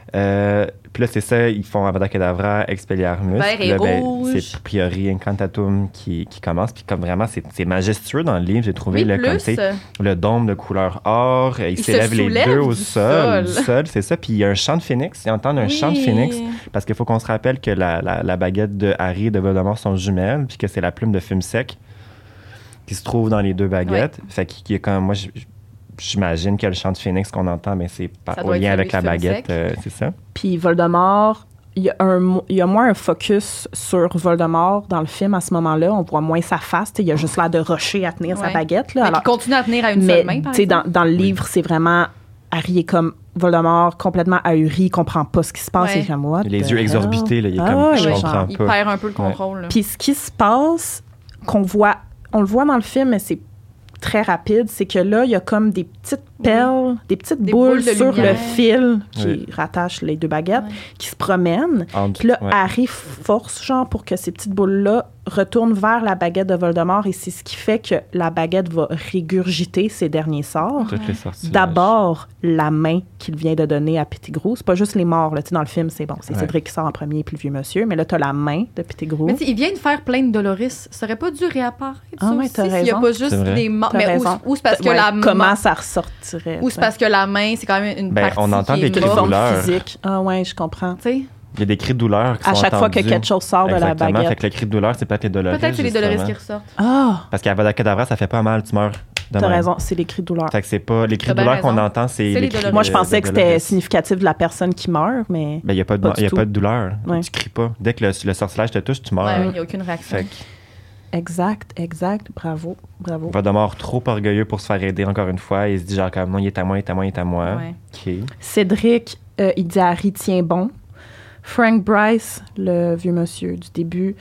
Puis là, c'est ça, ils font Avada Kedavra, Expelliarmus. Vert et rouge. C'est Priori Incantatum qui commence. Puis comme vraiment, c'est majestueux dans le livre, j'ai trouvé. Oui, comme le dôme de couleur or, il s'élève les deux au sol. C'est ça. Puis il y a un chant de phénix. Ils entendent un chant de phénix. Parce qu'il faut qu'on se rappelle que la baguette de Harry et de Voldemort sont jumelles. Puis que c'est la plume de fume sec qui se trouve dans les deux baguettes. Ouais. Fait qu'il y a quand même, moi, j'imagine que le chant de phénix qu'on entend, mais c'est au lien avec la baguette, c'est ça. Puis Voldemort, il y a moins un focus sur Voldemort dans le film à ce moment-là. On voit moins sa face. Il a juste l'air de rusher à tenir sa baguette. Là. Alors, il continue à tenir à une seule main, par exemple. Dans le livre, c'est vraiment... Harry est comme Voldemort, complètement ahuri, il comprend pas ce qui se passe. Il a les yeux exorbités. Là, il est comme, je comprends pas. Il perd un peu le contrôle. Puis ce qui se passe, on le voit dans le film, mais c'est très rapide, c'est que là, il y a comme des petites perles, des petites boules sur le fil qui rattachent les deux baguettes, qui se promènent. Puis là, Harry force, genre, pour que ces petites boules-là retournent vers la baguette de Voldemort, et c'est ce qui fait que la baguette va régurgiter ses derniers sorts. D'abord, la main qu'il vient de donner à Pettigrew. C'est pas juste les morts, là. Tu sais, dans le film, c'est bon, c'est Cédric qui sort en premier, puis le vieux monsieur, mais là, t'as la main de Pettigrew. Mais il vient de faire plein de Doloris. Ça aurait pas dû réapparaître, ça aussi, s'il n'y a pas juste des morts. Mais ou c'est parce que la main... Comment ça ressortirait? Ou c'est parce que la main, c'est quand même une partie on entend des cris de douleur. Physique. Ah ouais, je comprends. Tu sais? Il y a des cris de douleur qui sont à chaque fois que quelque chose sort de la baguette. Fait que le cri de douleur, c'est peut-être les Doloris. Peut-être c'est les Doloris qui ressortent. Ah! Parce qu'Avada Kedavra, ça fait pas mal, tu meurs. T'as raison, c'est les cris de douleur. Fait que c'est pas... Les cris de douleur qu'on entend, c'est les cris de... Moi, je pensais que c'était significatif de la personne qui meurt, mais... Ben, il n'y a pas de douleur. Tu cries pas. Dès que le sortilège te touche, tu meurs. Il n'y a aucune réaction. Exact. Bravo. Voldemort trop orgueilleux pour se faire aider encore une fois. Il se dit genre comme non, il est à moi. Ouais. Okay. Cédric, il dit à Harry, tiens bon. Frank Bryce, le vieux monsieur du début,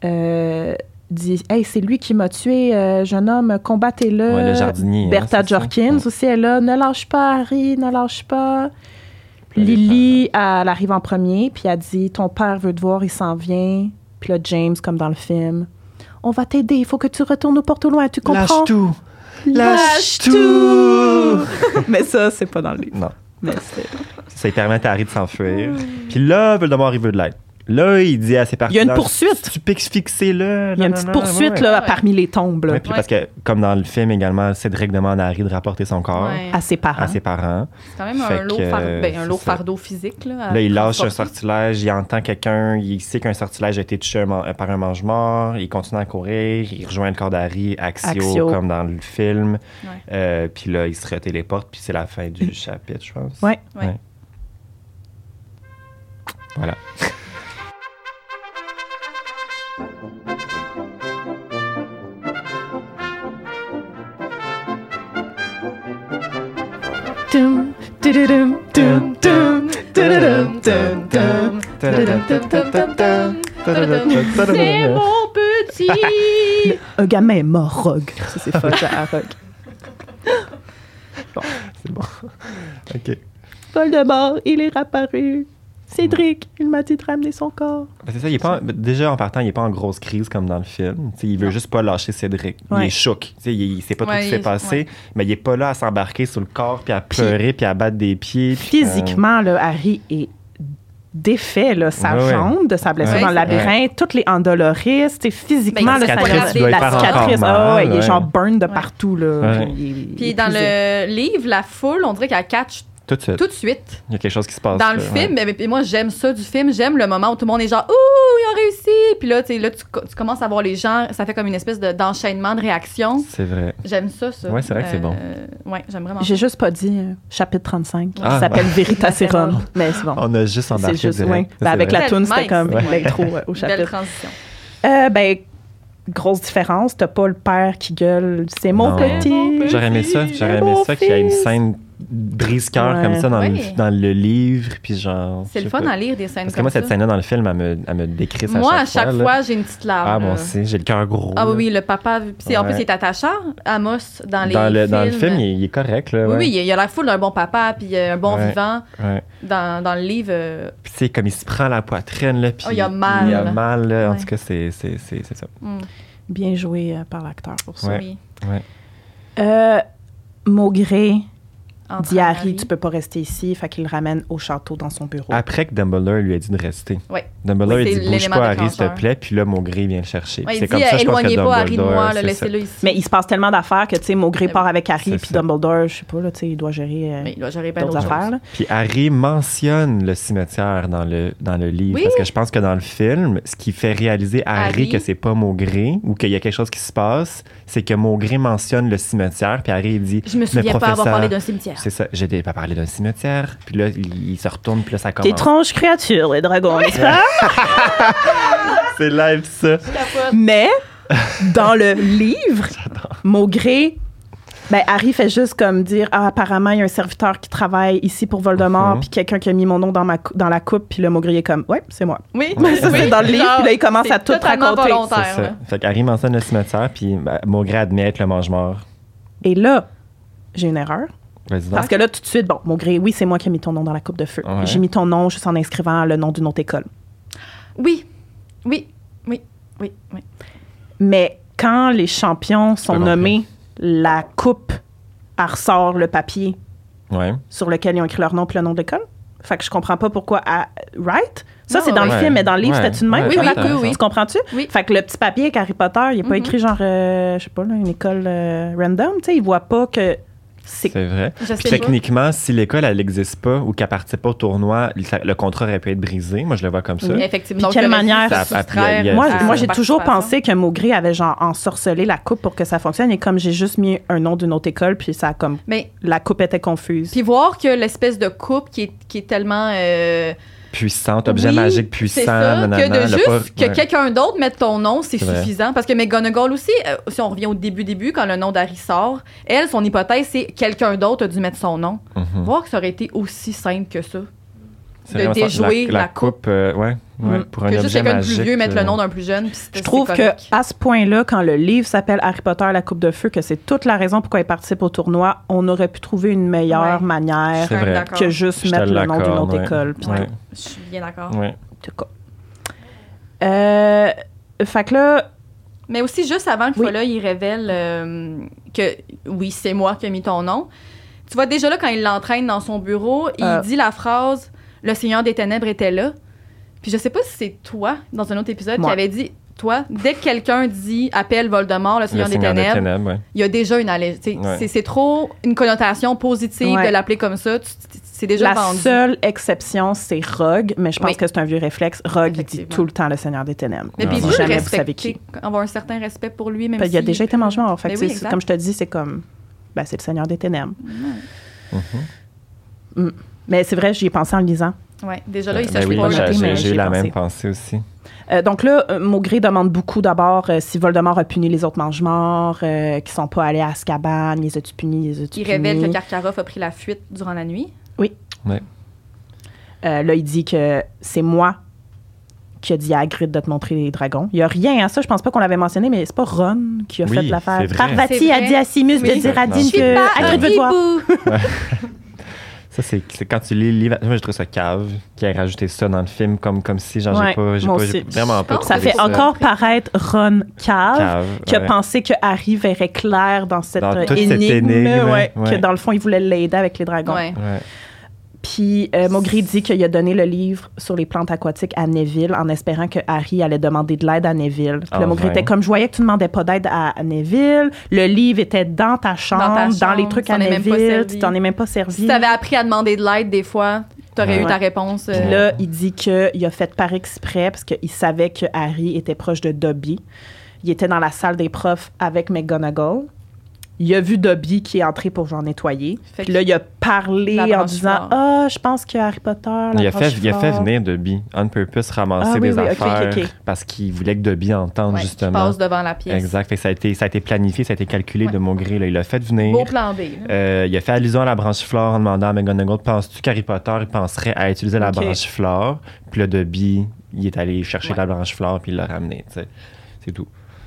dit hey, c'est lui qui m'a tué, jeune homme, combattez-le. Ouais, le jardinier. Bertha Jorkins aussi est là. Ne lâche pas, Harry, ne lâche pas. Lily, elle arrive en premier, puis elle dit ton père veut te voir, il s'en vient. Puis là, James, comme dans le film. On va t'aider, il faut que tu retournes au porte au loin, tu comprends? Lâche tout! Mais ça, c'est pas dans le livre. Non. Mais ça lui permet à Harry de s'enfuir. Puis là, Voldemort, il veut de l'aide. Là, il dit à ses partisans... Il y a une poursuite. Tu peux fixer-le. Il y a une petite poursuite là, parmi les tombes. Là. Puis parce que, comme dans le film également, Cédric demande à Harry de rapporter son corps à ses parents. C'est quand même un lourd fardeau physique. Là, il lâche un sortilège, il entend quelqu'un, il sait qu'un sortilège a été touché par un mange-mort, il continue à courir, il rejoint le corps d'Harry, Axio, comme dans le film. Puis là, il se retéléporte, puis c'est la fin du chapitre, je pense. Ouais. Voilà. C'est mon petit. Un gamin est mort, Rogue. Ça, c'est fort à Rogue. Bon, c'est bon. OK. Voldemort, il est réapparu. Cédric, il m'a dit de ramener son corps. C'est ça, déjà en partant, il n'est pas en grosse crise comme dans le film. T'sais, il veut juste pas lâcher Cédric. Il est choqué. Il sait pas tout ce qui s'est passé, mais il est pas là à s'embarquer sur le corps, puis à pleurer, puis à battre des pieds. Physiquement, là, Harry est défait, là, sa jambe de sa blessure dans le labyrinthe, toutes les endoloris, physiquement, la cicatrice, il est genre burn de partout. Là, puis dans le livre, la foule, on dirait qu'elle catch tout de suite. Il y a quelque chose qui se passe. Dans le film, mais moi, j'aime ça du film. J'aime le moment où tout le monde est genre « Ouh, ils ont réussi! » Puis là, tu commences à voir les gens. Ça fait comme une espèce d'enchaînement de réactions. C'est vrai. J'aime ça. Oui, c'est vrai que c'est bon. Oui, j'aime vraiment J'ai juste pas dit chapitre 35, qui s'appelle Veritaserum. Mais c'est bon. On a juste embarqué direct. Avec la toune, c'était comme l'intro au chapitre. Belle transition. Grosse différence. T'as pas le père qui gueule « C'est mon petit! » J'aurais aimé ça. J'aurais aimé ça qu'il y ait une scène brise-cœur comme ça dans le livre, puis genre... C'est le fun à lire des scènes comme ça. Parce que moi, cette scène-là dans le film, elle me décrit ça à chaque fois, j'ai une petite larme. Ah, moi aussi, j'ai le cœur gros. Ah oui, le papa... En plus, il est attachant, Amos, dans les films. Dans le film, il est correct, là. Oui, il a la foule d'un bon papa, puis un bon vivant. Dans le livre... Puis tu sais, comme il se prend la poitrine, là, puis... il a mal. Il a mal, là. En tout cas, c'est ça. Bien joué par l'acteur pour ça. Oui. Maugré dit à Harry, tu peux pas rester ici, fait qu'il le ramène au château dans son bureau. Après que Dumbledore lui a dit de rester. Oui. Dumbledore lui dit bouge pas Harry, s'il te plaît, puis là Maugré vient le chercher. Ouais, c'est comme ça, je pense que Dumbledore, Harry de moi, laissez-le ici. Mais il se passe tellement d'affaires que tu sais Maugré part avec Harry, puis Dumbledore, je sais pas là, tu sais, il doit gérer d'autres affaires. Puis Harry mentionne le cimetière dans le livre parce que je pense que dans le film, ce qui fait réaliser à Harry que c'est pas Maugré ou qu'il y a quelque chose qui se passe, c'est que Maugré mentionne le cimetière, puis Harry dit je me souviens pas avoir parlé d'un cimetière. C'est ça, j'ai pas parlé d'un cimetière. Puis là, il se retourne, puis là, ça commence. Étrange créature, les dragons, n'est-ce pas? C'est live, ça. Mais, dans le livre, Maugré, Harry fait juste comme dire apparemment, il y a un serviteur qui travaille ici pour Voldemort, puis quelqu'un qui a mis mon nom dans la coupe, puis le Maugré est comme, ouais, c'est moi. Oui, c'est dans le livre, puis là, il commence à tout raconter. C'est ça. Fait qu'Harry mentionne le cimetière, puis Maugré admet être le mange-mort. Et là, j'ai une erreur. Parce que là, tout de suite, Maugré, oui, c'est moi qui ai mis ton nom dans la coupe de feu. Ouais. J'ai mis ton nom juste en inscrivant le nom d'une autre école. Oui. Mais quand les champions sont nommés, la coupe, elle ressort le papier sur lequel ils ont écrit leur nom puis le nom de l'école. Fait que je comprends pas pourquoi... Right? Ça, c'est dans le film, mais dans le livre, c'était une même. Oui. Tu comprends-tu? Oui. Fait que le petit papier avec Harry Potter, il n'est pas écrit genre, je sais pas, une école random. Tu sais, il voit pas que... C'est vrai. Puis techniquement, si l'école, elle n'existe pas ou qu'elle ne participe pas au tournoi, le contrat aurait pu être brisé. Moi, je le vois comme ça. Effectivement. De quelle manière? Moi, j'ai toujours pensé que Maugré avait genre ensorcelé la coupe pour que ça fonctionne. Et comme j'ai juste mis un nom d'une autre école, puis ça comme... la coupe était confuse. Puis voir que l'espèce de coupe qui est tellement... puissante, objet magique puissant. C'est ça, que quelqu'un d'autre mette ton nom, c'est suffisant. Parce que McGonagall aussi, si on revient au début, quand le nom d'Harry sort, elle, son hypothèse, c'est quelqu'un d'autre a dû mettre son nom. Voir que ça aurait été aussi simple que ça. De déjouer la coupe. Pour un que objet juste quelqu'un de magique, plus vieux mettre le nom d'un plus jeune. Je trouve qu'à ce point-là, quand le livre s'appelle Harry Potter, la coupe de feu, que c'est toute la raison pourquoi il participe au tournoi, on aurait pu trouver une meilleure manière que juste mettre le nom d'une autre école. Je suis bien d'accord. En tout cas. Fait que là... Mais aussi, juste avant que là, il révèle que, oui, c'est moi qui ai mis ton nom. Tu vois, déjà là, quand il l'entraîne dans son bureau, il dit la phrase « Le Seigneur des Ténèbres était là ». Puis je sais pas si c'est toi, dans un autre épisode, qui avait dit, toi, dès que quelqu'un dit « Appelle Voldemort, le Seigneur des Ténèbres », il y a déjà une c'est trop une connotation positive de l'appeler comme ça. C'est déjà vendu. La seule exception, c'est Rogue, mais je pense que c'est un vieux réflexe. Rogue, il dit tout le temps le Seigneur des Ténèbres. Mais puis, jamais vous savez qui. Avoir un certain respect pour lui, même il a déjà été mange-mort. Fait comme je te dis, c'est comme... c'est le Seigneur des Ténèbres. Mais c'est vrai, j'y ai pensé en le lisant. Oui, déjà là, il s'achète pas. J'ai eu la même pensée aussi. Donc là, Maugré demande beaucoup d'abord si Voldemort a puni les autres mange-morts, qui sont pas allés à Azkaban, les a-tu punis, Il révèle que Karkaroff a pris la fuite durant la nuit. Oui. Là, il dit que c'est moi qui a dit à Hagrid de te montrer les dragons. Il n'y a rien à ça, je pense pas qu'on l'avait mentionné, mais c'est pas Ron qui a fait l'affaire. Parvati a dit à Simus de dire à Dean que Hagrid veut te voir. Ça, c'est quand tu lis le livre. Moi, je trouve ça cave qui a rajouté ça dans le film comme si genre j'ai vraiment pas. Ça fait encore paraître Ron cave qui a pensé que Harry verrait clair dans cette énigme que dans le fond, il voulait l'aider avec les dragons. Ouais. Puis Maugrey dit qu'il a donné le livre sur les plantes aquatiques à Neville en espérant que Harry allait demander de l'aide à Neville. Puis Maugrey était comme, je voyais que tu ne demandais pas d'aide à Neville. Le livre était dans ta chambre, dans les trucs à Neville. Tu t'en es même pas servi. Si tu avais appris à demander de l'aide des fois, tu aurais eu ta réponse. Puis là, il dit qu'il a fait par exprès parce qu'il savait que Harry était proche de Dobby. Il était dans la salle des profs avec McGonagall. Il a vu Dobby qui est entré pour genre nettoyer. Puis là, il a parlé en disant « Ah, je pense que Harry Potter... » Il a fait venir Dobby on purpose ramasser des affaires parce qu'il voulait que Dobby entende justement. Qu'il passe devant la pièce. Exact. Fait que ça a été planifié, ça a été calculé de Maugrey. Là. Il l'a fait venir. Beau plan B. Il a fait allusion à la branche-flore en demandant à McGonagall « Penses-tu qu'Harry Potter il penserait à utiliser la branche-flore? » Puis là, Dobby, il est allé chercher la branche-flore puis il l'a ramené. C'est tout.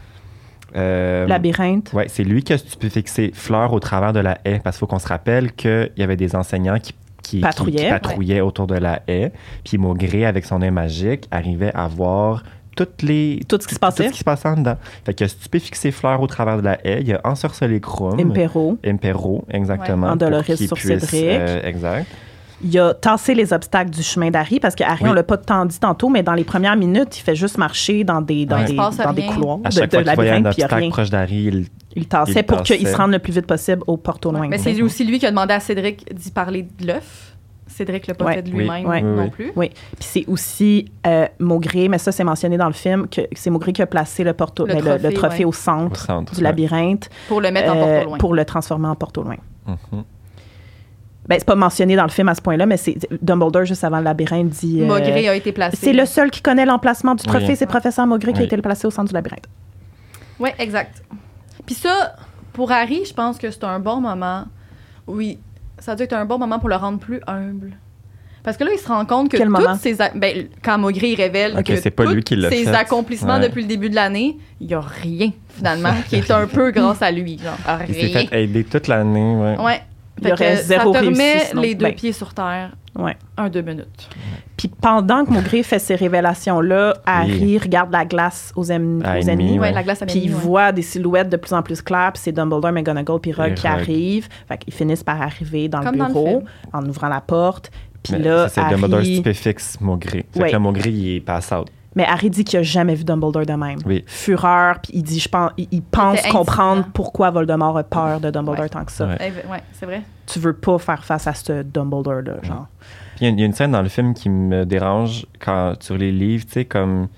Labyrinthe. Oui, c'est lui qui a stupéfixé Fleur au travers de la haie, parce qu'il faut qu'on se rappelle qu'il y avait des enseignants qui patrouillaient autour de la haie, puis Maugrey, avec son œil magique, arrivait à voir tout ce qui se passait en dedans. Fait qu'il a stupéfixé Fleur au travers de la haie, il a ensorcelé Krum. Impero, exactement. Andoloris sur Cédric. Exact. Il a tassé les obstacles du chemin d'Harry parce que Harry, on l'a pas tant dit tantôt, mais dans les premières minutes, il fait juste marcher dans des couloirs à chaque fois qu'il voyait un obstacle proche d'Harry, il tassait pour qu'il se rende le plus vite possible aux portes au loin. Mais c'est aussi lui qui a demandé à Cédric d'y parler de l'œuf. Cédric l'a pas fait de lui-même non plus. Oui. Puis c'est aussi Maugrey, mais ça c'est mentionné dans le film, que c'est Maugrey qui a placé le trophée au centre du labyrinthe. Pour le mettre en porte au loin. Pour le transformer en porte au loin. Ben, c'est pas mentionné dans le film à ce point-là, mais c'est Dumbledore, juste avant le labyrinthe, dit... Maugrey a été placé. C'est le seul qui connaît l'emplacement du trophée, c'est professeur Maugrey qui a été placé au centre du labyrinthe. Oui, exact. Puis ça, pour Harry, je pense que c'est un bon moment. Oui, ça a dû être un bon moment pour le rendre plus humble. Parce que là, il se rend compte que toutes ses... quand Maugrey révèle que c'est pas lui qui l'a ses accomplissements depuis le début de l'année, il n'y a rien, finalement, qui est un peu grâce à lui. Genre, rien. Il s'est fait aider toute l'année, Ouais. Il y aurait zéro réussite. Ça te remet les deux pieds sur terre. 2 minutes. Puis pendant que Maugrey fait ces révélations-là, Harry regarde la glace aux ennemis. La glace puis il voit des silhouettes de plus en plus claires. Puis c'est Dumbledore, McGonagall puis Rogue qui arrivent. Fait qu'ils finissent par arriver dans le bureau en ouvrant la porte. Puis là, c'est Dumbledore stupéfixe Maugrey. Fait que là, Maugrey, il est pass out. Mais Harry dit qu'il n'a jamais vu Dumbledore de même. Fureur, puis il dit, il pense comprendre pourquoi Voldemort a peur de Dumbledore tant que ça. Oui, c'est vrai. Tu veux pas faire face à ce Dumbledore-là, genre. Puis il y a une scène dans le film qui me dérange sur les livres, tu sais, comme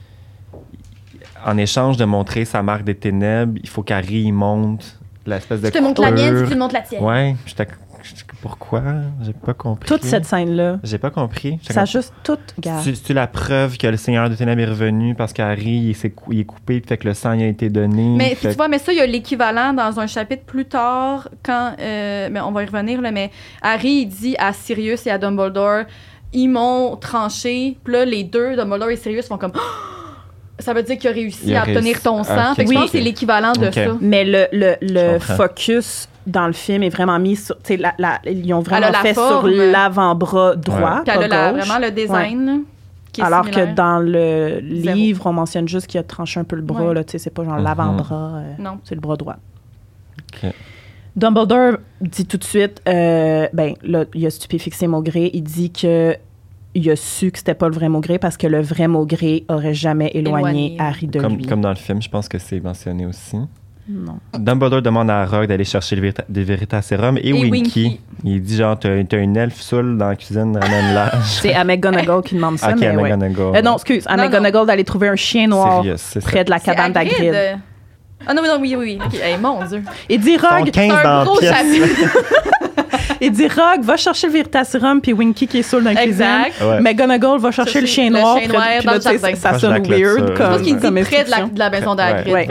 en échange de montrer sa marque des ténèbres, il faut qu'Harry monte l'espèce de Je te montre la mienne, si tu montres la tienne. Ouais, pourquoi? J'ai pas compris. Toute cette scène-là. J'ai pas compris. Ça a juste tout... C'est-tu la preuve que le Seigneur des Ténèbres est revenu parce qu'Harry, il est coupé, fait que le sang il a été donné. Mais tu vois, mais ça, il y a l'équivalent dans un chapitre plus tard, quand... mais on va y revenir, là, mais Harry, il dit à Sirius et à Dumbledore, ils m'ont tranché, puis là, les deux, Dumbledore et Sirius, font comme... Ça veut dire qu'il a réussi à obtenir ton sang. Fait que je pense que c'est l'équivalent de ça. Mais le focus... dans le film est vraiment mis sur... ils ont vraiment fait sur l'avant-bras droit, pas gauche. Vraiment le design, qui est alors similaire. que dans le livre, on mentionne juste qu'il a tranché un peu le bras. Là, c'est pas genre l'avant-bras, c'est le bras droit. Okay. Dumbledore dit tout de suite... là, il a stupéfixé Maugrey. Il dit que il a su que c'était pas le vrai Maugrey parce que le vrai Maugrey aurait jamais éloigné Harry de lui. Comme dans le film, je pense que c'est mentionné aussi. Non. Dumbledore demande à Rogue d'aller chercher le Veritaserum et Winky. Il dit genre, t'as une elfe saoule dans la cuisine, ramène-la. C'est à McGonagall qui demande ça, mais McGonagall. non, excuse, à McGonagall d'aller trouver un chien noir près de la cabane d'Hagrid. Ah non, oui. Okay. Hey, mon Dieu. Il dit Rogue, c'est un gros chapitre. Il dit Rogue, va chercher le Veritaserum, puis Winky qui est saoul dans la cuisine. McGonagall va chercher le chien noir. Le chien noir dans le jardin. Ça sonne weird. Je pense qu'il dit près de la maison d'Hagrid.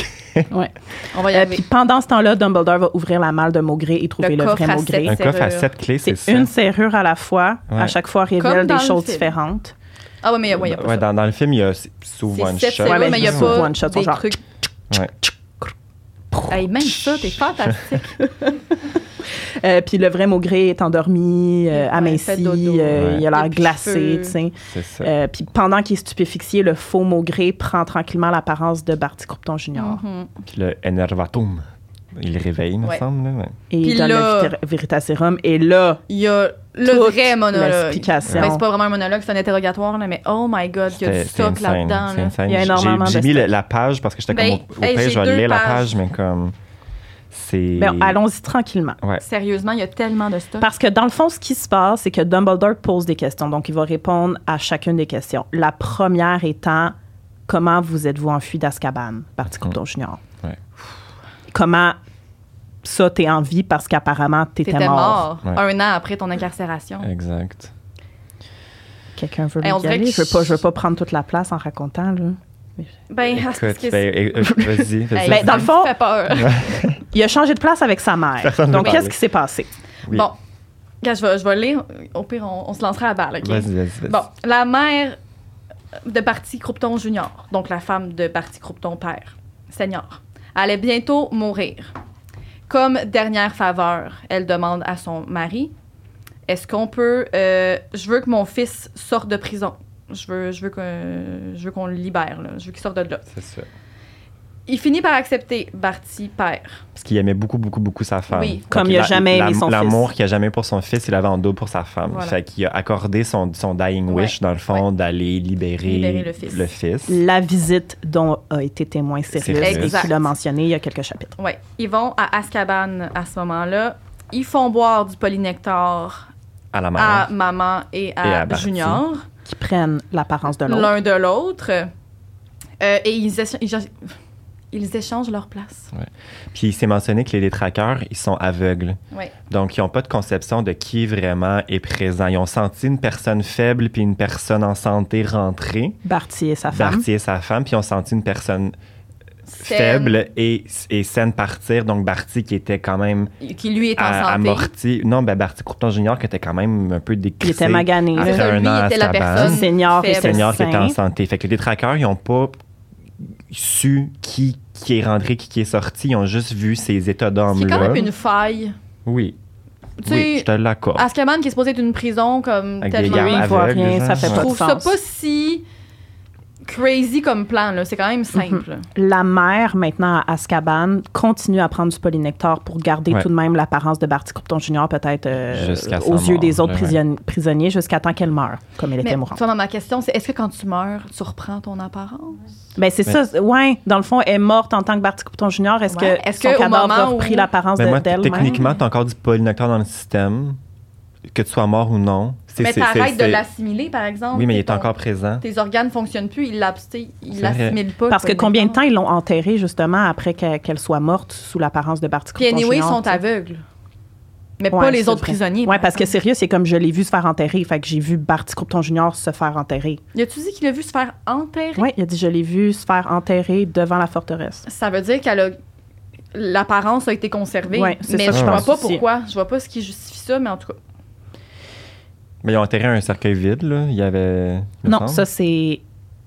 On va y arriver. Puis pendant ce temps-là, Dumbledore va ouvrir la malle de Maugrey et trouver le vrai Maugrey. Un coffre à 7 clés, c'est ça. Une serrure à la fois. À chaque fois, révèle des choses différentes. Ah oui, mais il y a pas ça. Dans le film, il y a sous one shot. Oui, mais il y a pas des trucs. Hey, même ça, t'es fantastique. Puis le vrai Maugré est endormi, aminci, il a l'air glacé, tu sais. C'est ça. Puis pendant qu'il est stupéfixié, le faux Maugré prend tranquillement l'apparence de Barty Croupton Jr. Puis le Enervatum, il le réveille, me semble. Là, Et il donne le Veritaserum. Et là, il y a le vrai monologue. L'explication. C'est pas vraiment un monologue, c'est un interrogatoire, là, mais oh my God, il y a du stock là-dedans. Là. Il y a énormément de stock. J'ai mis la page parce que j'étais comme au pire, je vais lire la page, mais comme... allons-y tranquillement. Ouais. Sérieusement, il y a tellement de stock. Parce que dans le fond, ce qui se passe, c'est que Dumbledore pose des questions. Donc, il va répondre à chacune des questions. La première étant, comment vous êtes-vous enfui d'Azkaban, Barty Croupton Jr.? Ouais. Comment ça, t'es en vie parce qu'apparemment, t'étais mort. Ouais. 1 an après ton incarcération. Exact. Quelqu'un veut y aller? Je veux pas prendre toute la place en racontant, là. Vas-y. Dans le fond, fait peur. Il a changé de place avec sa mère. Donc, qu'est-ce qui s'est passé? Oui. Bon, je vais lire. Au pire, on se lancera à balle. Okay? Vas-y. Bon, la mère de Barty Croupton Jr., donc la femme de Barty Croupton père, senior, allait bientôt mourir. Comme dernière faveur, elle demande à son mari, est-ce qu'on peut... je veux que mon fils sorte de prison. Je veux qu'on le libère. Là. Je veux qu'il sorte de là. C'est ça. Il finit par accepter Barty père. Parce qu'il aimait beaucoup, beaucoup, beaucoup sa femme. Oui, comme il n'a jamais aimé son fils. L'amour qu'il n'a jamais pour son fils, il l'avait en double pour sa femme. Voilà. Fait qu'il a accordé son dying wish, dans le fond, d'aller libérer le fils. La visite dont a été témoin Sirius et qu'il a mentionné il y a quelques chapitres. Oui. Ils vont à Azkaban à ce moment-là. Ils font boire du polynectar à la mère, à maman et à Junior. Qui prennent l'apparence de l'autre. L'un de l'autre. Et ils échangent leur place. Ouais. Puis il s'est mentionné que les détraqueurs, ils sont aveugles. Ouais. Donc, ils n'ont pas de conception de qui vraiment est présent. Ils ont senti une personne faible puis une personne en santé rentrer. Barty et sa femme. Puis ils ont senti une personne faible et saine partir. Donc, Barty qui était quand même... Qui, lui, est en santé. Amorti. Non, Barty Croupton Jr. qui était quand même un peu décrissé. Il était magané. Après un an à la personne senior qui était en santé. Fait que les détraqueurs, ils n'ont pas su qui est rentré, qui est sorti. Ils ont juste vu ces états d'âme-là. C'est quand même une faille. Oui. Oui, je te l'accorde. Azkaban qui est supposé être une prison comme avec tellement... Des voit rien, ça fait pas de sens. Je trouve ça pas si crazy comme plan, là. C'est quand même simple. La mère, maintenant, à Azkaban, continue à prendre du polynectar pour garder tout de même l'apparence de Barty Croupton Jr., peut-être aux yeux des autres prisonniers, jusqu'à temps qu'elle meure, comme elle était mourante. Ma question, c'est est-ce que quand tu meurs, tu reprends ton apparence? Ben c'est ça. Ouais, dans le fond, elle est morte en tant que Barty Croupton Jr. Est-ce que son cadavre a repris l'apparence d'elle-même? Techniquement, tu as encore du polynectar dans le système, que tu sois mort ou non. Mais t'arrêtes de l'assimiler, par exemple. Oui, mais il est encore présent. Tes organes ne fonctionnent plus, il l'assimile pas. Parce que combien de temps ils l'ont enterrée, justement, après qu'elle soit morte sous l'apparence de Barty Croupton Jr.? Puis anyway, ils sont aveugles. Mais pas les autres prisonniers. Oui, parce que Sirius, c'est comme je l'ai vu se faire enterrer. Fait que j'ai vu Barty Croupton Jr. se faire enterrer. Y a-tu dit qu'il l'a vu se faire enterrer? Oui, il a dit je l'ai vu se faire enterrer devant la forteresse. Ça veut dire l'apparence a été conservée. Oui, c'est mais ça. Je vois pas pourquoi. Je vois pas ce qui justifie ça, mais en tout cas. Mais ils ont enterré un cercueil vide, là. Il y avait... Non, ça, c'est...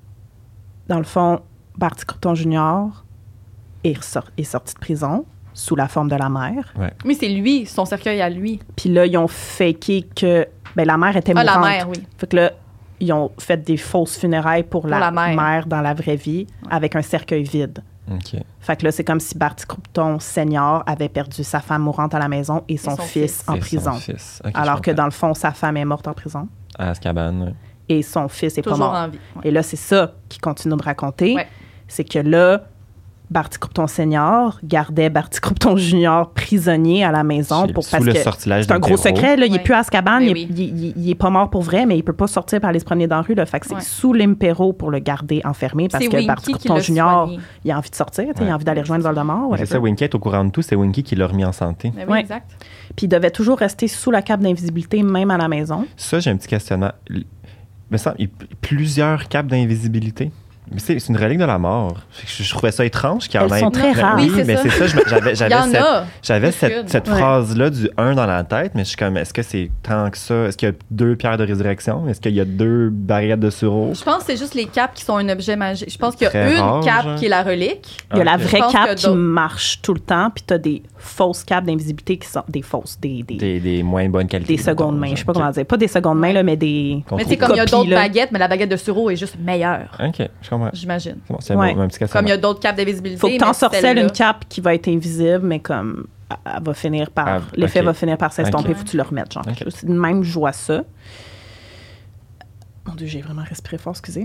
Dans le fond, Barty Croupton Jr. est sorti de prison sous la forme de la mère. Ouais. Oui, c'est lui, son cercueil à lui. Puis là, ils ont faké que... la mère était mourante. La mère, oui. Fait que là, ils ont fait des fausses funérailles pour la mère dans la vraie vie avec un cercueil vide. OK. Fait que là, c'est comme si Barty Croupton senior avait perdu sa femme mourante à la maison et son fils en prison. Okay, alors que dans le fond, sa femme est morte en prison. À Azkaban, oui. Et son fils est toujours pas mort. En vie. Ouais. Et là, c'est ça qu'il continue de raconter. Ouais. C'est que là, Barty Croupton senior gardait Barty Croupton junior prisonnier à la maison parce que c'est un gros secret. Là, il n'est plus à Azkaban, il est pas mort pour vrai, mais il peut pas sortir pour aller se promener dans la rue. Là, fait que c'est sous l'Impéro pour le garder enfermé parce que Barty Croupton junior, il a envie de sortir, il a envie d'aller rejoindre Voldemort. C'est ça, Winky est au courant de tout. C'est Winky qui l'a remis en santé. Oui, exact. Puis il devait toujours rester sous la cape d'invisibilité, même à la maison. Ça, j'ai un petit questionnement. Il me semble, plusieurs capes d'invisibilité. Mais c'est une relique de la mort. Je trouvais ça étrange qu'il y en ait. Elles sont très rares. Oui, mais c'est ça. J'avais cette cette phrase-là du 1 dans la tête, mais je suis comme, est-ce que c'est tant que ça? Est-ce qu'il y a 2 pierres de résurrection? Est-ce qu'il y a 2 baguettes de sureau? Je pense que c'est juste les capes qui sont un objet magique. Je pense qu'il y a une cape qui est la relique. Il y a la vraie cape qui marche tout le temps, puis tu as des fausses capes d'invisibilité qui sont des fausses, des moins bonnes qualités. Des secondes mains. Je sais pas comment dire. Pas des secondes mains, là, mais des. Mais c'est comme il y a d'autres baguettes, mais la baguette de sureau est juste meilleure. OK, je comprends. J'imagine. C'est un petit comme il y a d'autres capes d'invisibilité. Faut que tu en sorcelles une cape qui va être invisible, mais comme elle va finir par. L'effet va finir par s'estomper, faut que tu le remettes. Genre. Même, je vois ça. Mon Dieu, j'ai vraiment respiré fort, excusez.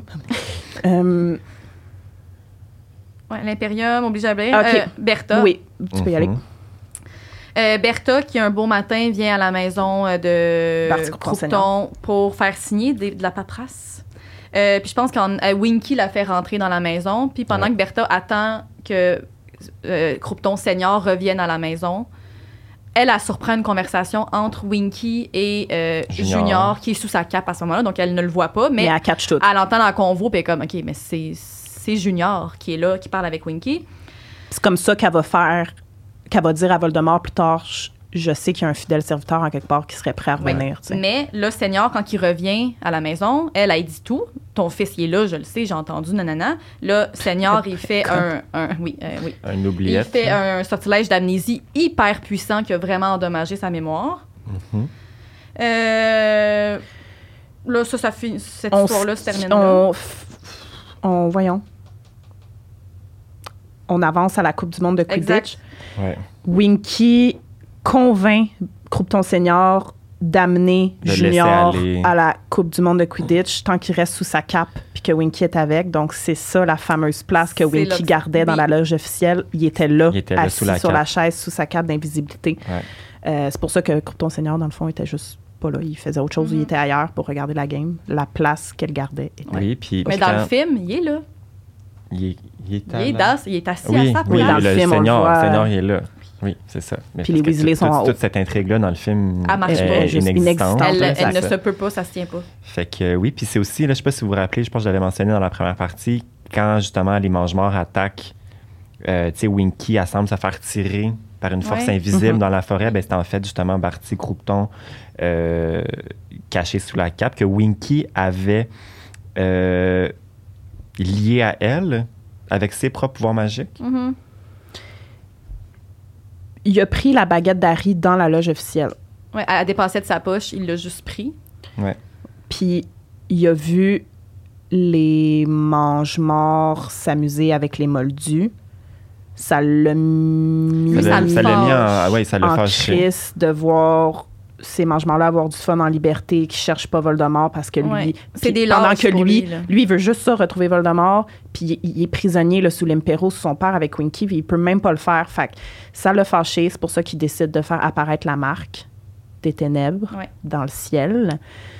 L'Imperium, obligé à blire. Bertha. Oui, tu peux y aller. Bertha, qui un beau matin vient à la maison de Croupton pour faire signer de la paperasse. Puis je pense que Winky la fait rentrer dans la maison. Puis pendant que Bertha attend que Croupton Senior revienne à la maison, elle surprend une conversation entre Winky et Junior, qui est sous sa cape à ce moment-là. Donc elle ne le voit pas, mais elle catch tout. Elle entend dans le convo, puis elle est comme, OK, mais c'est Junior qui est là, qui parle avec Winky. C'est comme ça qu'elle va dire à Voldemort plus tard, je sais qu'il y a un fidèle serviteur en quelque part qui serait prêt à revenir. Ouais. Mais là, Senior, quand il revient à la maison, elle dit tout. Ton fils, il est là, je le sais, j'ai entendu, nanana. Là, Senior, il fait un oubliette. Il fait un sortilège d'amnésie hyper puissant qui a vraiment endommagé sa mémoire. Là, ça finit, cette histoire-là se termine là. Voyons. On avance à la Coupe du monde de Quidditch. Ouais. Winky convainc Croupton Senior d'amener Junior à la Coupe du monde de Quidditch tant qu'il reste sous sa cape puis que Winky est avec. Donc, c'est ça la fameuse place que Winky gardait dans la loge officielle. Il était là assis sur la chaise sous sa cape d'invisibilité. Ouais. C'est pour ça que Croupton Senior, dans le fond, était juste pas là. Il faisait autre chose. Il était ailleurs pour regarder la game. La place qu'elle gardait était... Oui, puis... Mais dans le film, il est là. Il est assis à sa place. Oui, dans le film, Senior, il est là. Oui, c'est ça. Mais puis les Weasley sont en haut. Toute cette intrigue-là dans le film est inexistante. Elle ne se peut pas, ça se tient pas. Fait que oui, puis c'est aussi, là, je sais pas si vous vous rappelez, je pense que je l'avais mentionné dans la première partie, quand justement les Mange-Morts attaquent, tu sais, Winky, elle semble se faire tirer par une force invisible dans la forêt, ben c'était en fait justement Barty Croupton caché sous la cape que Winky avait lié à elle avec ses propres pouvoirs magiques. Il a pris la baguette d'Harry dans la loge officielle. Oui, elle dépassait de sa poche, il l'a juste pris. Ouais. Puis il a vu les Mange-Morts s'amuser avec les Moldus. Ça l'a mis en crise de voir ces Mange-Morts-là avoir du fun en liberté, qui cherchent pas Voldemort parce que lui... C'est des pendant lâches que lui, il veut juste ça, retrouver Voldemort, puis il est prisonnier là, sous l'Impéro, sous son père avec Winky, puis il peut même pas le faire. Fait que ça l'a fâché, c'est pour ça qu'il décide de faire apparaître la marque des ténèbres dans le ciel.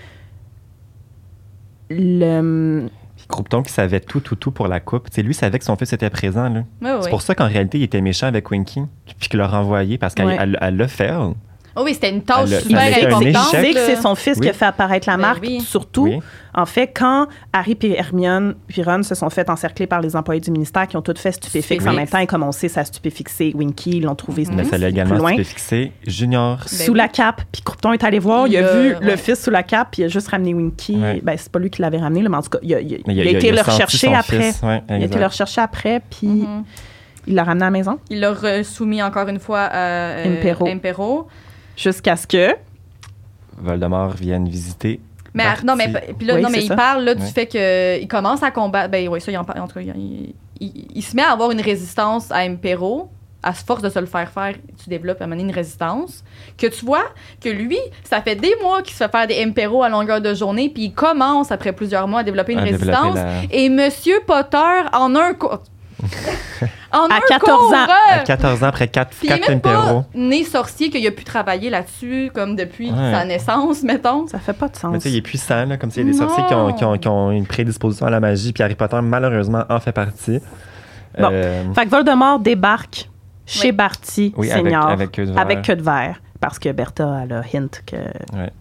Croupton qui savait tout pour la coupe. T'sais, lui savait que son fils était présent. Là. C'est pour ça qu'en réalité, il était méchant avec Winky, puis qu'il l'a renvoyé, parce qu'elle l'a fait. Oh oui, c'était une tâche super importante. Il sait que c'est son fils qui a fait apparaître la marque. Surtout, en fait, quand Harry et Hermione puis Ron se sont fait encercler par les employés du ministère qui ont tous fait stupéfixe en même temps, et comme on sait, ça a stupéfixé Winky, ils l'ont trouvé mais ça l'a également stupéfixé Junior. Sous la cape. Puis Croupton est allé voir, il a vu le fils sous la cape, puis il a juste ramené Winky. Ben, c'est pas lui qui l'avait ramené, là, mais en tout cas, il a été le rechercher après. Il a été le rechercher après, puis il l'a ramené à la maison. Il l'a soumis encore une fois à Impero. Jusqu'à ce que Voldemort vienne visiter. Mais il parle là, du fait qu'il commence à combattre. Ben oui, ça, il en parle. En tout cas, il se met à avoir une résistance à Impero. À force de se le faire, tu développes à un moment donné une résistance. Que tu vois que lui, ça fait des mois qu'il se fait faire des Impero à longueur de journée, puis il commence, après plusieurs mois, à développer une résistance. Et Monsieur Potter, en un coup... à 14 ans. À 14 ans, après 4 Impero. Né sorcier qu'il a pu travailler là-dessus comme depuis sa naissence, mettons. Ça fait pas de sens. Mais tu sais, il est puissant, là, comme s'il y a des sorciers qui ont une prédisposition à la magie, puis Harry Potter, malheureusement, en fait partie. Bon. Fait que Voldemort débarque chez Barty Senior avec queue de verre. Parce que Bertha, elle a hint que...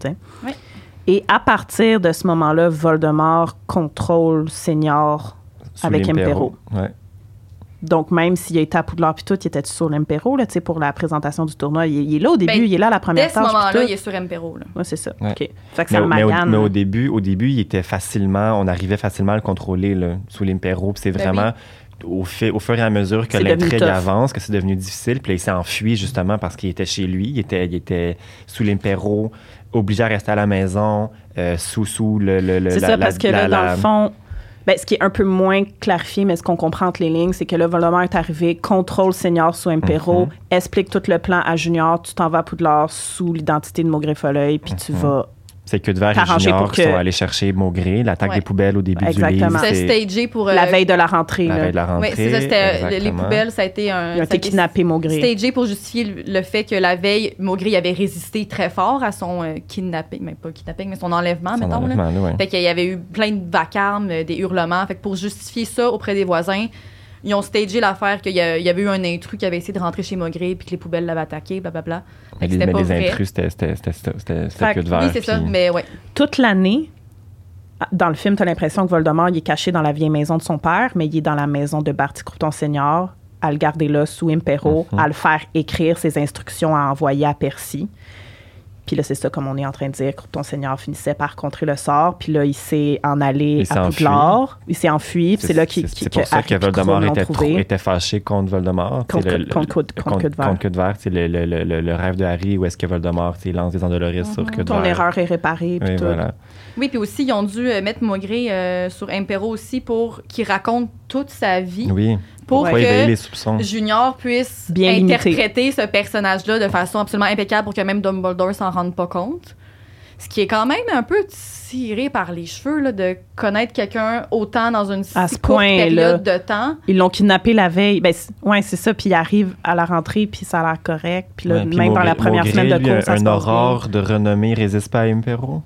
Et à partir de ce moment-là, Voldemort contrôle Senior avec Impero. Ouais. Donc, même s'il était à Poudlard puis tout, il était sur l'Impero, là, pour la présentation du tournoi. Il est là au début, il est là à la première tâche. Dès ce moment-là, il est sur Impero. Oui, c'est ça. Ouais. OK. Fait que ça le magane. Mais au début, il était on arrivait facilement à le contrôler là, sous l'Impero. Puis c'est vraiment au fur et à mesure que l'intrigue avance, que c'est devenu difficile. Puis là, il s'est enfui justement parce qu'il était chez lui. Il était sous l'Impero, obligé à rester à la maison, sous le... C'est ça, parce que là, dans le fond... Ben, ce qui est un peu moins clarifié, mais ce qu'on comprend entre les lignes, c'est que là, Voldemort est arrivé, contrôle Senior sous Impero, explique tout le plan à Junior, tu t'en vas à Poudlard sous l'identité de Maugrey Folleuil, puis tu vas... C'est Cudvert et Junior qui sont allés chercher Maugrey, l'attaque des poubelles au début du livre. C'est stagé pour... la veille de la rentrée. La veille de la rentrée, oui, c'est ça, c'était les poubelles, ça a été un... Il a été kidnappé, Maugrey. Stagé pour justifier le fait que la veille, Maugrey avait résisté très fort à son kidnapping, mais pas kidnapping, mais son enlèvement, mettons. Fait qu'il y avait eu plein de vacarmes, des hurlements. Fait que pour justifier ça auprès des voisins, ils ont stagé l'affaire qu'il y avait eu un intrus qui avait essayé de rentrer chez Maugrey puis que les poubelles l'avaient attaqué, blablabla. Mais les intrus, c'était Cudvert. Oui, c'est ça, mais ouais. Toute l'année, dans le film, tu as l'impression que Voldemort, il est caché dans la vieille maison de son père, mais il est dans la maison de Barty Croughton Senior, à le garder là sous Impero, à le faire écrire ses instructions à envoyer à Percy. Puis là, c'est ça, comme on est en train de dire, Croughton Senior finissait par contrer le sort. Puis là, il s'est en allé à Poudlard. Il s'est enfui. Puis c'est là c'est pour ça que Voldemort était fâché contre Voldemort. Contre Cudvert. C'est le rêve de Harry où est-ce que Voldemort lance des endoloris sur Cudvert. Ton erreur est réparée. Puis voilà. Oui, puis aussi, ils ont dû mettre Maugrey sur Impero aussi pour qu'il raconte toute sa vie. Oui. Pour éveiller les soupçons. Junior puisse interpréter ce personnage-là de façon absolument impeccable pour que même Dumbledore s'en rende pas compte. Ce qui est quand même un peu tiré par les cheveux là, de connaître quelqu'un autant dans une si courte période de temps. Ils l'ont kidnappé la veille. Ben, c'est ça. Puis il arrive à la rentrée, puis ça a l'air correct. Puis là, même dans la première semaine de cours, ça se passe un aurore de renommée résiste pas à Impero?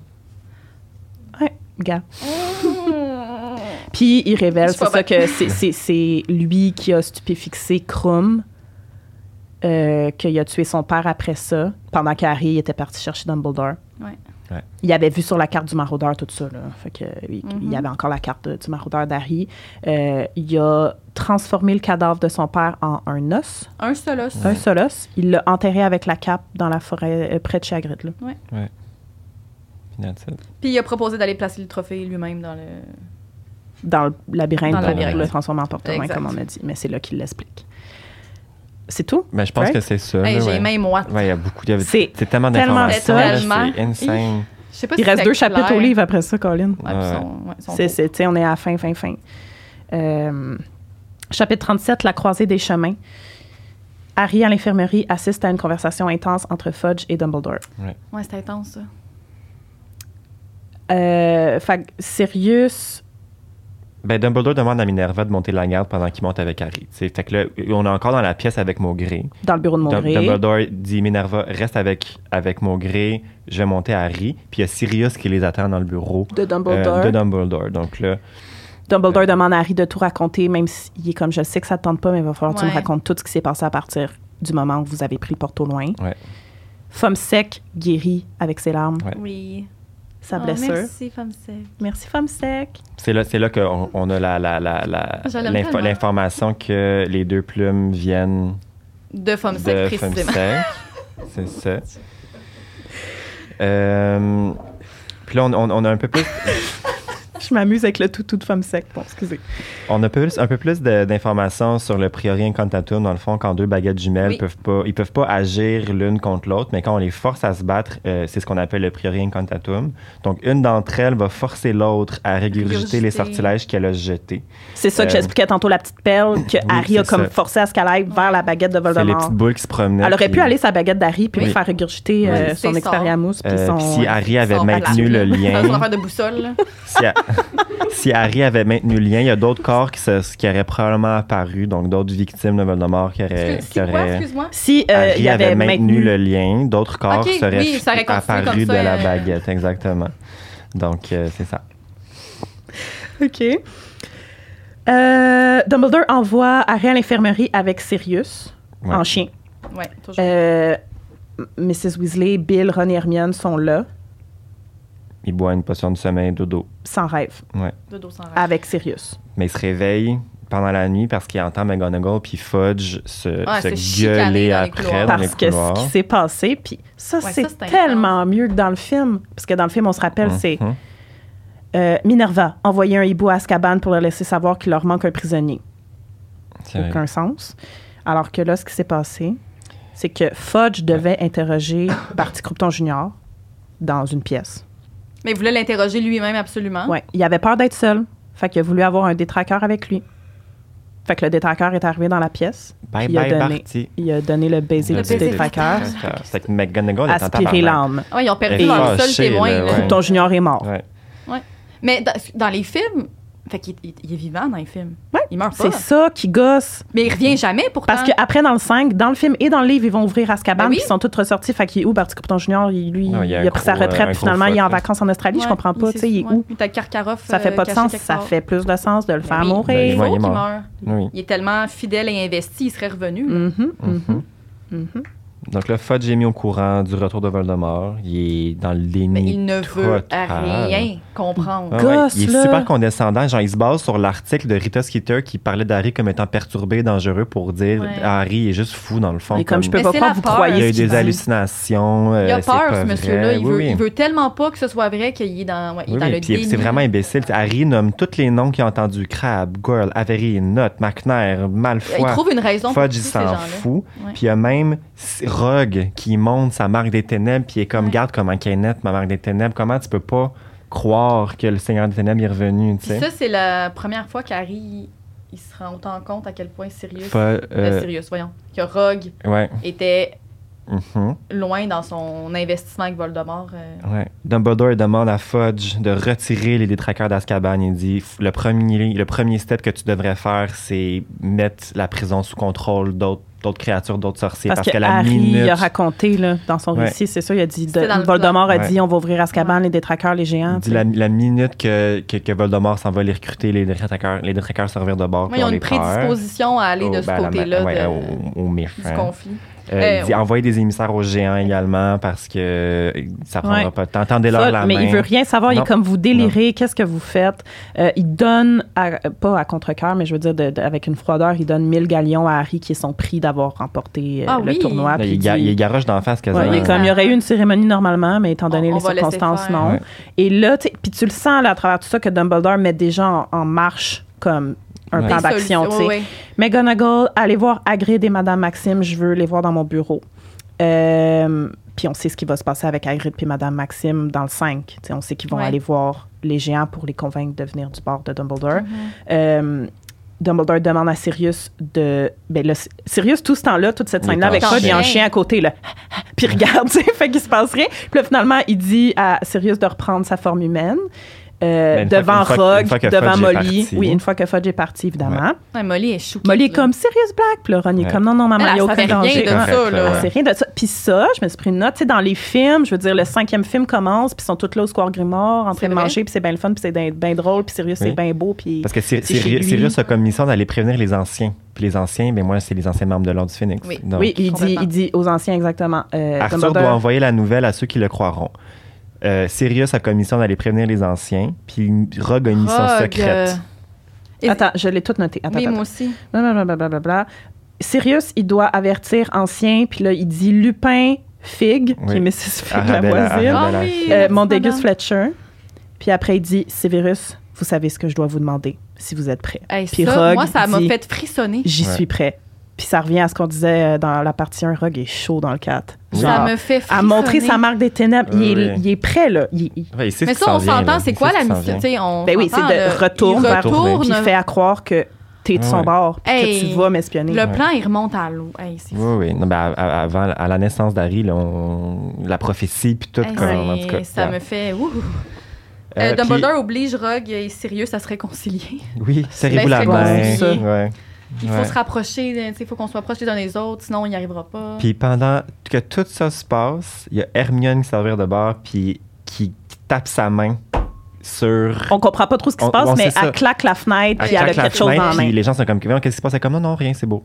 Ouais, gars. Puis il révèle, c'est ça, que c'est lui qui a stupéfixé Krum, qu'il a tué son père après ça, pendant qu'Harry était parti chercher Dumbledore. Ouais. Il avait vu sur la carte du maraudeur tout ça. Là. Fait que, il y avait encore la carte du maraudeur d'Harry. Il a transformé le cadavre de son père en un os. Un seul os. Un seul os. Il l'a enterré avec la cape dans la forêt près de chez Hagrid. Là. Ouais. Puis il a proposé d'aller placer le trophée lui-même dans le labyrinthe pour le transformer en porte-main, comme on a dit. Mais c'est là qu'il l'explique. C'est tout? Mais je pense que c'est ça. Hey, j'ai même moite. Ouais, il y a beaucoup. C'est tellement d'informations. C'est insane. Il reste 2 chapitres au livre après ça, Colin. On est à la fin. Chapitre 37, la croisée des chemins. Harry, à l'infirmerie, assiste à une conversation intense entre Fudge et Dumbledore. Ouais, c'est intense, ça. Sirius... Dumbledore demande à Minerva de monter la garde pendant qu'il monte avec Harry. Fait que là, on est encore dans la pièce avec Maugrey. Dans le bureau de Maugrey. Dumbledore dit, Minerva, reste avec Maugrey, je vais monter Harry. Puis il y a Sirius qui les attend dans le bureau. De Dumbledore. Donc là... Dumbledore demande à Harry de tout raconter, même s'il est comme, je sais que ça te tente pas, mais il va falloir que tu me racontes tout ce qui s'est passé à partir du moment où vous avez pris le porte au loin. Ouais. Femme sec guérit avec ses larmes. Ouais. Oui. Sa blessure. Merci, Femme sec. Merci, Femme sec. C'est là qu'on a l'information que les 2 plumes viennent... De Femme sec, précisément. C'est ça. Puis là, on a un peu plus... Je m'amuse avec le toutou de Femme sec. Bon, excusez. On a un peu plus d'informations sur le Priori Incantatum. Dans le fond, quand 2 baguettes jumelles ils peuvent pas agir l'une contre l'autre, mais quand on les force à se battre, c'est ce qu'on appelle le Priori Incantatum. Donc, une d'entre elles va forcer l'autre à régurgiter les sortilèges qu'elle a jetés. C'est ça que j'expliquais tantôt, la petite perle que Harry a comme forcé à ce qu'elle aille vers la baguette de Voldemort. C'est les petites boules qui se promenaient. Elle aurait pu aller sa baguette d'Harry puis lui faire régurgiter son Expelliarmus. Puis si Harry avait maintenu le lien... C'est une affaire de boussole, là. Si Harry avait maintenu le lien, il y a d'autres corps qui auraient probablement apparu, donc d'autres victimes de Voldemort qui auraient... Excuse-moi? Si Harry avait maintenu le lien, d'autres corps seraient apparus de la baguette, exactement. Donc, c'est ça. OK. Dumbledore envoie Harry à l'infirmerie avec Sirius, en chien. Oui, toujours. Mrs. Weasley, Bill, Ron et Hermione sont là. Il boit une potion de sommeil, dodo. Sans rêve. Ouais. Dodo sans rêve. Avec Sirius. Mais il se réveille pendant la nuit parce qu'il entend McGonagall puis Fudge se gueuler après dans les couloirs. Parce que ce qui s'est passé, puis ça, c'est tellement mieux que dans le film. Parce que dans le film, on se rappelle, c'est Minerva envoyer un hibou à Azkaban pour leur laisser savoir qu'il leur manque un prisonnier. Aucun sens. Alors que là, ce qui s'est passé, c'est que Fudge devait interroger Barty Croughton Jr. dans une pièce. Mais il voulait l'interroger lui-même, absolument. Oui, il avait peur d'être seul. Fait qu'il a voulu avoir un détraqueur avec lui. Fait que le détraqueur est arrivé dans la pièce. Bye bye, Barty. Il a donné le baiser du détraqueur. Fait que McGonagall est en tabarnak. Aspirer l'âme. Oui, ils ont perdu leur seul témoin. Croughton Junior est mort. Ouais. Mais dans les films, fait qu'il est vivant dans les films. Ouais, il meurt pas. C'est ça qui gosse. Mais il revient jamais pourtant. Parce qu'après, dans le 5, dans le film et dans le livre, ils vont ouvrir Azkaban, puis ils sont tous ressortis. Fait qu'il est où, Barty Croughton Jr.? Il a pris sa retraite, puis finalement, il est en vacances en Australie. Je comprends pas. Tu sais, il est où? T'as Karkaroff. Ça fait pas de sens. Ça fait plus de sens de le faire mourir. Il faut qu'il meure. Il est tellement fidèle et investi, il serait revenu. Donc là, Fudge est mis au courant du retour de Voldemort. Il est dans le déni. Mais il ne veut rien comprendre. Il est super condescendant. Genre, il se base sur l'article de Rita Skeeter qui parlait d'Harry comme étant perturbé et dangereux pour dire Harry est juste fou dans le fond. Et comme je peux pas croire, vous croyez. Il y a eu des hallucinations. Il a peur, ce monsieur-là. Il veut tellement pas que ce soit vrai qu'il est dans le déni. C'est vraiment imbécile. Harry nomme tous les noms qu'il a entendus. Crabbe, Goyle, Avery, Nott, McNair, Malfoy. Il trouve une raison pour Fudge, il s'en fout. Puis il y a même Rogue qui montre sa marque des ténèbres puis il est comme garde comment qu'elle est nette ma marque des ténèbres, comment tu peux pas croire que le Seigneur des ténèbres est revenu, tu sais. Ça c'est la première fois qu'Harry il se rend autant compte à quel point Sirius que Rogue était loin dans son investissement avec Voldemort. Dumbledore demande à Fudge de retirer les détraqueurs d'Azkaban. Il dit le premier step que tu devrais faire, c'est mettre la prison sous contrôle d'autres créatures, d'autres sorciers. Parce que la Harry minute... a raconté là, dans son récit, c'est ça, il a dit Voldemort a dit on va ouvrir Azkaban, les détraqueurs, les géants. Il dit la minute que Voldemort s'en va les recruter, les détraqueurs se revirent de bord. Ils ont une prédisposition à aller de ce côté-là au méchant. Du conflit. Il dit envoyer des émissaires aux géants également parce que ça prendra pas de temps. Tendez-leur la main. Mais il veut rien savoir. Il est comme vous délirez. Qu'est-ce que vous faites? Il donne, pas à contre-cœur, mais je veux dire avec une froideur, il donne 1000 galions à Harry qui est son prix d'avoir remporté le tournoi. Il est garoche d'en face quasiment. Il y aurait eu une cérémonie normalement, mais étant donné les circonstances, non. Et là, puis tu le sens là, à travers tout ça que Dumbledore met des gens en marche comme un plan d'action, tu sais. McGonagall, allez voir Hagrid et Madame Maxime, je veux les voir dans mon bureau. Puis on sait ce qui va se passer avec Hagrid et Madame Maxime dans le 5. T'sais, on sait qu'ils vont aller voir les géants pour les convaincre de venir du bord de Dumbledore. Dumbledore demande à Sirius Sirius, tout ce temps-là, toute cette scène-là, avec Fudge, il y a un chien à côté, là. Puis regarde, tu sais, fait qu'il se passe rien. Puis là, finalement, il dit à Sirius de reprendre sa forme humaine. Devant Rogue, devant Molly. Oui, une fois que Fudge est parti, évidemment. Molly est choquée. Molly est comme Sirius Black. Puis là, Ron est comme non, maman, il n'y a aucun danger. C'est rien de ça. Puis ça, je me suis pris une note. Tu sais, dans les films, je veux dire, le 5e film commence, puis ils sont tous là au Square Grimoire, en train de manger, puis c'est bien le fun, puis c'est bien drôle, puis Sirius, c'est bien beau. Puis parce que Sirius a comme mission d'aller prévenir les anciens. Puis les anciens, moi, c'est les anciens membres de l'Ordre du Phénix. Oui, il dit aux anciens exactement. Arthur doit envoyer la nouvelle à ceux qui le croiront. Sirius a comme mission d'aller prévenir les anciens, puis Rogue a une mission secrète. Attends, je l'ai tout noté. Moi aussi. Blablabla. Sirius, il doit avertir anciens, puis là, il dit Lupin, Fig, qui est Mrs. Fig, la voisine, Montagus Fletcher. Puis après, il dit Severus, vous savez ce que je dois vous demander, si vous êtes prêt. Puis Rogue, moi, ça m'a fait frissonner. J'y suis prêt. Puis ça revient à ce qu'on disait dans la partie 1, Rogue est chaud dans le 4. Ça me fait frissonner. À montrer sa marque des ténèbres. Il est prêt, là. Mais ça, on s'entend, c'est quoi la mission? C'est de retourne, puis fait à croire que t'es de son bord, que tu vas m'espionner. Le plan, il remonte à l'eau. Oui. Non, avant, à la naissance d'Harry, la prophétie, puis tout. En tout cas, ça me fait... Dumbledore oblige Rogue et Sirius à se réconcilier. Oui, serrez-vous la main. Il faut se rapprocher, il faut qu'on soit proche les uns des autres, sinon on n'y arrivera pas. Puis pendant que tout ça se passe, il y a Hermione qui s'en de bord, puis qui tape sa main sur... On comprend pas trop ce qui se passe, mais elle claque la fenêtre, puis elle a quelque chose en main. Puis les gens sont comme, qu'est-ce qui se passe? Comme, non, rien, c'est beau.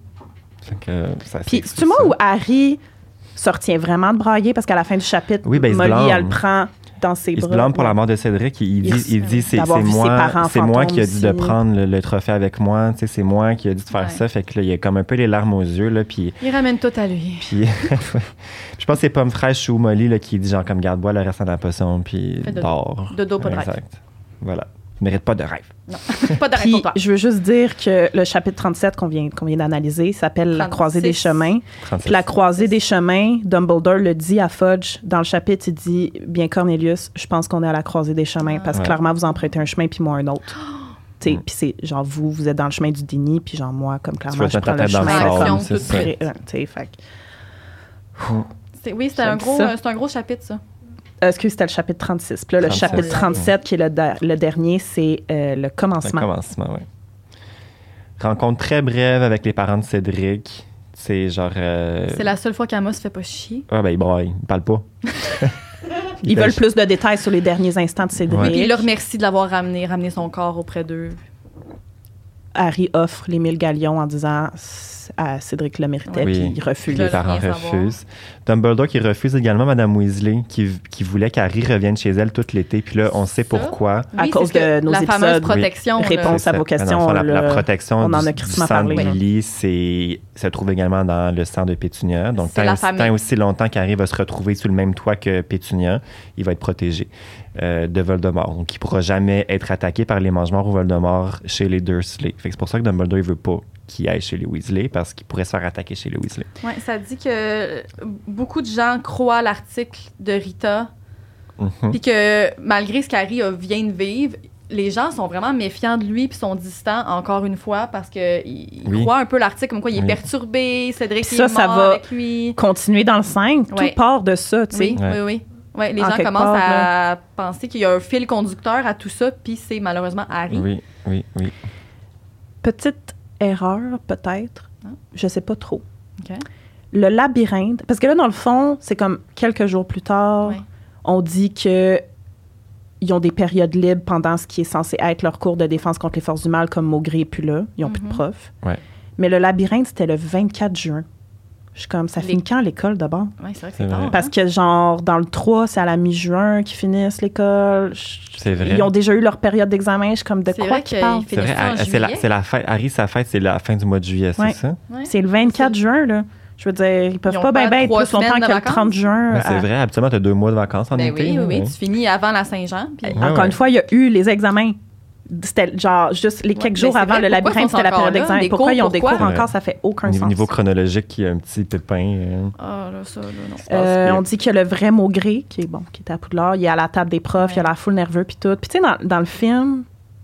Puis c'est moi où Harry se retient vraiment de brailler, parce qu'à la fin du chapitre, Molly, elle prend... dans ses bras. Il se blâme pour la mort de Cédric. Il dit c'est moi qui a dit de prendre le trophée avec moi. C'est moi qui a dit de faire ça. Fait que là, il a comme un peu les larmes aux yeux. Là, puis, il ramène tout à lui. Puis, je pense que c'est Pomme Fraîche ou Molly là, qui dit genre comme garde-bois le restant de la potion. Puis dort. Dodo, pas de rêve. Exact. Voilà. Tu ne mérites pas de rêve. Non, pas de rêve pour toi. Je veux juste dire que le chapitre 37 qu'on vient d'analyser s'appelle La croisée des chemins. Puis la croisée des chemins, Dumbledore le dit à Fudge. Dans le chapitre, il dit « Bien, Cornelius, je pense qu'on est à la croisée des chemins parce que clairement, vous empruntez un chemin puis moi un autre. » Puis c'est genre, vous êtes dans le chemin du déni, puis genre, moi, comme clairement, je prends le chemin. Oui, c'est un gros chapitre, ça. Excuse, c'était le chapitre 36. Puis là, le chapitre 37, qui est le dernier, c'est le commencement. Le commencement, oui. Rencontre très brève avec les parents de Cédric. C'est genre... C'est la seule fois qu'Amos se fait pas chier. Ah, ben, il parle pas. Ils veulent plus de détails sur les derniers instants de Cédric. Ouais. Puis il leur remercie de l'avoir ramené son corps auprès d'eux. Harry offre les 1000 galions en disant à Cédric le méritait, puis il refuse. Les parents refusent. Dumbledore qui refuse également Mme Weasley, qui voulait qu'Harry revienne chez elle tout l'été. Puis là, on sait pourquoi. À cause de nos épisodes. La fameuse protection. Réponse à vos questions. La protection du sang de Lily se trouve également dans le sang de Pétunia. Donc, tant aussi longtemps qu'Harry va se retrouver sous le même toit que Pétunia, il va être protégé de Voldemort. Donc, il ne pourra jamais être attaqué par les Mangemorts ou Voldemort chez les Dursley. Fait que c'est pour ça que Dumbledore ne veut pas qu'il aille chez les Weasley parce qu'il pourrait se faire attaquer chez les Weasley. Oui, ça dit que beaucoup de gens croient l'article de Rita, puis que malgré ce qu'Harry vient de vivre, les gens sont vraiment méfiants de lui puis sont distants, encore une fois, parce qu'ils croient un peu l'article comme quoi il est perturbé, Cédric est mort avec lui. Ça va continuer dans le 5. Tout part de ça, tu sais. Oui. Ouais, les gens commencent à penser qu'il y a un fil conducteur à tout ça, puis c'est malheureusement Harry. Oui. Petite erreur, peut-être. Je sais pas trop. Okay. Le labyrinthe, parce que là, dans le fond, c'est comme quelques jours plus tard, on dit que ils ont des périodes libres pendant ce qui est censé être leur cours de défense contre les forces du mal, comme Maugré n'est plus là. Ils n'ont plus de profs. Ouais. Mais le labyrinthe, c'était le 24 juin. Je suis comme, ça finit quand l'école d'abord? Oui, c'est vrai que c'est tard. Parce que, genre, dans le 3, c'est à la mi-juin qu'ils finissent l'école. C'est vrai. Ils ont déjà eu leur période d'examen. Je suis comme, de quoi qu'ils parlent? C'est vrai, c'est la fête. Harry, sa fête, c'est la fin du mois de juillet, c'est ça? Ouais. C'est le 24 juin, là. Je veux dire, ils peuvent pas bien être plus longtemps que le 30 juin. Ouais, c'est vrai, habituellement, tu as 2 mois de vacances en été. Oui, tu finis avant la Saint-Jean. Puis... Encore une fois, il y a eu les examens. C'était genre juste les quelques jours avant le labyrinthe, c'était la période d'examen. Pourquoi ils ont des cours encore? Ça fait aucun sens. Au niveau chronologique, il y a un petit pépin. Ah, là, ça, là, non. On dit que le vrai Maugré, qui est à Poudlard, il est à la table des profs, il a l'air full nerveux, puis tout. Puis tu sais, dans le film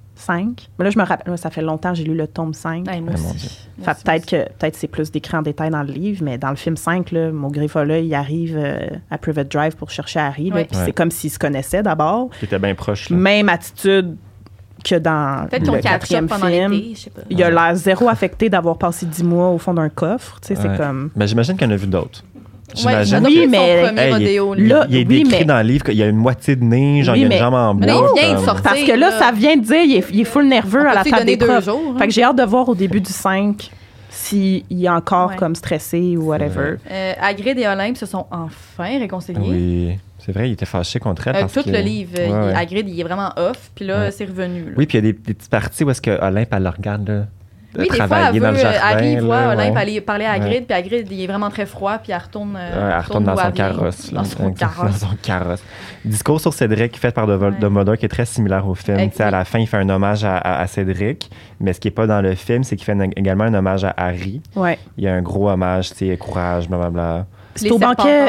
5, mais là, je me rappelle, ça fait longtemps que j'ai lu le tome 5. Moi aussi. Peut-être c'est plus décrit en détail dans le livre, mais dans le film 5, là, Maugré Follet, il arrive à Privet Drive pour chercher Harry. Là, puis c'est comme s'ils se connaissaient d'abord. Il était bien proche. Là. Même attitude que dans le 4e film. Il a l'air zéro affecté d'avoir passé 10 mois au fond d'un coffre. Tu sais, c'est comme... Mais j'imagine qu'il y en a vu d'autres. J'imagine. Oui, mais... il est décrit dans le livre qu'il y a une moitié de nez, genre il y a une jambe en bois. Mais il vient de sortir. Parce que là, ça vient de dire, il est full nerveux à la table des profs. Fait que j'ai hâte de voir au début du 5 s'il est encore comme stressé ou whatever. Hagrid et Olympe se sont enfin réconciliés. Oui. C'est vrai, il était fâché contre elle. Tout le livre, Hagrid, il est vraiment off, puis là, c'est revenu. Là. Oui, puis il y a des petites parties où est-ce que Olympe, elle le regarde, là, travailler dans le jardin. Harry voit Olympe aller parler à Hagrid, puis Hagrid, il est vraiment très froid, puis elle retourne dans son carrosse. Dans son carrosse. Discours sur Cédric fait par Dumbledore qui est très similaire au film. À la fin, il fait un hommage à Cédric, mais ce qui n'est pas dans le film, c'est qu'il fait également un hommage à Harry. Ouais. Il y a un gros hommage, tu sais, courage, blablabla. C'est au banquet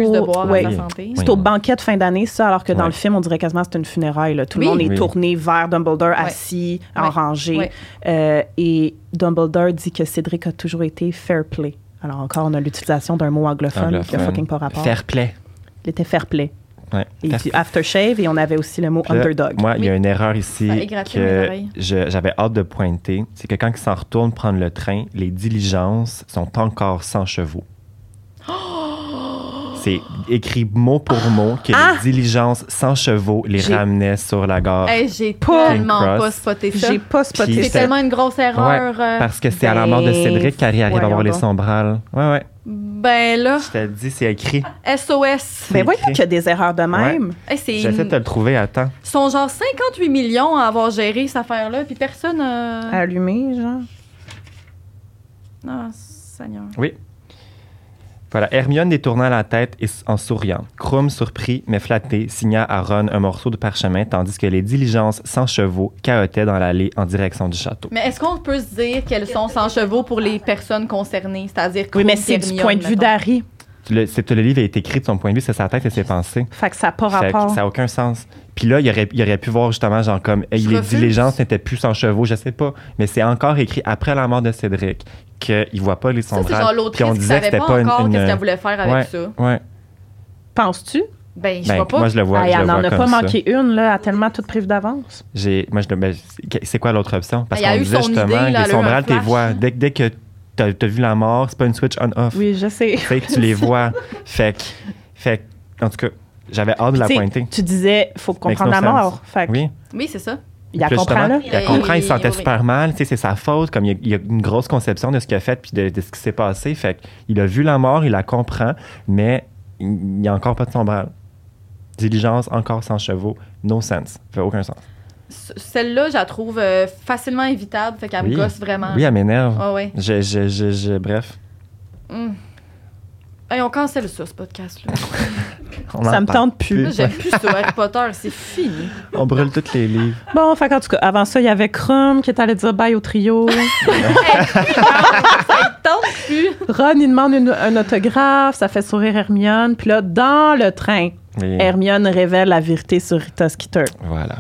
de fin d'année, ça, alors que dans le film, on dirait quasiment que c'est une funéraille. Là. Tout le monde est tourné vers Dumbledore, assis, en rangée. Et Dumbledore dit que Cédric a toujours été fair play. Alors encore, on a l'utilisation d'un mot anglophone qui n'a fucking pas rapport. Fair play. Il était fair play. Ouais. Et du aftershave, et on avait aussi le mot underdog. Moi, il y a une erreur ici que j'avais hâte de pointer. C'est que quand ils s'en retournent prendre le train, les diligences sont encore sans chevaux. C'est écrit mot pour mot que les diligences sans chevaux les ramenaient sur la gare. J'ai tellement pas spoté ça. J'ai pas spoté ça. C'est tellement une grosse erreur. Ouais, parce que c'est à la mort de Cédric qu'Harry arrive à voir les sombrales. Ouais. Ben là... Je te le dis, c'est écrit. SOS. Ben voyons qu'il y a des erreurs de même. Ouais. J'essaie de te le trouver, attends. Ils sont genre 58 millions à avoir géré cette affaire-là, puis personne... Allumé, genre. Ah, Seigneur. Oui. Voilà, Hermione détourna la tête en souriant. Krum, surpris mais flatté, signa à Ron un morceau de parchemin tandis que les diligences sans chevaux cahotaient dans l'allée en direction du château. Mais est-ce qu'on peut se dire qu'elles sont sans chevaux pour les personnes concernées? C'est-à-dire oui, mais c'est du point de vue d'Harry. Le livre a été écrit de son point de vue, c'est sa tête et ses pensées. Fait que ça n'a pas rapport. Ça n'a aucun sens. Puis là, il aurait pu voir justement, genre comme, les diligences n'étaient plus sans chevaux, je sais pas. Mais c'est encore écrit après la mort de Cédric qu'il ne voit pas les sombrales. Ça, c'est genre l'autrice qui savait pas encore qu'est-ce qu'elle voulait faire avec ça. Ouais. Penses-tu? Ben, je vois pas. Moi, je le vois. Elle n'en a pas manqué une, là, elle a tellement tout prévu d'avance. C'est quoi l'autre option? Parce qu'on disait justement, les sombrales, tu les vois. Dès que t'as vu la mort, c'est pas une switch on-off. Oui, je sais. Tu les vois. Fait en tout cas, j'avais hâte de la pointer. Tu disais, il faut comprendre la mort. Oui, c'est ça. Il la comprend, là. Il comprend, il se sentait super mal. C'est sa faute. Comme il y a une grosse conception de ce qu'il a fait puis de ce qui s'est passé. Fait qu'il a vu la mort, il la comprend, mais il n'y a encore pas de sombrale. Diligence, encore sans chevaux. No sense. Ça fait aucun sens. Celle-là, je la trouve facilement évitable. Fait qu'elle me gosse vraiment. Oui, elle m'énerve. Ah ouais. Bref. Hey, on cancelle ça, ce podcast-là. Ça me tente plus. J'aime plus ça, Harry Potter, c'est fini. On brûle tous les livres. Bon, fait qu'en tout cas, avant ça, il y avait Krum qui est allé dire bye au trio. Ça me tente plus. Ron, il demande un autographe, ça fait sourire Hermione. Puis là, dans le train, Hermione révèle la vérité sur Rita Skeeter. Voilà.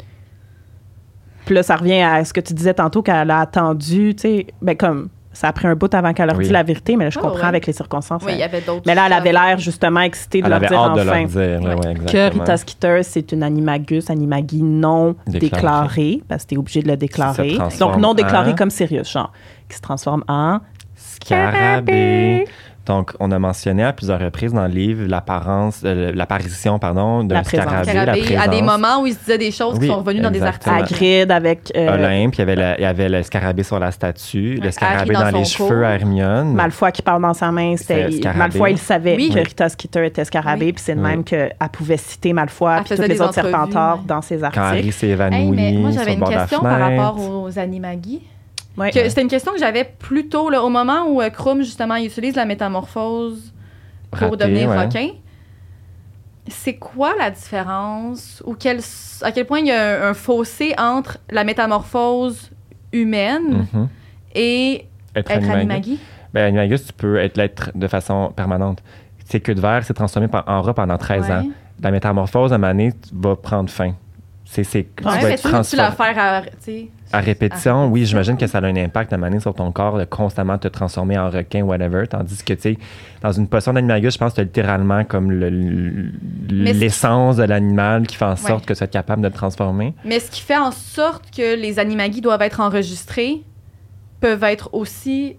Puis là, ça revient à ce que tu disais tantôt, qu'elle a attendu, tu sais, ben comme... Ça a pris un bout avant qu'elle leur dise la vérité, mais là, je comprends avec les circonstances. Oui, il y avait d'autres. Mais là, elle avait l'air justement excitée de leur dire enfin que Rita Skeeter, c'est une animagus, animagie non déclarée, parce que t'es obligé de le déclarer. Donc, non déclarée comme Sirius, genre, qui se transforme en Scarabée. Donc, on a mentionné à plusieurs reprises dans le livre l'apparition d'un scarabée, la présence. À des moments où il se disait des choses qui sont revenues dans des articles. Hagrid avec... Olympe, il y avait le scarabée sur la statue, le scarabée dans les cheveux à Hermione. Malfoy qui parle dans sa main, Malfoy, il savait que Rita Skeeter était scarabée, puis c'est le même qu'elle pouvait citer Malfoy puis tous les autres serpentards dans ses articles. Quand Harry s'est évanoui moi, j'avais sur le bord de la fenêtre. une question par rapport aux animagies. C'était une question que j'avais plus tôt, là, au moment où Krum, justement, il utilise la métamorphose pour devenir requin. C'est quoi la différence ou à quel point il y a un fossé entre la métamorphose humaine et être animagie? Ben, animagus, tu peux l'être de façon permanente. C'est que de verre s'est transformé en rat pendant 13 ans. La métamorphose, à un moment donné, va prendre fin. Tu vas être transformé. À répétition, oui, j'imagine que ça a un impact à un moment donné sur ton corps de constamment te transformer en requin, whatever. Tandis que, tu sais, dans une potion d'animagus, je pense que tu as littéralement comme l'essence de l'animal qui fait en sorte que tu es capable de te transformer. Mais ce qui fait en sorte que les animagies doivent être enregistrés peuvent être aussi,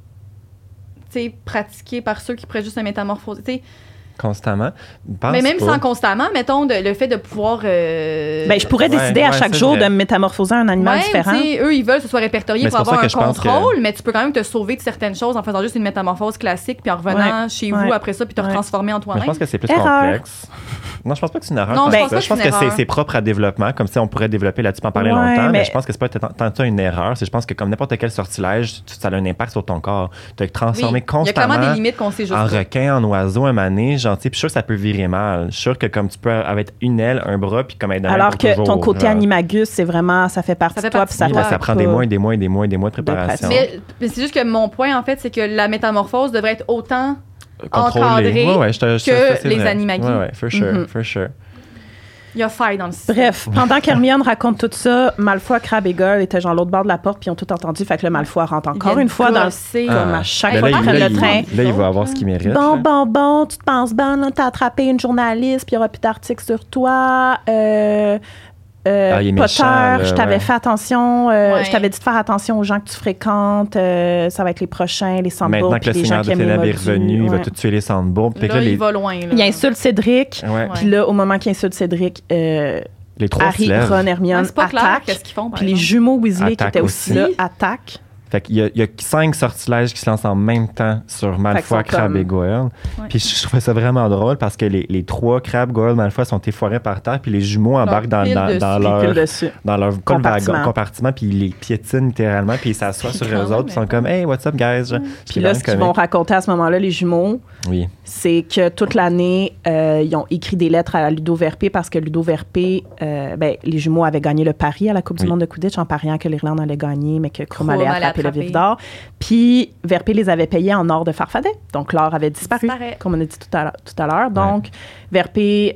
tu sais, pratiqués par ceux qui pourraient juste se métamorphoser. Tu sais, constamment. Mais même sans constamment, mettons, le fait de pouvoir... je pourrais décider à chaque jour de me métamorphoser en un animal différent. Eux, ils veulent que ce soit répertorié pour avoir un contrôle, mais tu peux quand même te sauver de certaines choses en faisant juste une métamorphose classique, puis en revenant chez vous après ça, puis te transformer en toi-même. Mais je pense que c'est plus complexe. Non, je pense pas que c'est une erreur. Je pense que c'est propre à développement, comme si on pourrait développer là-dessus en parler longtemps, mais je pense que c'est pas tant une erreur. Je pense que comme n'importe quel sortilège, ça a un impact sur ton corps. Tu vas te transformer constamment en requin, en oiseau, un mané. Puis je suis sûr que ça peut virer mal. Je suis sûr que comme tu peux avec une aile, un bras, puis comme être dans alors que ton côté animagus, c'est vraiment, ça fait partie de toi. Puis ça prend des mois et des mois et des mois et des mois de préparation. Mais c'est juste que mon point, en fait, c'est que la métamorphose devrait être autant encadrée que les animagies. Oui, for sure. Il y a faille dans le système. Bref, pendant qu'Hermione raconte tout ça, Malfoy, Crabbe et Goyle étaient genre l'autre bord de la porte puis ils ont tout entendu. Fait que le Malfoy rentre encore une fois dans comme à chaque fois qu'ils prennent le train. Là, il va avoir ce qu'il mérite. Bon, tu te penses bien, t'as attrapé une journaliste puis il n'y aura plus d'articles sur toi. Potter, je t'avais fait attention, je t'avais dit de faire attention aux gens que tu fréquentes, ça va être les prochains, les Sandbourg. Maintenant que le Seigneur de Ténèbres est revenu, il va tout tuer les Sandbourg. Là, il va loin. Il insulte Cédric, puis là, au moment qu'il insulte Cédric, les trois Harry, Ron, Hermione attaquent, qu'est-ce qu'ils font, puis les jumeaux Weasley qui étaient aussi là attaquent. Fait qu'il y a 5 sortilèges qui se lancent en même temps sur Malfoy, Crabbe et Goyle. Puis je trouvais ça vraiment drôle parce que les 3, Crabbe, Goyle, Malfoy, sont effoirés par terre, puis les jumeaux embarquent dans leur compartiment, puis ils les piétinent littéralement, puis ils s'assoient sur eux autres, puis ils sont comme « Hey, what's up, guys? » Puis là, ce qu'ils vont raconter à ce moment-là, les jumeaux, c'est que toute l'année, ils ont écrit des lettres à Ludo Verpé parce que Ludo Verpé, les jumeaux avaient gagné le pari à la Coupe du monde de Quidditch en pariant que l'Irlande allait gagner, mais que Krum allait attraper le vif d'or. Puis Verpé les avait payés en or de Farfadet. Donc l'or avait disparu, comme on a dit tout à l'heure. Donc Verpé,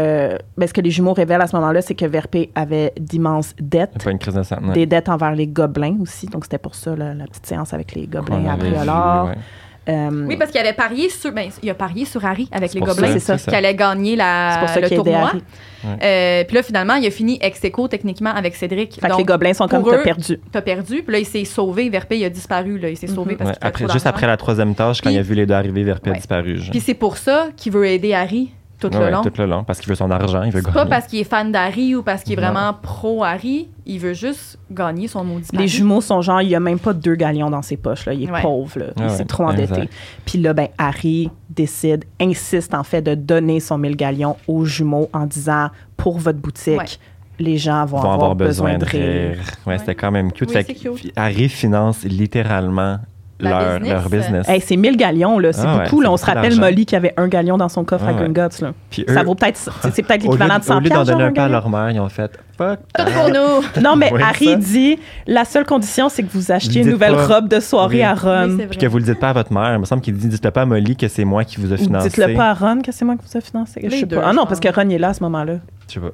ce que les jumeaux révèlent à ce moment-là, c'est que Verpé avait d'immenses dettes. Pas une crise de sang, des dettes envers les gobelins aussi. Donc c'était pour ça la petite séance avec les gobelins à Priolor. Oui, parce qu'il avait parié sur, il a parié sur Harry avec les gobelins, c'est ça, qui allait gagner le tournoi. Puis là, finalement, il a fini ex-aequo techniquement avec Cédric. Fait que les gobelins sont comme t'as perdu. T'as perdu. Puis là, il s'est sauvé. Verpé, il a disparu. Là. Il s'est sauvé parce qu'il juste après la 3e tâche, quand il a vu les deux arriver, Verpé a disparu. Puis c'est pour ça qu'il veut aider Harry tout le long. Tout le long, parce qu'il veut son argent, il veut gagner. C'est pas parce qu'il est fan d'Harry ou parce qu'il est vraiment pro-Harry, il veut juste gagner son maudit pari. Les jumeaux sont genre, il y a même pas 2 galions dans ses poches, là. Il est pauvre, là. Il s'est trop endetté. Puis là, Harry insiste en fait de donner son 1000 galions aux jumeaux en disant, pour votre boutique, les gens vont avoir besoin de rire. C'était quand même cute. Harry finance littéralement leur business. Hey, c'est 1000 galions, là. C'est beaucoup. Là, on se rappelle Molly qui avait 1 galion dans son coffre à Gringotts. Là. Ça vaut peut-être... C'est peut-être l'équivalent de 100 Au lieu d'en donner un peu à leur mère, ils ont fait... Fuck. Tout pour nous. Non, mais Harry dit, la seule condition, c'est que vous achetiez une nouvelle robe de soirée à Ron. Puis que vous le dites pas à votre mère. Il me semble qu'il dit, dites-le pas à Molly que c'est moi qui vous a financé. Dites-le pas à Ron que c'est moi qui vous a financé. Je sais pas. Ah non, parce que Ron est là à ce moment-là. Je sais pas.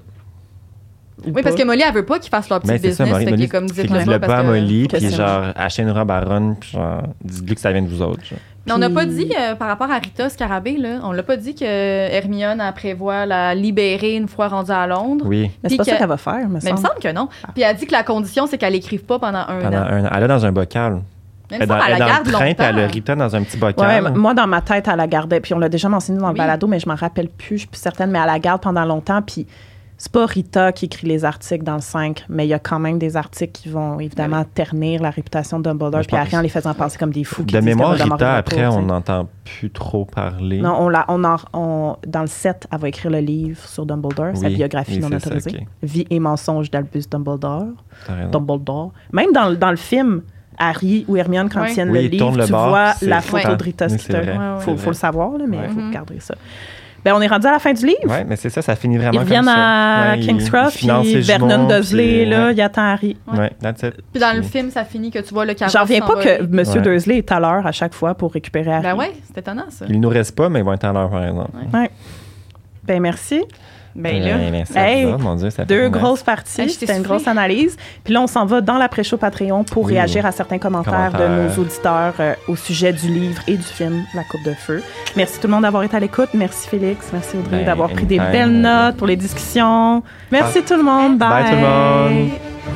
Oui, parce que Molly, elle veut pas qu'ils fassent leur petit business. Ça, Molly, fait qu'il comme disait le pas à Molly, puis genre, achetez une robe à Ron, puis genre, dites-lui que ça vient de vous autres. Mais on n'a pas dit, par rapport à Rita Scarabée, là, on l'a pas dit que Hermione prévoit la libérer une fois rendue à Londres. Oui. Mais c'est pas ça qu'elle va faire, mais il me semble que non. Puis elle dit que la condition, c'est qu'elle n'écrive pas pendant un an. Elle est dans un bocal. Elle est dans le train, puis elle a Rita dans un petit bocal. Ouais, moi, dans ma tête, elle la gardait. Puis on l'a déjà mentionné dans le balado, mais je m'en rappelle plus. Je suis plus certaine, mais elle la garde pendant longtemps. Puis c'est pas Rita qui écrit les articles dans le 5, mais il y a quand même des articles qui vont évidemment ternir la réputation de Dumbledore, puis Harry en les faisant passer comme des fous. De mémoire, Rita, après, on n'entend plus trop parler. Non, dans le 7, elle va écrire le livre sur Dumbledore, sa biographie non autorisée. Vie et mensonges d'Albus Dumbledore. Même dans le film, Harry ou Hermione, quand ils tiennent le livre, tu vois la photo de Rita Skeeter. Il faut le savoir, là, mais il faut garder ça. On est rendu à la fin du livre. Oui, mais c'est ça finit vraiment comme ça. Ils reviennent à King's Cross, puis Vernon Dursley, là, il attend Harry. Oui, that's it. Puis dans le film, ça finit que tu vois le carrosse. J'en reviens pas que M. Dursley est à l'heure à chaque fois pour récupérer Harry. Ben oui, c'est étonnant, ça. Il nous reste pas, mais ils vont être à l'heure, par exemple. Oui. Ben merci. Ben là, merci mon Dieu, ça 2 grosses parties, c'était une grosse analyse. Puis là, on s'en va dans l'après-show Patreon pour réagir à certains commentaires de nos auditeurs au sujet du livre et du film La Coupe de Feu. Merci tout le monde d'avoir été à l'écoute. Merci Félix, merci Audrey d'avoir pris des belles notes pour les discussions. Merci tout le monde. Bye. Bye tout le monde.